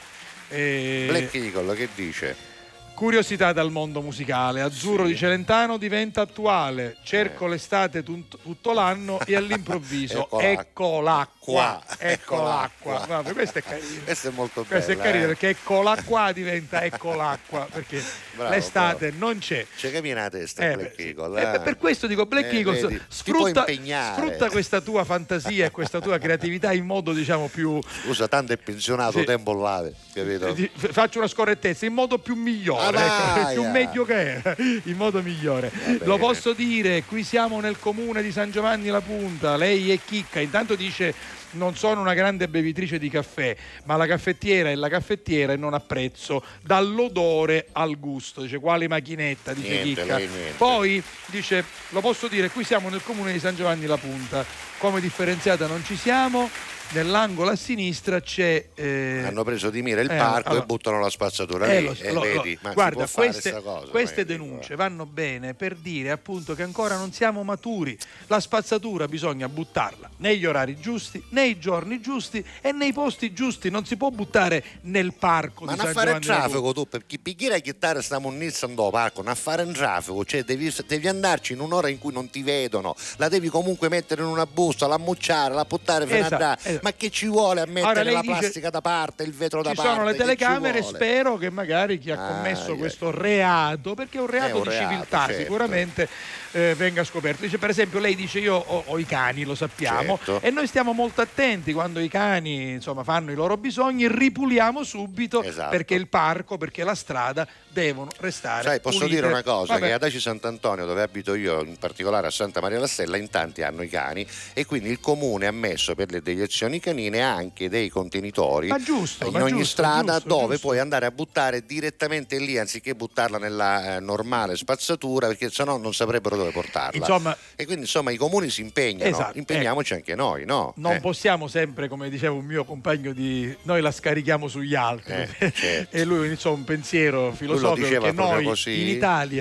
Eh, Black Eagle, che dice? Curiosità dal mondo musicale. Azzurro Sì. di Celentano diventa attuale. Cerco l'estate tut- tutto l'anno e all'improvviso Ecco l'acqua. ecco l'acqua. Qua. Ecco Ecco l'acqua. l'acqua. Vabbè, questo è carino. Questo è molto bello. Questo è carino eh. perché ecco l'acqua diventa ecco l'acqua, perché Bravo, l'estate non c'è. C'è che viene a testa Eh, Black beh, sì. Eagle. Eh, eh. per- per questo dico Black Eh, Eagles, vedi, ti puoi sfrutta, impegnare. sfrutta questa tua fantasia e questa tua creatività in modo diciamo più Scusa, tanto è pensionato, Sì. tempo là, capito? di- f- faccio una scorrettezza in modo più migliore, Ah, ecco, vai, più ah. meglio che è, in modo migliore. bene. Lo posso dire, qui siamo nel comune di San Giovanni La Punta, lei è chicca, intanto dice non sono una grande bevitrice di caffè, ma la caffettiera è la caffettiera e non apprezzo dall'odore al gusto. Dice quale macchinetta, dice Niente, chicca. lei niente. Poi dice lo posso dire, qui siamo nel comune di San Giovanni La Punta, come differenziata non ci siamo. Nell'angolo a sinistra c'è eh, Hanno preso di mira il eh, parco allora- e buttano la spazzatura eh, lì. lo- e lo- vedi, lo- ma guarda, si può fare queste, sta cosa, queste ma io dico, denunce vanno bene per dire appunto che ancora non siamo maturi. La spazzatura bisogna buttarla negli orari giusti, nei giorni giusti e nei posti giusti. Non si può buttare nel parco Ma di non San fare il Giovanni della traffico tu, perché picchiare a chittare stiamo iniziando al parco, non fare un traffico, cioè devi, devi andarci in un'ora in cui non ti vedono, la devi comunque mettere in una busta, la mucciare, la buttare fino Esatto, a là. esatto. Ma che ci vuole a mettere Ora lei la dice- plastica da parte, il vetro da Ci parte? sono le che ci telecamere, vuole? spero che magari chi ha Ah, commesso eh. questo reato, perché è un reato È un di reato, civiltà, certo. sicuramente eh, venga scoperto. Dice per esempio, lei dice io ho, ho i cani, lo sappiamo, Certo. e noi stiamo molto attenti quando i cani insomma fanno i loro bisogni, ripuliamo subito Esatto. perché il parco, perché la strada devono restare Sai, posso pulite. dire una cosa, Vabbè. che ad Aci Sant'Antonio, dove abito io, in particolare a Santa Maria la Stella, in tanti hanno i cani e quindi il comune ha messo per le deiezioni canine anche dei contenitori Ma giusto, in ma ogni giusto, strada giusto, dove giusto. puoi andare a buttare direttamente lì anziché buttarla nella eh, normale spazzatura, perché sennò non saprebbero dove portarla. Insomma- e quindi insomma i comuni si impegnano, Esatto, impegniamoci anche noi, no? Non Eh. possiamo sempre, come diceva un mio compagno, di noi la scarichiamo sugli altri. Eh, certo. E lui iniziò un pensiero filosofico diceva che proprio noi così. in Italia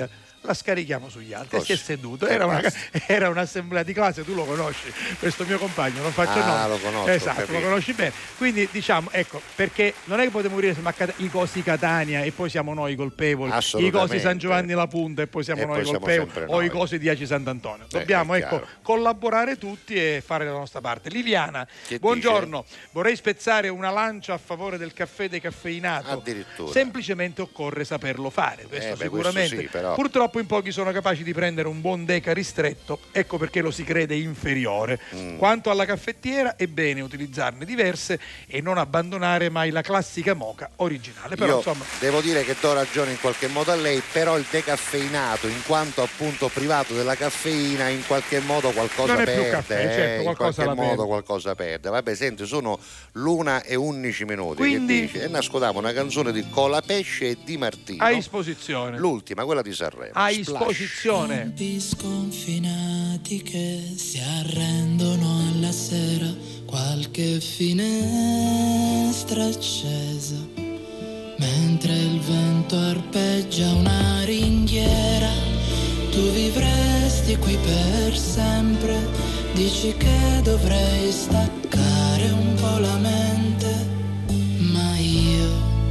la scarichiamo sugli altri. Così. E si è seduto, era, una, era un'assemblea di classe, tu lo conosci, questo mio compagno, non faccio Ah, nome. lo conosco, esatto, capito. lo conosci bene. Quindi diciamo, ecco, perché non è che potremmo dire ma Cat- i cosi Catania e poi siamo noi i colpevoli, i Assolutamente. cosi San Giovanni la Punta e poi siamo E noi poi i siamo colpevoli, sempre o noi. i cosi di Aci Sant'Antonio. Beh, Dobbiamo è ecco chiaro. collaborare tutti e fare la nostra parte. Liliana, Che buongiorno. Vorrei spezzare una lancia a favore del caffè decaffeinato. Addirittura. Semplicemente occorre saperlo fare, questo Eh, beh, sicuramente. questo sì, però. Purtroppo in pochi sono capaci di prendere un buon deca ristretto, ecco perché lo si crede inferiore. Mm. Quanto alla caffettiera, è bene utilizzarne diverse e non abbandonare mai la classica moka originale. Però Io insomma, devo dire che do ragione in qualche modo a lei, però il decaffeinato, in quanto appunto privato della caffeina, in qualche modo qualcosa Non è più perde. caffè, eh, certo, in qualcosa qualche la modo perde. qualcosa perde. Vabbè, senti, sono l'una e undici minuti. Quindi- Che dici? E nascodiamo una canzone di Colapesce e Di Martino. a disposizione. L'ultima, quella di Sanremo. A Splash. disposizione. Tempi sconfinati che si arrendono alla sera, qualche finestra accesa, mentre il vento arpeggia una ringhiera. Tu vivresti qui per sempre, dici che dovrei staccare un po' la mente, ma io,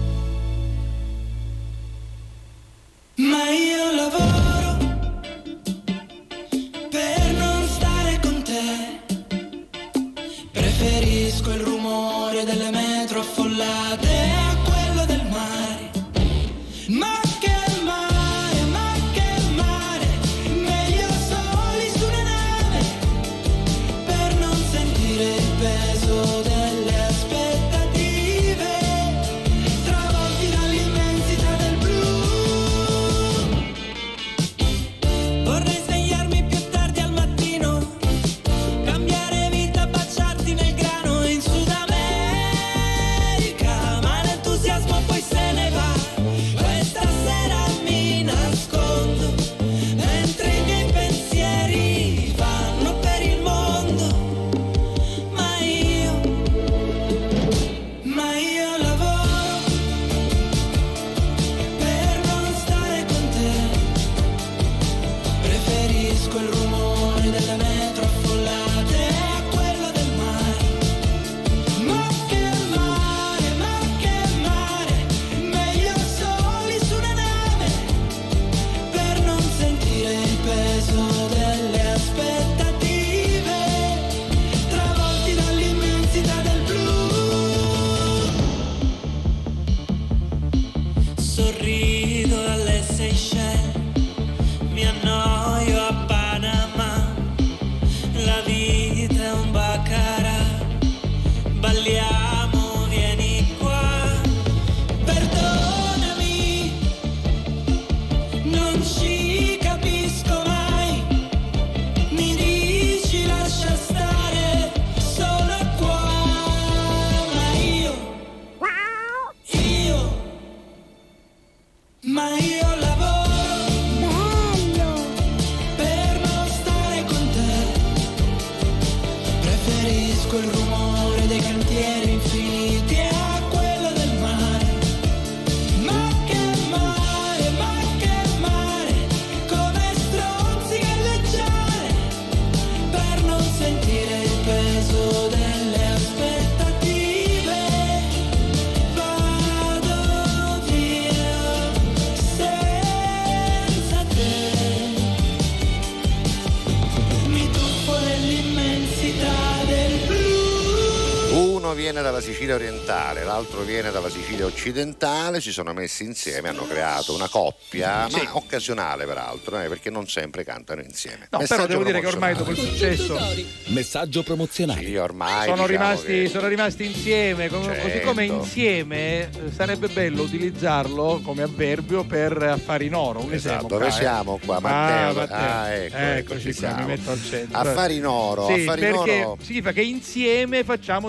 ma io lavoro per non stare con te. Preferisco il rumore delle metro affollate a quello del mare. Ma che mare, ma che mare, meglio soli su una nave, per non sentire il peso delle aspettative, travolti dall'immensità del blu. Vorrei svegliarmi più tardi al mattino, cambiare vita, baciarti nel grano in Sud America, ma l'entusiasmo poi se ne va. Questa sera mi nascondo, mentre i miei pensieri vanno per il mondo, ma io, ma io lavoro per non stare con te. Preferisco il rumore delle metro affollate a quello del mare. Ma che mare, ma che mare, meglio soli su una nave, per non sentire il peso delle aspettative, travolti dall'immensità del blu. Sorrido alle Seychelles, mi annoio a Panama, la vita è un baccarat, balliamo, vieni qua, perdonami, non ci capisco mai, mi dici lascia stare, sono qua, ma io, io, ma io lavoro per non stare con te. Preferisco il rumore dei cantieri infiniti a quello del mare. Ma che mare, ma che mare, come stronzi galleggiare, per non sentire il peso delle aspettative. Vado via senza te, mi tuffo nell'immensità del blu. Uno viene dalla Sicilia orientale, l'altro viene dalla Sicilia occidentale, si sono messi insieme, hanno creato una coppia, Sì. ma occasionale peraltro, eh, perché non sempre cantano insieme. No, però devo dire che ormai dopo il successo Messaggio promozionale. Sì, ormai sono, diciamo rimasti, che- sono rimasti insieme, come- così Certo. come insieme eh, sarebbe bello utilizzarlo come avverbio per affari in oro. Un Esatto, esempio, dove qua, eh. siamo qua, Ah, Matteo? Matteo. Ah, ecco, ecco, Eccoci ci qua, mi siamo. metto al centro. Affari in oro, Sì, affari in perché oro. significa che insieme facciamo dei buoni affari.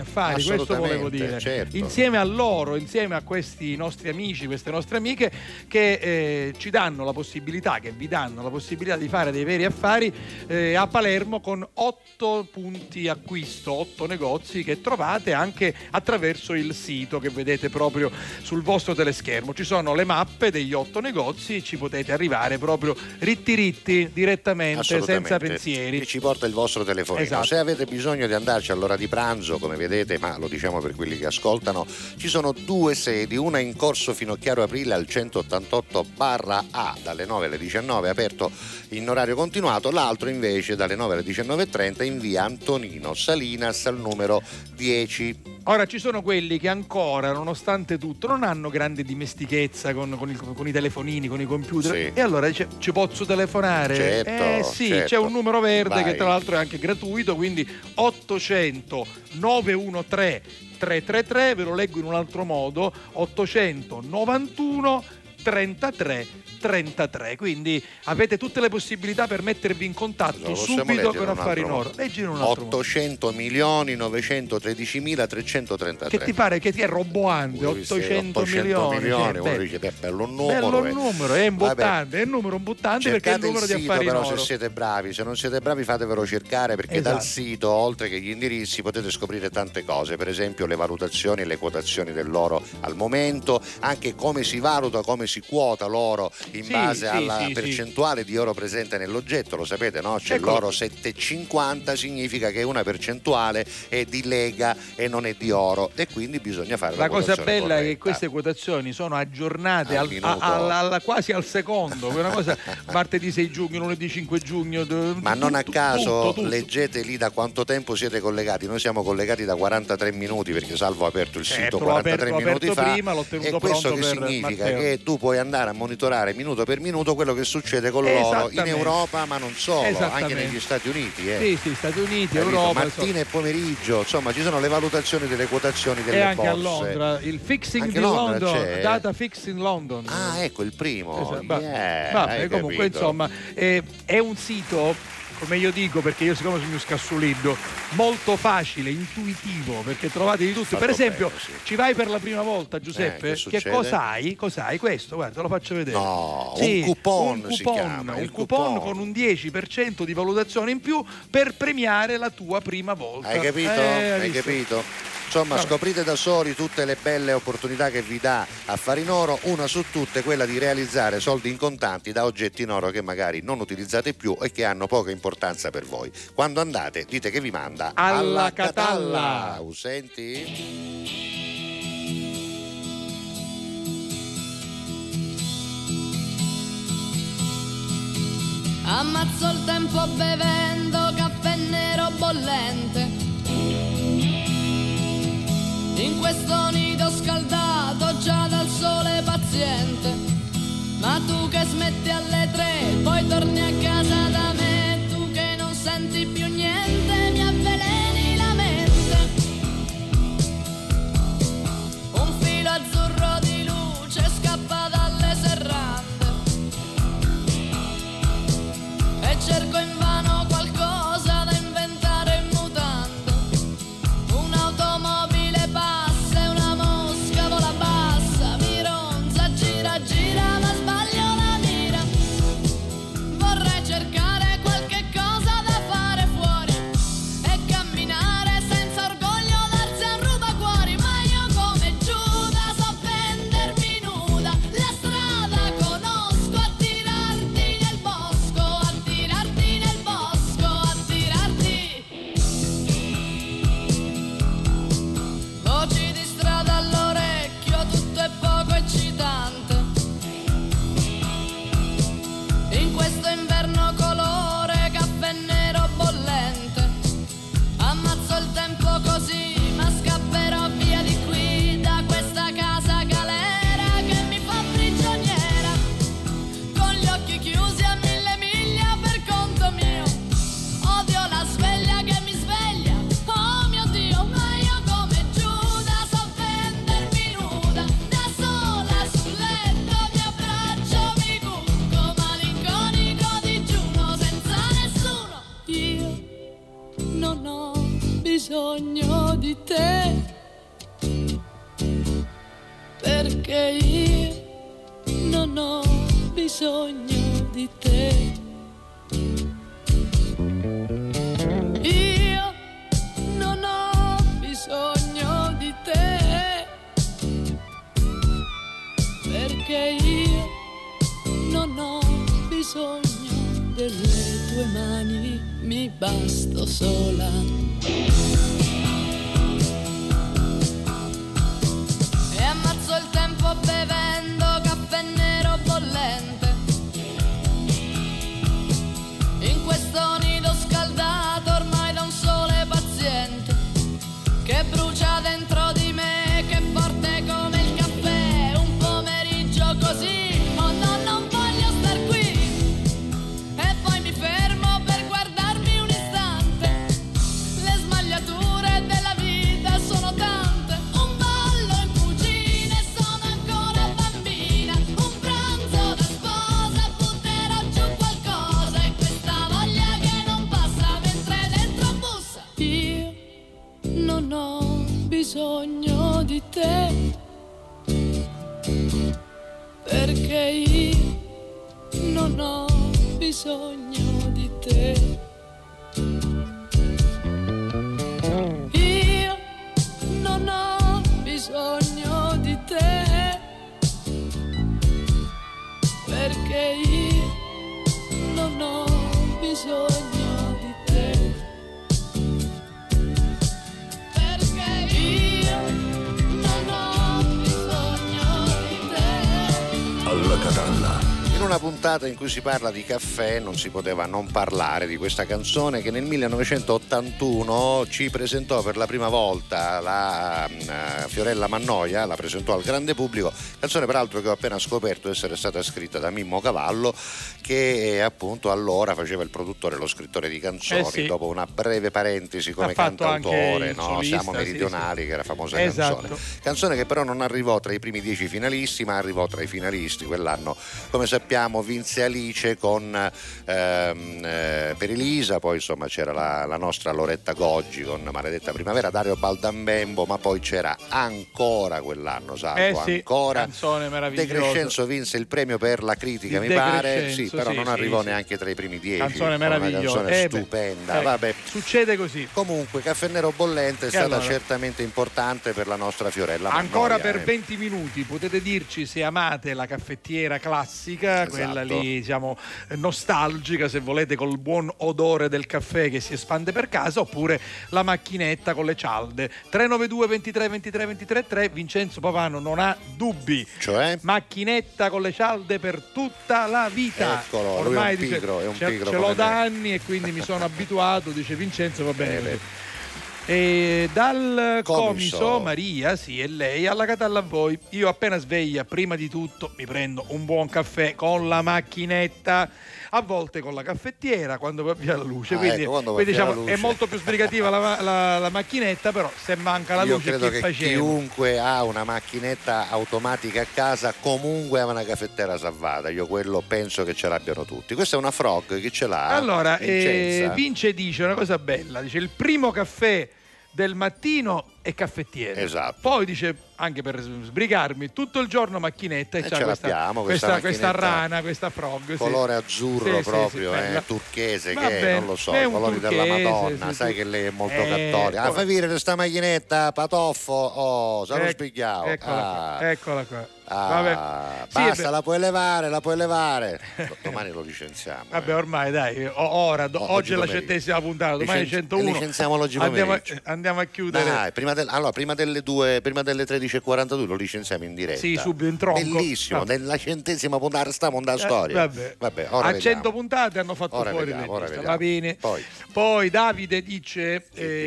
affari, questo volevo dire. Certo. Insieme a loro, insieme a questi nostri amici, queste nostre amiche che eh, ci danno la possibilità, che vi danno la possibilità di fare dei veri affari eh, a Palermo con otto punti acquisto, otto negozi che trovate anche attraverso il sito che vedete proprio sul vostro teleschermo. Ci sono le mappe degli otto negozi e ci potete arrivare proprio ritti ritti direttamente, senza pensieri. E ci porta il vostro telefonino. Esatto. Se avete bisogno di andarci all'ora di pranzo, come vedete, ma lo diciamo per quelli che ascoltano, ci sono due sedi, una in corso Finocchiaro Aprile al centottantotto barra A dalle nove alle diciannove, aperto in orario continuato, l'altro invece dalle nove alle diciannove e trenta in via Antonino Salinas al numero dieci. Ora ci sono quelli che ancora, nonostante tutto, non hanno grande dimestichezza con, con, il, con i telefonini, con i computer, Sì. e allora dice, ci posso telefonare? Certo, eh sì, certo. c'è un numero verde Vai. che tra l'altro è anche gratuito, quindi ottocento nove uno tre tre tre tre, ve lo leggo in un altro modo, ottocento novantuno trentatré trentatré, quindi avete tutte le possibilità per mettervi in contatto Lo possiamo subito leggere con in un Affari in altro Oro. modo. Leggi in un altro modo. ottocento milioni novecentotredicimila trecentotrentatré. Che ti pare che ti è roboante? Uno dice ottocento, ottocento milioni, milioni, cioè, uno beh, dice beh, bello un numero. bello eh. numero, è imbottante, è il numero imbottante perché è il Cercate numero il di sito, Affari in però, Oro. se siete bravi, se non siete bravi fatevelo cercare, perché Esatto. dal sito, oltre che gli indirizzi, potete scoprire tante cose, per esempio le valutazioni e le quotazioni dell'oro al momento, anche come si valuta, come si quota l'oro in Sì, base sì, alla sì, percentuale di oro presente nell'oggetto, lo sapete, no? C'è Ecco. l'oro sette virgola cinquanta, significa che una percentuale è di lega e non è di oro, e quindi bisogna fare la, La cosa quotazione bella è che corretta. queste quotazioni sono aggiornate Al al- minuto. a- alla- alla- quasi al secondo, una cosa martedì sei giugno, lunedì cinque giugno. d- Ma non a tutto, caso tutto, tutto. leggete lì da quanto tempo siete collegati. Noi siamo collegati da quarantatré minuti, perché Salvo ha aperto il Certo, sito l'ho quarantatré aperto- l'ho minuti aperto fa. prima, l'ho tenuto E questo pronto che per significa? Matteo. Che tu puoi andare a monitorare minuto per minuto quello che succede con l'oro in Esattamente. Europa, ma non solo, anche Esattamente. negli Stati Uniti. Eh. Sì, sì, Stati Uniti, Capito? Europa, Mattina insomma. e pomeriggio, insomma, ci sono le valutazioni delle quotazioni delle E anche borse. a Londra, il fixing Anche di Londra London, c'è? data fix in London. Ah, ecco il primo. Esatto, va- Yeah, vabbè, hai comunque capito. insomma eh, è un sito, come io dico, perché io siccome sono un scassuliddo, molto facile, intuitivo, perché trovate di tutto. Fatto Per esempio, bene, sì. ci vai per la prima volta, Giuseppe, Eh, che succede? cos'hai? Cos'hai? Questo, guarda, te lo faccio vedere. No, Sì, un coupon un si coupon, chiama, un il coupon coupon. con un dieci per cento di valutazione in più per premiare la tua prima volta. Hai capito? Eh, Hai visto? capito? Insomma, Vabbè. scoprite da soli tutte le belle opportunità che vi dà Affari in Oro, una su tutte quella di realizzare soldi in contanti da oggetti in oro che magari non utilizzate più e che hanno poca importanza per voi. Quando andate, dite che vi manda Alla Catalla. Uh, Senti? Ammazzo il tempo bevendo caffè nero bollente. In questo nido scaldato già dal sole paziente. Ma tu che smetti alle tre, poi torni a casa da me. Tu che non senti più niente, mi avveleni la mente. Un filo azzurro di luce scappa dalle serrande. E cerco invano qualcosa da inventare in mutande. Un'automobile passa e una mosca vola bassa. Mi ronza, gira, gira, ma sbaglio la mira. di te, perché io non ho bisogno di te. Io non ho bisogno di te, perché io non ho bisogno delle tue mani, mi basto sola. E ammazzo il tempo bevendo caffè nero bollente in questo nido scaldato ormai da un sole paziente che brucia dentro di me, che è forte come il caffè. Un pomeriggio così, oh no, non voglio star qui. E poi mi fermo per guardarmi un istante. Le smagliature della vita sono tante. Un ballo in cucina e sono ancora bambina. Un pranzo da sposa, butterò giù qualcosa. E questa voglia che non passa mentre dentro bussa. Io non ho bisogno di te, perché io non ho bisogno di te. Io non ho bisogno di te, perché io non ho bisogno di te. Perché io non ho bisogno di te. Alla Catalla. In una puntata in cui si parla di caffè non si poteva non parlare di questa canzone che nel millenovecentottantuno ci presentò per la prima volta la uh, Fiorella Mannoia, la presentò al grande pubblico, canzone peraltro che ho appena scoperto essere stata scritta da Mimmo Cavallo, che eh, appunto allora faceva il produttore, lo scrittore di canzoni. Eh sì. Dopo una breve parentesi come cantautore, no? Solista, Siamo meridionali, sì, sì. Che era famosa esatto. canzone canzone che però non arrivò tra i primi dieci finalisti, ma arrivò tra i finalisti quell'anno, come sappiamo. Vinse Alice con ehm, eh, per Elisa, poi insomma c'era la, la nostra Loretta Goggi con Maledetta Primavera, Dario Baldambembo, ma poi c'era ancora quell'anno, Salvo, eh sì, ancora canzone meravigliosa. De Crescenzo vinse il premio per la critica, il mi De pare, Crescenzo, sì, però sì, non sì, arrivò sì. neanche tra i primi dieci. Canzone meravigliosa, una canzone eh stupenda. Beh, eh, Vabbè. Succede così. Comunque, Caffè Nero Bollente è e stata allora? certamente importante per la nostra Fiorella Mannoia. Ancora per eh. venti minuti potete dirci se amate la caffettiera classica, esatto. quella lì diciamo nostalgica, se volete, col buon odore del caffè che si espande per casa, oppure la macchinetta con le cialde. Tre nove due ventitré ventitré ventitré tre. Vincenzo Pavano non ha dubbi, cioè macchinetta con le cialde per tutta la vita. Eccolo, ormai lui è un pigro, dice, è un ce, pigro ce l'ho da me. anni e quindi mi sono abituato, dice Vincenzo, va bene. Eh, E dal Comiso. Comiso Maria, sì, e lei alla Catalla a voi. Io appena sveglia, prima di tutto mi prendo un buon caffè con la macchinetta, a volte con la caffettiera quando va via la luce, ah, quindi, ecco, quindi diciamo luce. È molto più sbrigativa la, la, la macchinetta, però se manca la Io luce credo che che faceva? Chiunque ha una macchinetta automatica a casa comunque ha una caffettiera salvata, io quello penso che ce l'abbiano tutti. Questa è una Frog, chi ce l'ha? Allora eh, Vince dice una cosa bella, dice il primo caffè del mattino è caffettiere, esatto. Poi dice, anche per sbrigarmi, tutto il giorno macchinetta e, e c'ha ce questa, l'abbiamo, questa, questa, questa rana, questa Frog, colore sì. azzurro sì, proprio, sì, sì, eh, turchese, Va che bene, non lo so, è i un colori turchese, della Madonna, sì, sai sì. che lei è molto Eh, cattolica. Ah, fai vedere questa macchinetta, patoffo, oh, se lo Ec- spieghiamo. Eccola, ah. qua, eccola qua. Ah, Vabbè. basta, Sì, la puoi levare, la puoi levare. Domani lo licenziamo. Vabbè, eh. ormai dai, o- ora, do- No, oggi è la pomeriggio. centesima puntata, domani Licen- centouno. licenziamo l'oggi andiamo, a, pomeriggio. andiamo a chiudere. Dai, prima, del, allora, prima delle due, prima delle tredici e quarantadue lo licenziamo in diretta. Sì, subito in tronco. Bellissimo, Vabbè. nella centesima puntata stiamo da Eh, storia. vabbè. Vabbè, ora a vediamo. cento puntate hanno fatto Ora fuori vediamo, le ora liste, vediamo. va bene. Poi. Poi Davide dice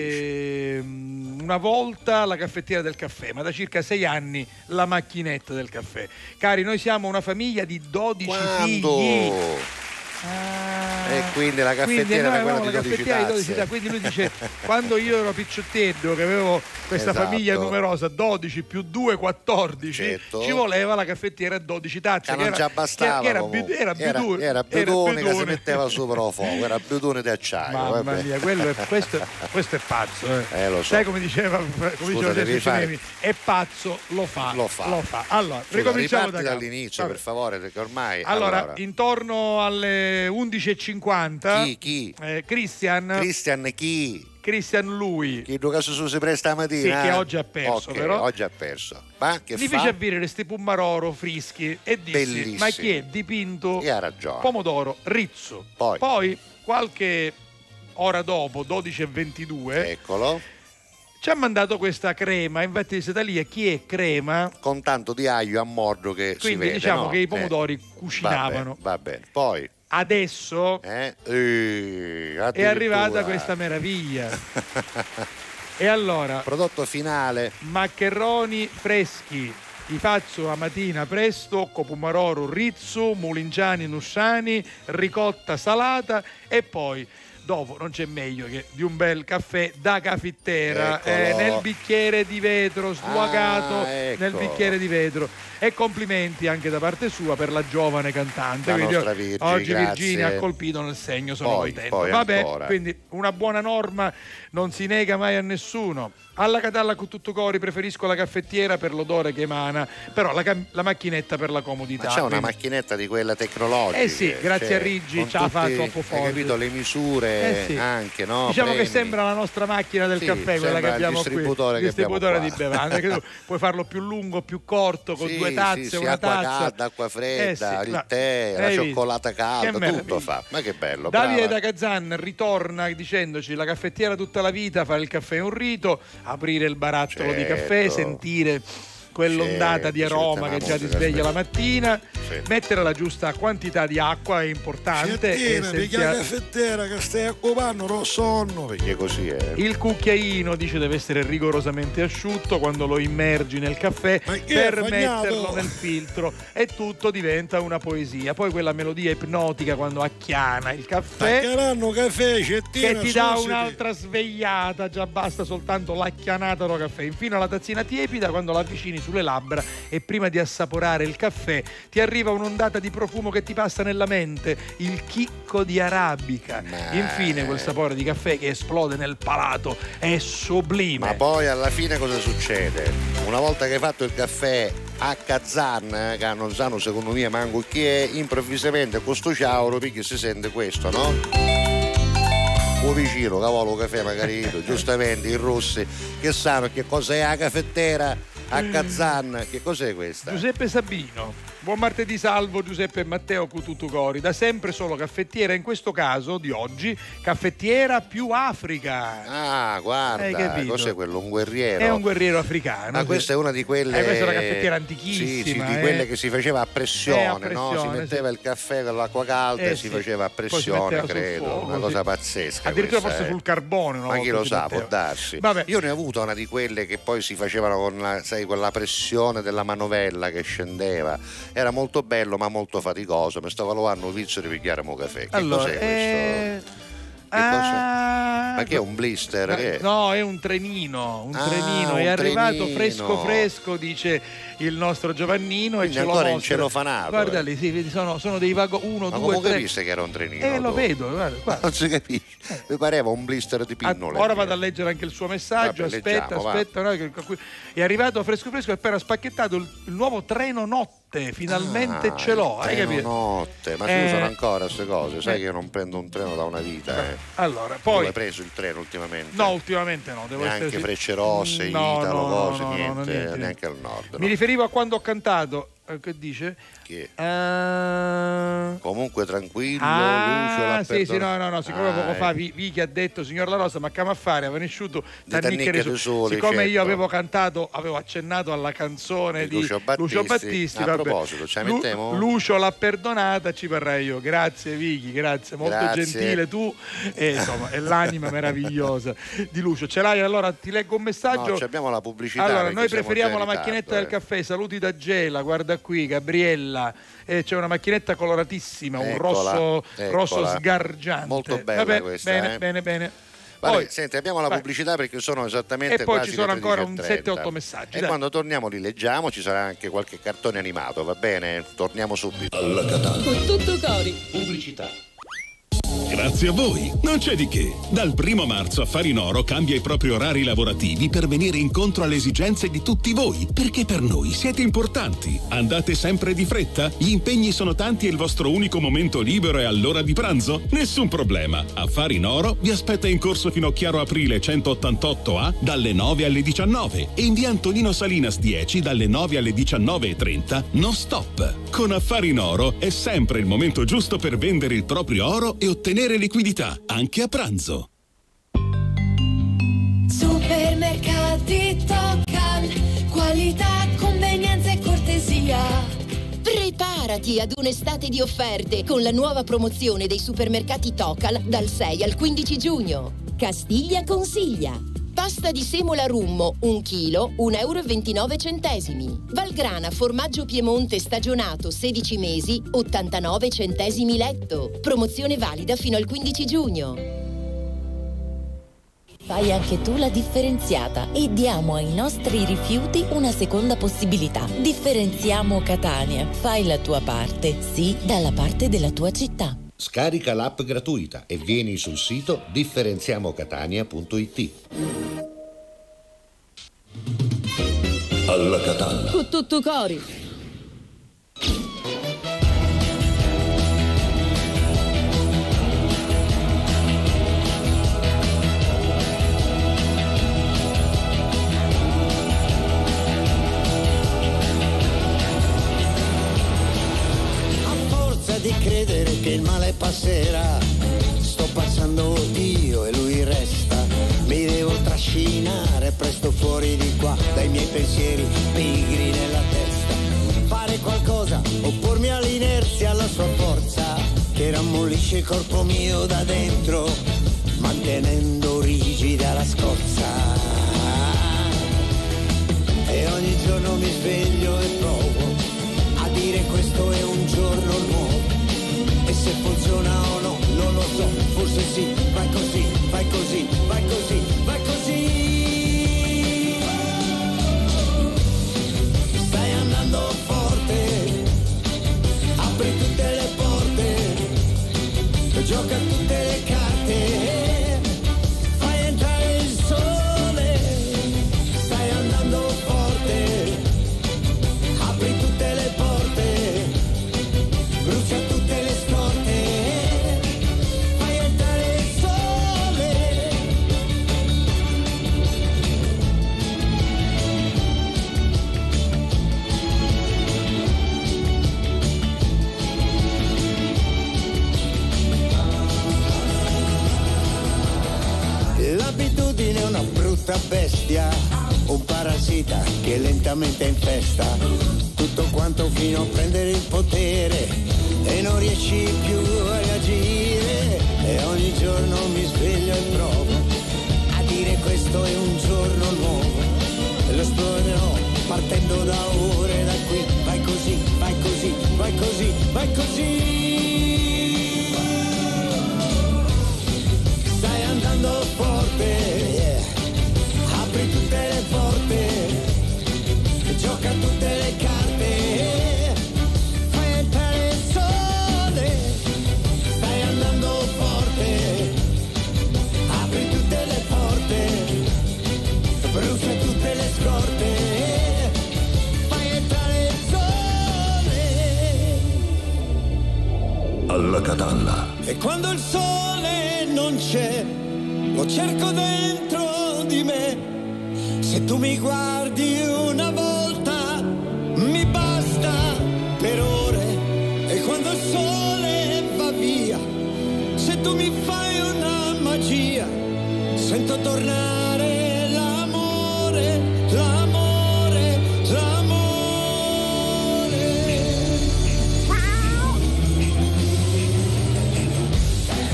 ehm, una volta la caffettiera del caffè, ma da circa sei anni la macchinetta del caffè. Cari, noi siamo una famiglia di dodici Quando? figli. E quindi la caffettiera quindi noi era quella avevamo di la dodici caffettiera di dodici tazze. tazze. Quindi lui dice quando io ero picciottello che avevo questa Esatto. famiglia numerosa, dodici più due quattordici, Certo. ci voleva la caffettiera a dodici tazze Che non era, ci abbastava che era, comunque. più- era più era, duro, era bidone che si metteva sopra il fuoco, era bidone di acciaio. Mamma vabbè. mia, quello è, questo, è- questo è pazzo. Eh. Eh, lo so. Sai come diceva, come Scusa, diceva devi Sergio fare- Cinemi, è pazzo, lo fa. Lo fa. Allora, Scusa, ricominciamo riparti da capo. dall'inizio, Vabbè. per favore, perché ormai Allora, allora, intorno alle undici e cinquanta Chi, chi? eh, Christian Christian chi? Christian lui Chi caso su si presta mattina? Sì, che oggi ha perso, Ok, però. oggi ha perso. Ma che mi fa? fece avere questi Pumaroro frischi e dissi Bellissimi. ma chi è dipinto E ha ragione. pomodoro rizzo. Poi. qualche ora dopo, dodici e ventidue, Eccolo. ci ha mandato questa crema. Infatti siete lì e chi è crema, Con tanto di aglio a mordo che si quindi vede, diciamo no? che i Eh, pomodori cucinavano. Va bene, va bene. Poi Adesso eh? Eh, è arrivata addirittura. questa meraviglia. E allora, prodotto finale, maccheroni freschi, li faccio a mattina presto con pomaroro rizzo, mulingiani nusciani, ricotta salata e poi dopo non c'è meglio che di un bel caffè da caffettera Eccolo. eh, nel bicchiere di vetro svuotato Ah, ecco. nel bicchiere di vetro. E complimenti anche da parte sua per la giovane cantante. La Quindi nostra Virgi, oggi grazie. Virginia ha colpito nel segno, sono Poi, contento. poi Vabbè, ancora. quindi una buona norma non si nega mai a nessuno. Alla Catalla con tutto cori preferisco la caffettiera per l'odore che emana, però la, cam- la macchinetta per la comodità. ma c'è una Quindi- macchinetta di quella tecnologica. Eh sì, grazie a Riggi, con ce la fa tutti, troppo hai forte. capito, le misure Eh sì. anche, no? Diciamo Premi. che sembra la nostra macchina del Sì, caffè, quella sembra che il abbiamo distributore qui, che abbiamo distributore qua. di bevande, che tu puoi farlo più lungo, più corto, con Sì, due tazze, sì, sì, una acqua tazza. calda, acqua fredda, Eh sì, il no, tè, la hai visto? cioccolata Che calda, meraviglia. tutto fa. Ma che bello, Davide brava. da Kazan ritorna dicendoci la caffettiera tutta la vita, fare il caffè è un rito, aprire il barattolo di caffè, Certo. sentire quell'ondata Certo, di aroma sente che la già ti musica, sveglia la aspetta. mattina, Sì. mettere la giusta quantità di acqua è importante. è Cettina, perché la essenziale. caffettiera che stai occupando non sonno. Perché così è. Il cucchiaino dice deve essere rigorosamente asciutto quando lo immergi nel caffè Ma che per è bagnato? metterlo nel filtro e tutto diventa una poesia. Poi quella melodia ipnotica quando acchiana il caffè Taccheranno caffè, cettina. che ti dà susiti. un'altra svegliata, già basta soltanto l'acchianata del caffè. Infine la tazzina tiepida quando la avvicini sulle labbra e prima di assaporare il caffè ti arriva un'ondata di profumo che ti passa nella mente, il chicco di arabica. Infine quel sapore di caffè che esplode nel palato è sublime. Ma poi alla fine cosa succede? Una volta che hai fatto il caffè a Kazan, eh, che non sanno secondo me manco chi è, improvvisamente con sto ciauro perché si sente questo, no? O vicino, cavolo caffè magari, giustamente, i rossi, che sanno che cos'è la caffettera a Kazan, che cos'è questa? Giuseppe Sabino. Buon martedì salvo Giuseppe e Matteo Cututucori, da sempre solo caffettiera, in questo caso di oggi caffettiera più Africa. Ah, Hai guarda, capito? cos'è quello? Un guerriero? È un guerriero africano. Ah, questa è una di quelle. Eh, questa è una caffettiera antichissima. Sì, sì, di eh. quelle che si faceva a pressione, Eh, a no? pressione, Si metteva sì. il caffè con l'acqua calda Eh, e si sì. faceva a Poi si pressione, metteva sul credo. fuoco, Una sì. cosa pazzesca. Addirittura questa, forse eh. sul carbone. una Ma chi volta lo si sa, metteva. può darsi. Vabbè. Io ne ho avuto una di quelle che poi si facevano con la, sai, con la pressione della manovella che scendeva. Era molto bello, ma molto faticoso. Mi stava lavando un vizio di pigliare mo caffè. Che Allora, cos'è questo? eh, Che cos'è? ah, Ma che è un blister? Ma- Che è? No, è un trenino, un Ah, trenino, è un arrivato trenino. fresco fresco, dice il nostro Giovannino Quindi e ce lo ancora mostra. incelofanato, Guarda eh. lì, sì, vedi, sono, sono dei vago uno, Ma due, come tre. capiste che era un trenino? Eh, lo tu? vedo, guarda, guarda. Non si capisce. Mi pareva un blister di Ah, pinnole. ora vado a leggere anche il suo messaggio. Vabbè, aspetta, leggiamo, va. aspetta. no, che- che- è arrivato fresco fresco e appena spacchettato il, il nuovo treno notte. Finalmente Ah, ce l'ho, il hai treno capito? notte, ma si Eh, usano ancora queste cose? Sai eh. che io non prendo un treno da una vita, eh. Allora, Tu poi. hai preso il treno ultimamente? No, ultimamente no. Devo Neanche essere... Frecce Rosse, No, Italo, no, no, cose, no, no, niente, niente, neanche al nord. Mi no. riferivo a quando ho cantato. eh, Che dice? Che? Ah, Comunque tranquillo, Lucio Ah, l'ha sì, sì, no, perdonato. no, no, siccome Ah, poco fa ecco. Vi- Vicky ha detto signor La Rosa, ma che a fare? Aveva nesciuto Tannicchia di sole, siccome io certo. avevo cantato, avevo accennato alla canzone Di di Lucio Battisti. Lucio Battisti, A vabbè. proposito, ce la Lu- mettiamo? Lucio l'ha perdonata, ci parrei io. Grazie Vicky, grazie, molto Grazie. gentile tu e insomma, è l'anima meravigliosa di Lucio. Ce l'hai? Allora ti leggo un messaggio. No, ci abbiamo la pubblicità. Allora, perché noi siamo preferiamo già la in macchinetta ritardo, del caffè, saluti da Gela, guarda guarda qui Gabriella, eh, c'è una macchinetta coloratissima, un Eccola, rosso, eccola. rosso sgargiante. Molto bella Vabbè, questa, bene, eh. bene, bene. Vale, Poi, senti, abbiamo la vai. pubblicità perché sono esattamente E poi quasi ci sono le ancora tredici un e trenta. sette otto messaggi, E dai. quando torniamo li leggiamo, ci sarà anche qualche cartone animato, va bene? Torniamo subito. Alla Catalla. Con tutto cori. Pubblicità. Grazie a voi, non c'è di che. Dal primo marzo Affari in Oro cambia i propri orari lavorativi per venire incontro alle esigenze di tutti voi, perché per noi siete importanti. Andate sempre di fretta? Gli impegni sono tanti e il vostro unico momento libero è all'ora di pranzo? Nessun problema. Affari in Oro vi aspetta in corso Finocchiaro Aprile centottantotto A dalle nove alle diciannove e in via Antonino Salinas dieci dalle nove alle diciannove e trenta non stop. Con Affari in Oro è sempre il momento giusto per vendere il proprio oro e ottenere liquidità, anche a pranzo. Supermercati Tocal, qualità, convenienza e cortesia. Preparati ad un'estate di offerte con la nuova promozione dei supermercati Tocal dal sei al quindici giugno. Castiglia consiglia. Pasta di semola Rummo, un chilo, un euro e ventinove centesimi. Valgrana formaggio Piemonte stagionato sedici mesi, ottantanove centesimi letto. Promozione valida fino al quindici giugno. Fai anche tu la differenziata e diamo ai nostri rifiuti una seconda possibilità. Differenziamo Catania. Fai la tua parte, sì, dalla parte della tua città. Scarica l'app gratuita e vieni sul sito differenziamocatania punto it. Alla Catalla. Con tutto cori. Di credere che il male passerà, sto passando io e lui resta, mi devo trascinare presto fuori di qua dai miei pensieri pigri nella testa, fare qualcosa, oppormi all'inerzia, alla sua forza che rammollisce il corpo mio da dentro, mantenendo rigida la scorza, e ogni giorno mi sveglio e provo a dire questo è un giorno nuovo. E se funziona o no, non lo so, forse sì, vai così, vai così, vai così, vai così. Stai andando forte, apri tutte le porte, gioca tutte le carte, fai entrare il sole. Stai andando forte, apri tutte le porte, brucia tutte le scorte, fai entrare il sole. L'abitudine è una brutta bestia, un parassita che lentamente infesta tutto quanto fino a prendere il potere e non riesci più a reagire, e ogni giorno mi sveglio e provo a dire questo è un giorno nuovo, e lo esploderò partendo da ore da qui, vai così, vai così, vai così, vai così. Stai andando forte, yeah. Apri tutte le porte, gioca tutte le carte, fai entrare il sole. Stai andando forte, apri tutte le porte, brucia tutte le scorte, fai entrare il sole. Alla Catalla. E quando il sole non c'è, lo cerco dentro di me. Se tu mi guardi una volta, mi basta per ore. E quando il sole va via, se tu mi fai una magia, sento tornare l'amore, l'amore, l'amore.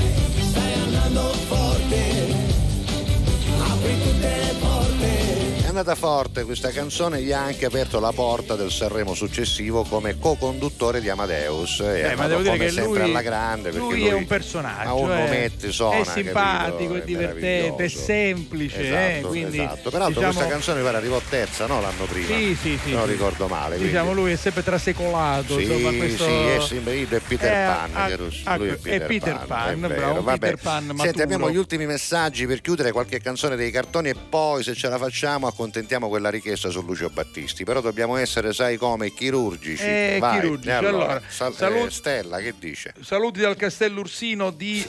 Stai andando forte, apri tutte le porte. andata forte questa canzone, gli ha anche aperto la porta del Sanremo successivo come co-conduttore di Amadeus. E Eh, ma devo dire come che sempre lui, alla grande, perché lui è un personaggio, ha un eh. nometto, suona, è simpatico, capito? è divertente, è meraviglioso. semplice, eh, Esatto, quindi esatto. Peraltro diciamo, questa canzone mi pare arrivò terza, no? L'anno prima. Sì, sì, sì, non sì. ricordo male. diciamo quindi. lui è sempre trasecolato, Sì, insomma, questo sì, è sempre è Peter Eh, Pan, ah, che lui ah, è Peter, è Peter Pan, Pan, è vero. bravo, Vabbè. Peter Pan Senti, maturo. abbiamo gli ultimi messaggi per chiudere, qualche canzone dei cartoni e poi se ce la facciamo accontentiamo quella richiesta su Lucio Battisti, però dobbiamo essere, sai come, chirurgici. Eh, Vai, chirurgici. e allora, Allora, sal- salut- eh, Stella che dice? Saluti dal Castello Ursino di,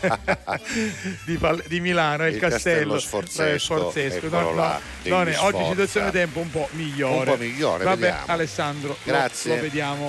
di, Pal- di Milano, è il, Il castello, Castello Sforzesco, eh, Sforzesco. eccolo No, no, là, no, degli ne- oggi Sforza. situazione tempo un po' migliore. Un po' migliore, Vabbè, vediamo. Alessandro, lo- Grazie. Lo, vediamo.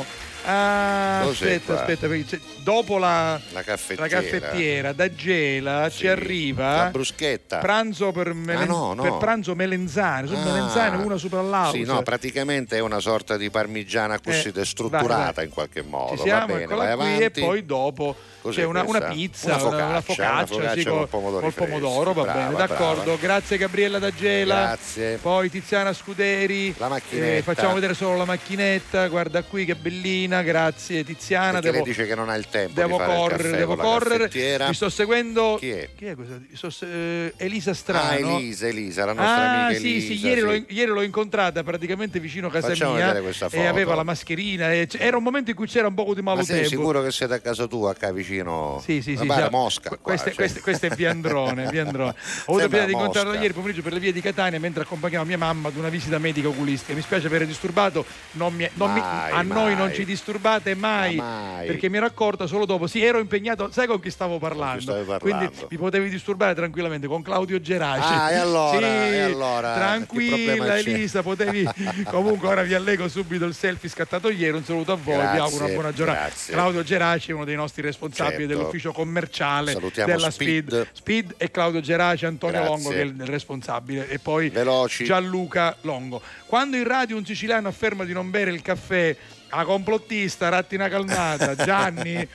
Ah, Cos'è aspetta, qua? aspetta, perché c'è- dopo la, La caffettiera. la caffettiera da Gela Sì, ci arriva la bruschetta. pranzo per, melen- Ah, no, no. per pranzo melenzane, sono Ah. melenzane una sopra l'altra. Sì, no, praticamente è una sorta di parmigiana così Eh, destrutturata vai, vai. in qualche modo. Ci siamo, Va bene, eccola vai qui, avanti. e poi dopo Cos'è c'è una, una questa? pizza, Una una, focaccia, una focaccia, una focaccia sì, con col, pomodori col freschi. pomodoro, va Brava, bene, d'accordo. brava. Grazie Gabriella da Gela. Grazie. Poi Tiziana Scuderi. La macchinetta. Eh, facciamo vedere solo la macchinetta, guarda qui che bellina, grazie Tiziana. Perché Devo, lei dice che non ha il tempo devo di fare il correre, caffè devo con la correre. caffettiera. Mi sto seguendo. Chi è? Chi è questa? Mi sto se- eh, Elisa Ah, Strano. Elisa, Elisa, la nostra Ah, amica sì, Elisa. sì, ieri, sì. L'ho, ieri l'ho incontrata praticamente vicino a casa Facciamo mia vedere questa e foto. aveva la mascherina. E c- era un momento in cui c'era un po' di Ma malo sei tempo. sicuro che siete a casa tua, qua vicino? Sì, sì, Mi sì. pare già- Mosca. que- qua, questo, cioè. questo- questo è Piandrone, Piandrone. Ho avuto Sembra piacere di incontrarlo Mosca. ieri pomeriggio per le vie di Catania mentre accompagnavo mia mamma ad una visita medica oculistica. Mi spiace aver disturbato, non mi- non mi- Mai, a noi non mai. ci disturbate mai, Ma mai. perché mi ero accorta solo dopo. Sì, ero impegnato, sai con chi stavo parlando? stavi parlando? Quindi mi potevi disturbare tranquillamente con Claudio Geraci. Ah, e allora, Sì, e allora, che tranquilla problema c'è? Elisa, potevi. Comunque ora vi allego subito il selfie scattato ieri. Un saluto a voi, vi Grazie, auguro una buona giornata. grazie. Claudio Geraci è uno dei nostri responsabili Certo. dell'ufficio commerciale Salutiamo della Speed. Speed. Speed e Claudio Geraci, Antonio Grazie. Longo che è il responsabile e poi Veloci. Gianluca Longo. Quando in radio un siciliano afferma di non bere il caffè, a complottista, rattina calmata, Gianni,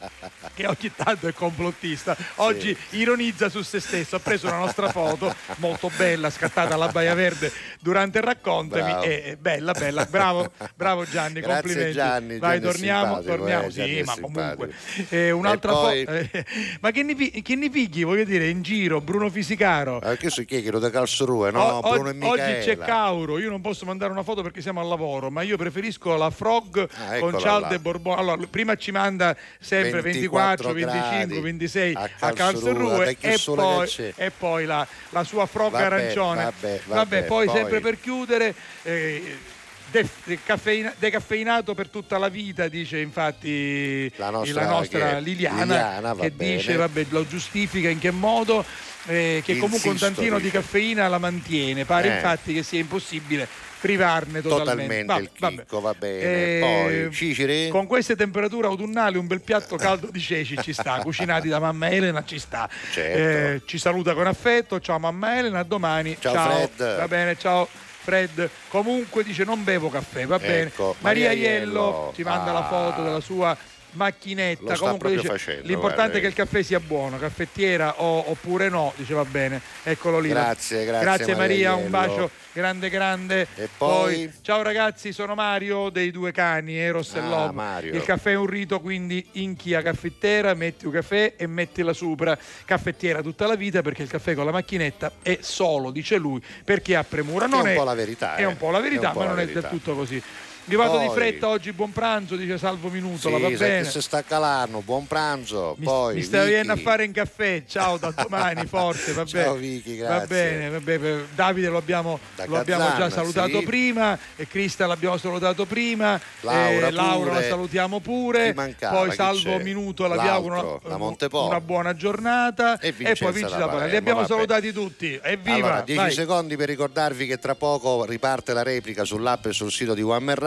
che ogni tanto è complottista, oggi ironizza su se stesso, ha preso una nostra foto molto bella scattata alla Baia Verde durante il Raccontami, Bravo. e e bella bella, bravo, bravo Gianni, Grazie, complimenti. Gianni, Vai, Gianni è torniamo, simpatico, torniamo, eh, Gianni sì, è ma simpatico. comunque eh, un'altra E poi- foto. eh, ma che ne, pi- che ne picchi, voglio dire, in giro, Bruno Fisicaro. Ah, che so chi è che lo da Calsorue, no? O- Bruno e oggi, oggi c'è Michaela. Cauro, io non posso mandare una foto perché siamo al lavoro, ma io preferisco la Frog Ah, eccola con cialde là. e Borbone. Allora, prima ci manda sempre ventiquattro, ventiquattro venticinque, gradi ventisei a a Karlsruhe, Karlsruhe che e sole poi, che c'è. e poi la, la sua Frog Vabbè, arancione. vabbè, vabbè, poi, poi- sempre per chiudere eh, def- caffeina- decaffeinato per tutta la vita, dice infatti La nostra- la nostra che- Liliana, Liliana, va che bene. dice, vabbè, lo giustifica in che modo, eh, che comunque un Insisto, tantino di dice. caffeina la mantiene, pare Eh. infatti che sia impossibile privarne totalmente. Totalmente il Va- chicco, va bene. Eh, Poi Ciceri? con queste temperature autunnali un bel piatto caldo di ceci ci sta, cucinati da mamma Elena ci sta. Certo. Eh, ci saluta con affetto, ciao mamma Elena, a domani. Ciao, Fred. Va bene, ciao Fred. Comunque dice non bevo caffè, va bene. Ecco, Maria Maria Iello Iello. ci manda Ah. la foto della sua macchinetta. Lo sta Comunque proprio dice facendo, l'importante guarda. è che il caffè sia buono, caffettiera o, oppure no, dice va bene. Eccolo lì. Grazie, grazie, Maria, Maria un Iello. bacio grande grande. E poi? ciao ragazzi, sono Mario dei due cani, Eros e Ah, Lobo. Mario. Il caffè è un rito, quindi in chi ha caffettiera metti un caffè e mettila sopra. Caffettiera tutta la vita, perché il caffè con la macchinetta è solo, dice lui, per chi ha premura. Non È un è, po' la verità, È eh. un po' la verità, È un po' ma la non è verità. del tutto così. Vi vado di Poi- fretta oggi, buon pranzo, dice Salvo Minutola, Sì, va sai bene. che si sta calando, buon pranzo. Mi, Poi mi stai Vicky. venendo a fare un caffè, ciao, da domani forse, va bene. Ciao, Vicky, Va grazie. bene, va bene. Davide lo abbiamo, Da lo abbiamo già Kazan, salutato sì. prima, e Crista l'abbiamo salutato prima, Laura eh, Laura pure. la salutiamo pure, Chi mancava? poi Chi Salvo c'è? Minuto la vi L'altro, auguro la una, Montepo. una buona giornata E e, Vincenza poi Vinci da da Palermo. Li Palermo, abbiamo vabbè. salutati tutti, evviva! Allora, dieci vai. secondi per ricordarvi che tra poco riparte la replica sull'app e sul sito di One Man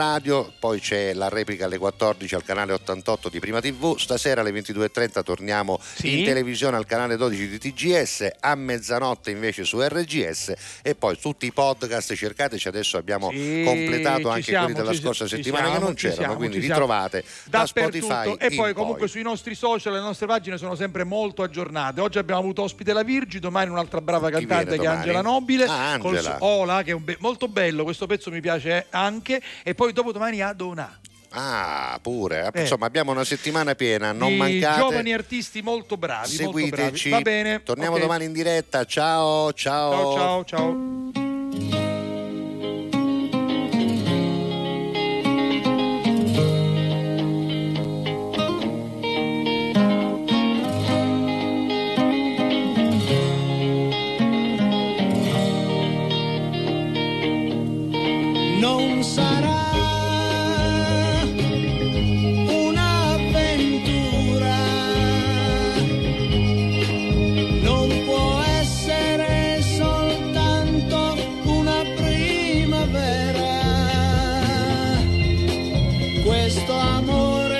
radio, poi c'è la replica alle quattordici al canale ottantotto di Prima tivù, stasera alle ventidue e trenta torniamo Sì. in televisione al canale dodici di T G S, a mezzanotte invece su R G S e poi tutti i podcast, cercateci, adesso abbiamo Sì, completato ci anche siamo, quelli della ci- scorsa ci settimana siamo, che non ci c'erano, siamo, quindi ci siamo. ritrovate da Dappertutto. Spotify E poi in comunque poi. sui nostri social, le nostre pagine sono sempre molto aggiornate. Oggi abbiamo avuto ospite la Virgi, domani un'altra brava cantante viene che è domani? Angela Nobile, Ah, col Angela. su- Ola, che è un be- molto bello, questo pezzo mi piace anche, e poi dopo domani a Donà. Ah, pure, Eh. insomma abbiamo una settimana piena, non Di mancate. giovani artisti molto bravi, molto bravi. Seguiteci. Va bene. Torniamo ok. domani in diretta. Ciao, ciao. Ciao, ciao, ciao. Non sarà un'avventura, non può essere soltanto una primavera. Questo amore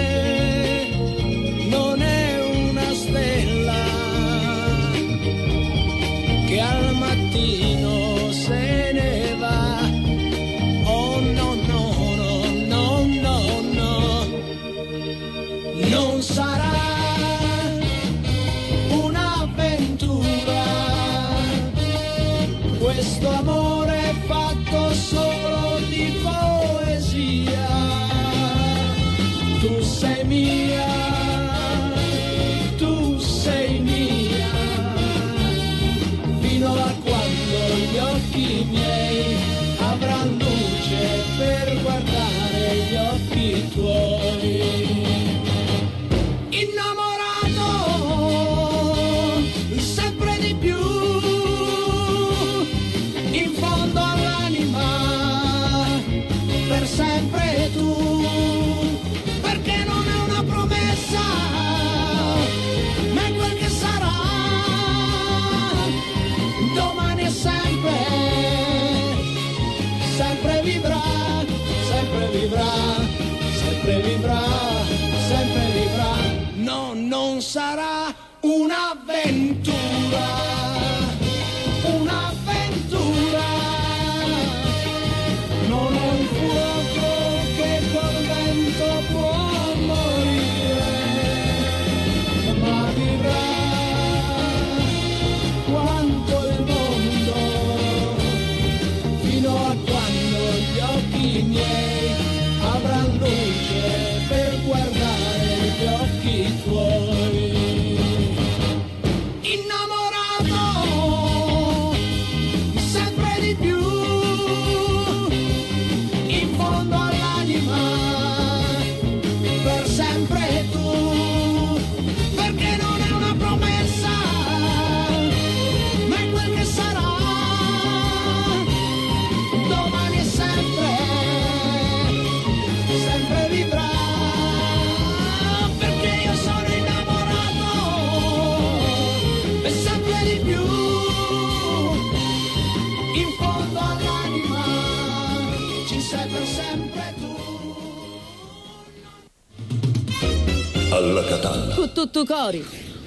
non è una stella che al mattino se ne va. Oh no no no no no no, non sarà un'avventura, questo amore è fatto solo di poesia. Tu sei mia, tu sei mia, fino a quando gli occhi miei avranno luce per guardare gli occhi tuoi. Innamorato sempre di più, in fondo all'anima, per sempre tu, perché non è una promessa, ma è quel che sarà, domani e sempre, sempre vivrà, sempre vivrà, sempre vivrà, sempre vivrà. No, non sarà un'avventura, un'avventura. Non è un fuoco che col vento può morire, ma vivrà quanto il mondo, fino a quando gli occhi miei avranno luce per guardare gli occhi tuoi. Innamorato sempre di più, in fondo all'anima, per sempre tu, perché non è una promessa, ma è quel che sarà, domani e sempre, sempre vivrà, perché io sono innamorato e sempre di più, in fondo all'anima, ci sei per sempre tu. Alla Catalla. Cu tutto cori.